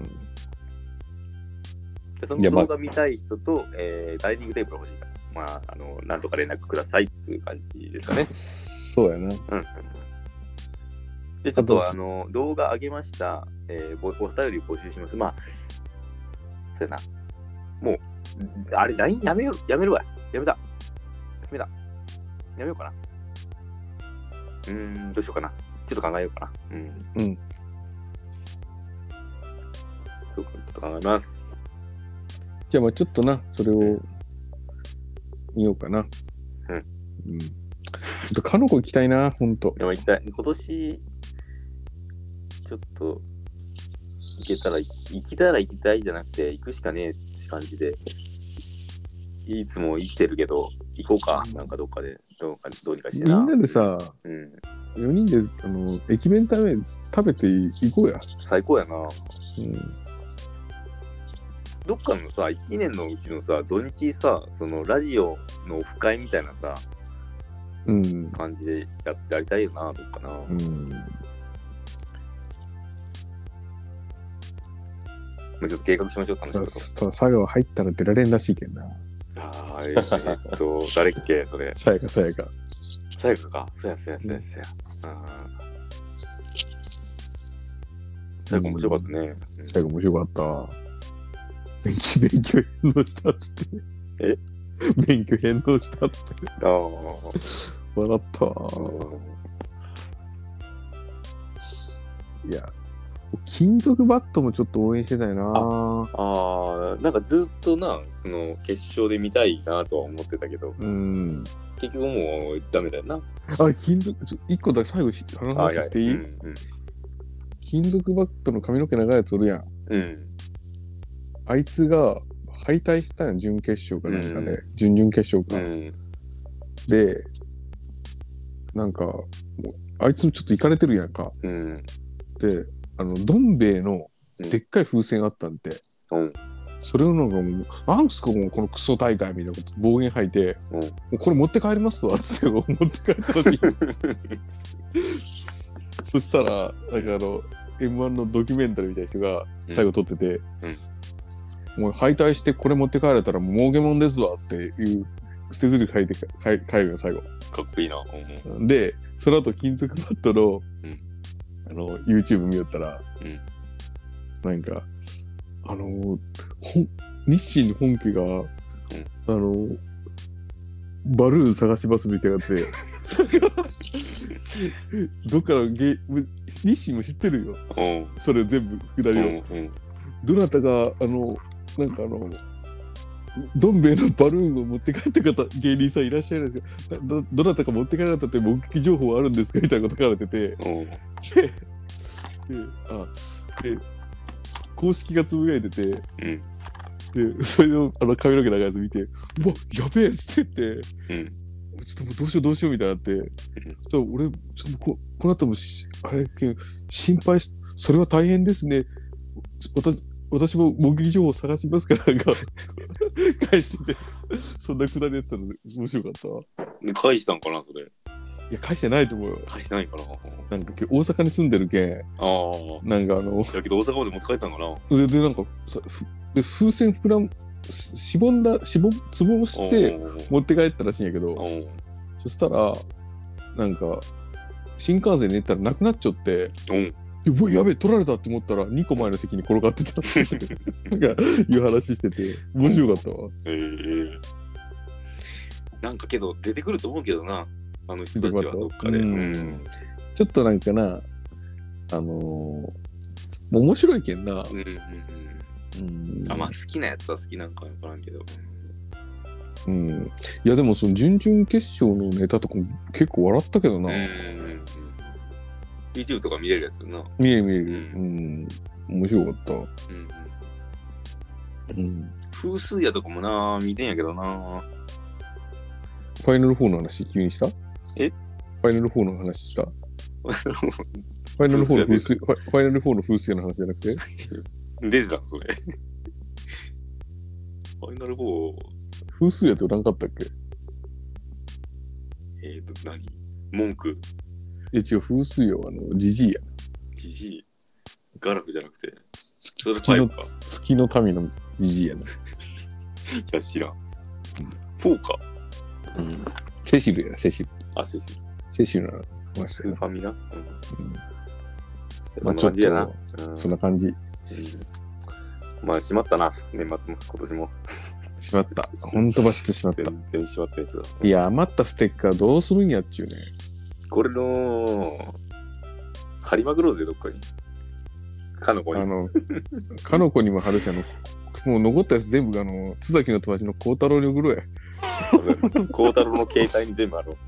で、その動画見たい人と、えー、ダイニングテーブル欲しいから。まあ、あの、なんとか連絡くださいっていう感じですかね。 そうやな。うん。 で、ちょっと、あの、動画上げました。えー、お、お便り募集します。まあ、そうやな。もう、あれ、ライン やめよ、やめるわ。やめた。やめた。やめようかな。うーん、どうしようかな。ちょっと考えようかな。うん。うん。そうか、ちょっと考えます。 じゃあ、まあちょっとな、それを、うん見ようかな。うん。うん。ちょっとかのこ行きたいな、ほんと。 でも行きたい。今年、ちょっと、行けたら、行きたら行きたいじゃなくて、行くしかねえって感じで、いつも生きてるけど、行こうか。なんかどっかで、どうかどうにかしてな。 みんなでさ、うん、よにんで、あの、駅弁食べ、食べて行こうや。 最高やな。うん。どっかのさ、いちねんのうちのさ、土日さ、そのラジオのオフ会みたいなさ、うん、感じでやってやりたいよな、どっかな。うん。ちょっと計画しましょう、楽しいこと。 佐賀入ったら出られんらしいけんな。 ああ、えー、っと、誰っけ、それ。 さやか、さやか。 さやかか。そやそやそやそや。 最後面白かったね。 最後面白かった。免許免許返納したっつって。 え免許返納したっつって。 ああ。 笑った。いや、金属バットもちょっと応援してたいな。 ああ、なんかずっとな、その決勝で見たいなとは思ってたけど、 うん、 結局もうダメだよな。 あ、金属、ちょ一個だけ最後話していい？うんうん、金属バットの髪の毛長いやつおるやん。うん。あいつが敗退したんや、準決勝かなんかね、うん、準々決勝か。うん、で、なんか、もうあいつもちょっとイカれてるやんか。うん、で、あの、どん兵衛のでっかい風船あったんで、うん、それをなんかもう、なんすかもうこのクソ大会みたいなこと暴言吐いて、うん、もうこれ持って帰りますわっつって持って帰ったらしい。そしたら、なんかあの、エムワン のドキュメンタリーみたいな人が最後撮ってて、うんうん、もう敗退してこれ持って帰れたらもう儲けもんですわっつっていう捨てずり書いて帰るよ最後。 かっこいいな。 うんうん、で、その後金属バットの、うんあの YouTube 見よったら、うん、なんかあのー、日清の本家が、うん、あのー、バルーン探しますみたいなってどっからゲ日清も知ってるよ、うん、それ全部くだりを、うんうん、どなたがあのなんかあのどん兵衛のバルーンを持って帰った方芸人さんいらっしゃるんですか ど, どなたか持って帰られたって目撃情報あるんですかみたいなこと書かれてて、うん、で, で, あで公式がつぶやいてて、うん、でそれをあの髪の毛長いやつ見てうわやべえっつって言って、うん、ちょっともうどうしようどうしようみたいになって、うん、じゃあ俺ちょっと こ, この後もあれ心配しそれは大変ですね私私も目撃情報探しますからが返しててそんなくだりやったので面白かったわ。 返したんかなそれ。いや返してないと思うよ。 返してないかな。 なんか大阪に住んでるけん。ああ。なんかあの。 だけど大阪まで持って帰ったんかな。 ででなんかで風船膨らんしぼんだしぼつぼをして持って帰ったらしいんやけど、そしたらなんか新幹線で寝たらなくなっちゃって。うんうわやべえ取られたって思ったらにこまえの席に転がってたってなんかいう話してて面白かったわ。えー、 なんかけど出てくると思うけどなあの人たちはどっかで、うんうん、 ちょっとなんかなあのー、面白いけんな、うんうんうん、あまあ好きなやつは好きなんか分からんけど、 うん、いやでもその準々決勝のネタとかも結構笑ったけどな、うんうん YouTube とか見れるやつよな。 見える見える。うん。うん、面白かった。うん、 うん。風数やとかもな、見てんやけどな。 ファイナルフォーの話急にした？ え？ ファイナルフォーの話した？ファイナルフォーの風水、ファイナルフォーの風水の話じゃなくて？ 出てたのそれ。ファイナルフォー。 風水やっておらんかったっけ？ えーと、何？文句。 一応風水よ、あの、ジジイやな。 ジジイガラフじゃなくて。 月の、月の民のジジイやな。いや、知らん。フォーか。 うん。セシルやな、セシル。 あ、セシル。 セシルなの。スーファミな。うん。 まあ、ちょっと、そんな感じ。 まあ、しまったな、年末も、今年も。 しまった。ほんとバシッとしまった。 全然しまったやつだ。 いや、余ったステッカーどうするんやっちゅうね。 これの貼りまくろうぜどっかに。かのこに。 あのかのこにも貼るし、あのもう残ったやつ全部あの津崎の友達の孝太郎に送ろうや。 孝太郎の携帯に全部あろう。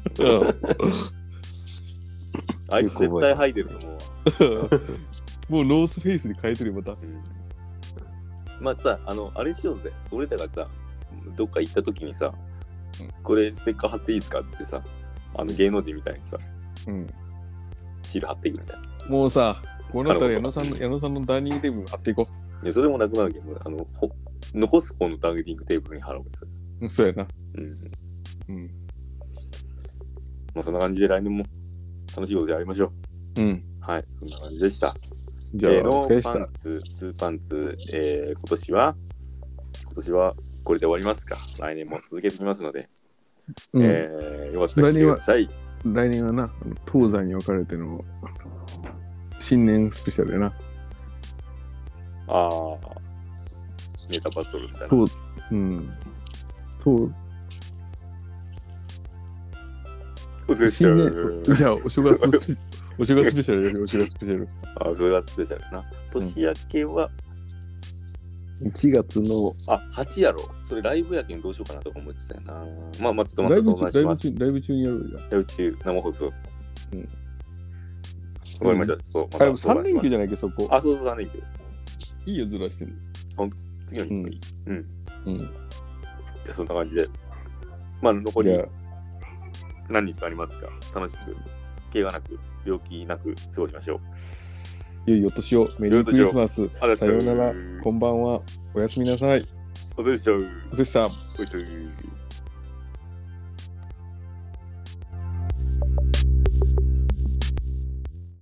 あいつ絶対入ってると思う。 もうノースフェイスに変えてるよまた。うん、 まあさあのあれしようぜ。俺らがさどっか行った時にさ、うん、これステッカー貼っていいですかってさ、あの芸能人みたいにさ。うん、シール貼っていくみたいな。 もうさ、こうなったら矢野さんの矢野さんのダイニングテーブル貼っていこう。いや、それもなくなるけど、あのほ残す方のダイニングテーブルに貼ろうです。 うん、そうやな。 うん。うん。まあそんな感じで来年も楽しいことやりましょう。うん。はい、そんな感じでした。 じゃあ、 えー、ノーパンツ、ツーパンツ、えー、今年は今年はこれで終わりますか。来年も続けていきますので、うん、えー、よかったら来てください。 来年はな、東西に分かれての新年スペシャルやな。 ああ。ネタバトルみたいな。 そう、うん。そう。新年、じゃあ、お正月スペシャル、お正月スペシャルやるよ、お正月スペシャル。 ああ、お正月スペシャルな。年明けは、 いちがつの、 あ、はちやろ。それライブやけんどうしようかなとか思ってたよな。まあ、まあ、ちょっとライ待って、 ライブ中、ライブ中にやるじゃん。 ライブ中、生放送。 うん。 わかりました。そう、 またさん連休じゃないけど、そこ。 あ、そうそう、さん連休。 いいよ、ずらしても。 ほんと、次の日もいい。うん。 うん。 じゃあ、そんな感じで。まあ、残り何日かありますが、楽しく、怪我なく、病気なく過ごしましょう。良いお年を、メリークリスマス。さようなら、こんばんは、おやすみなさい。 お疲れ様でした。 お疲れ様でした。 お疲れ様でした。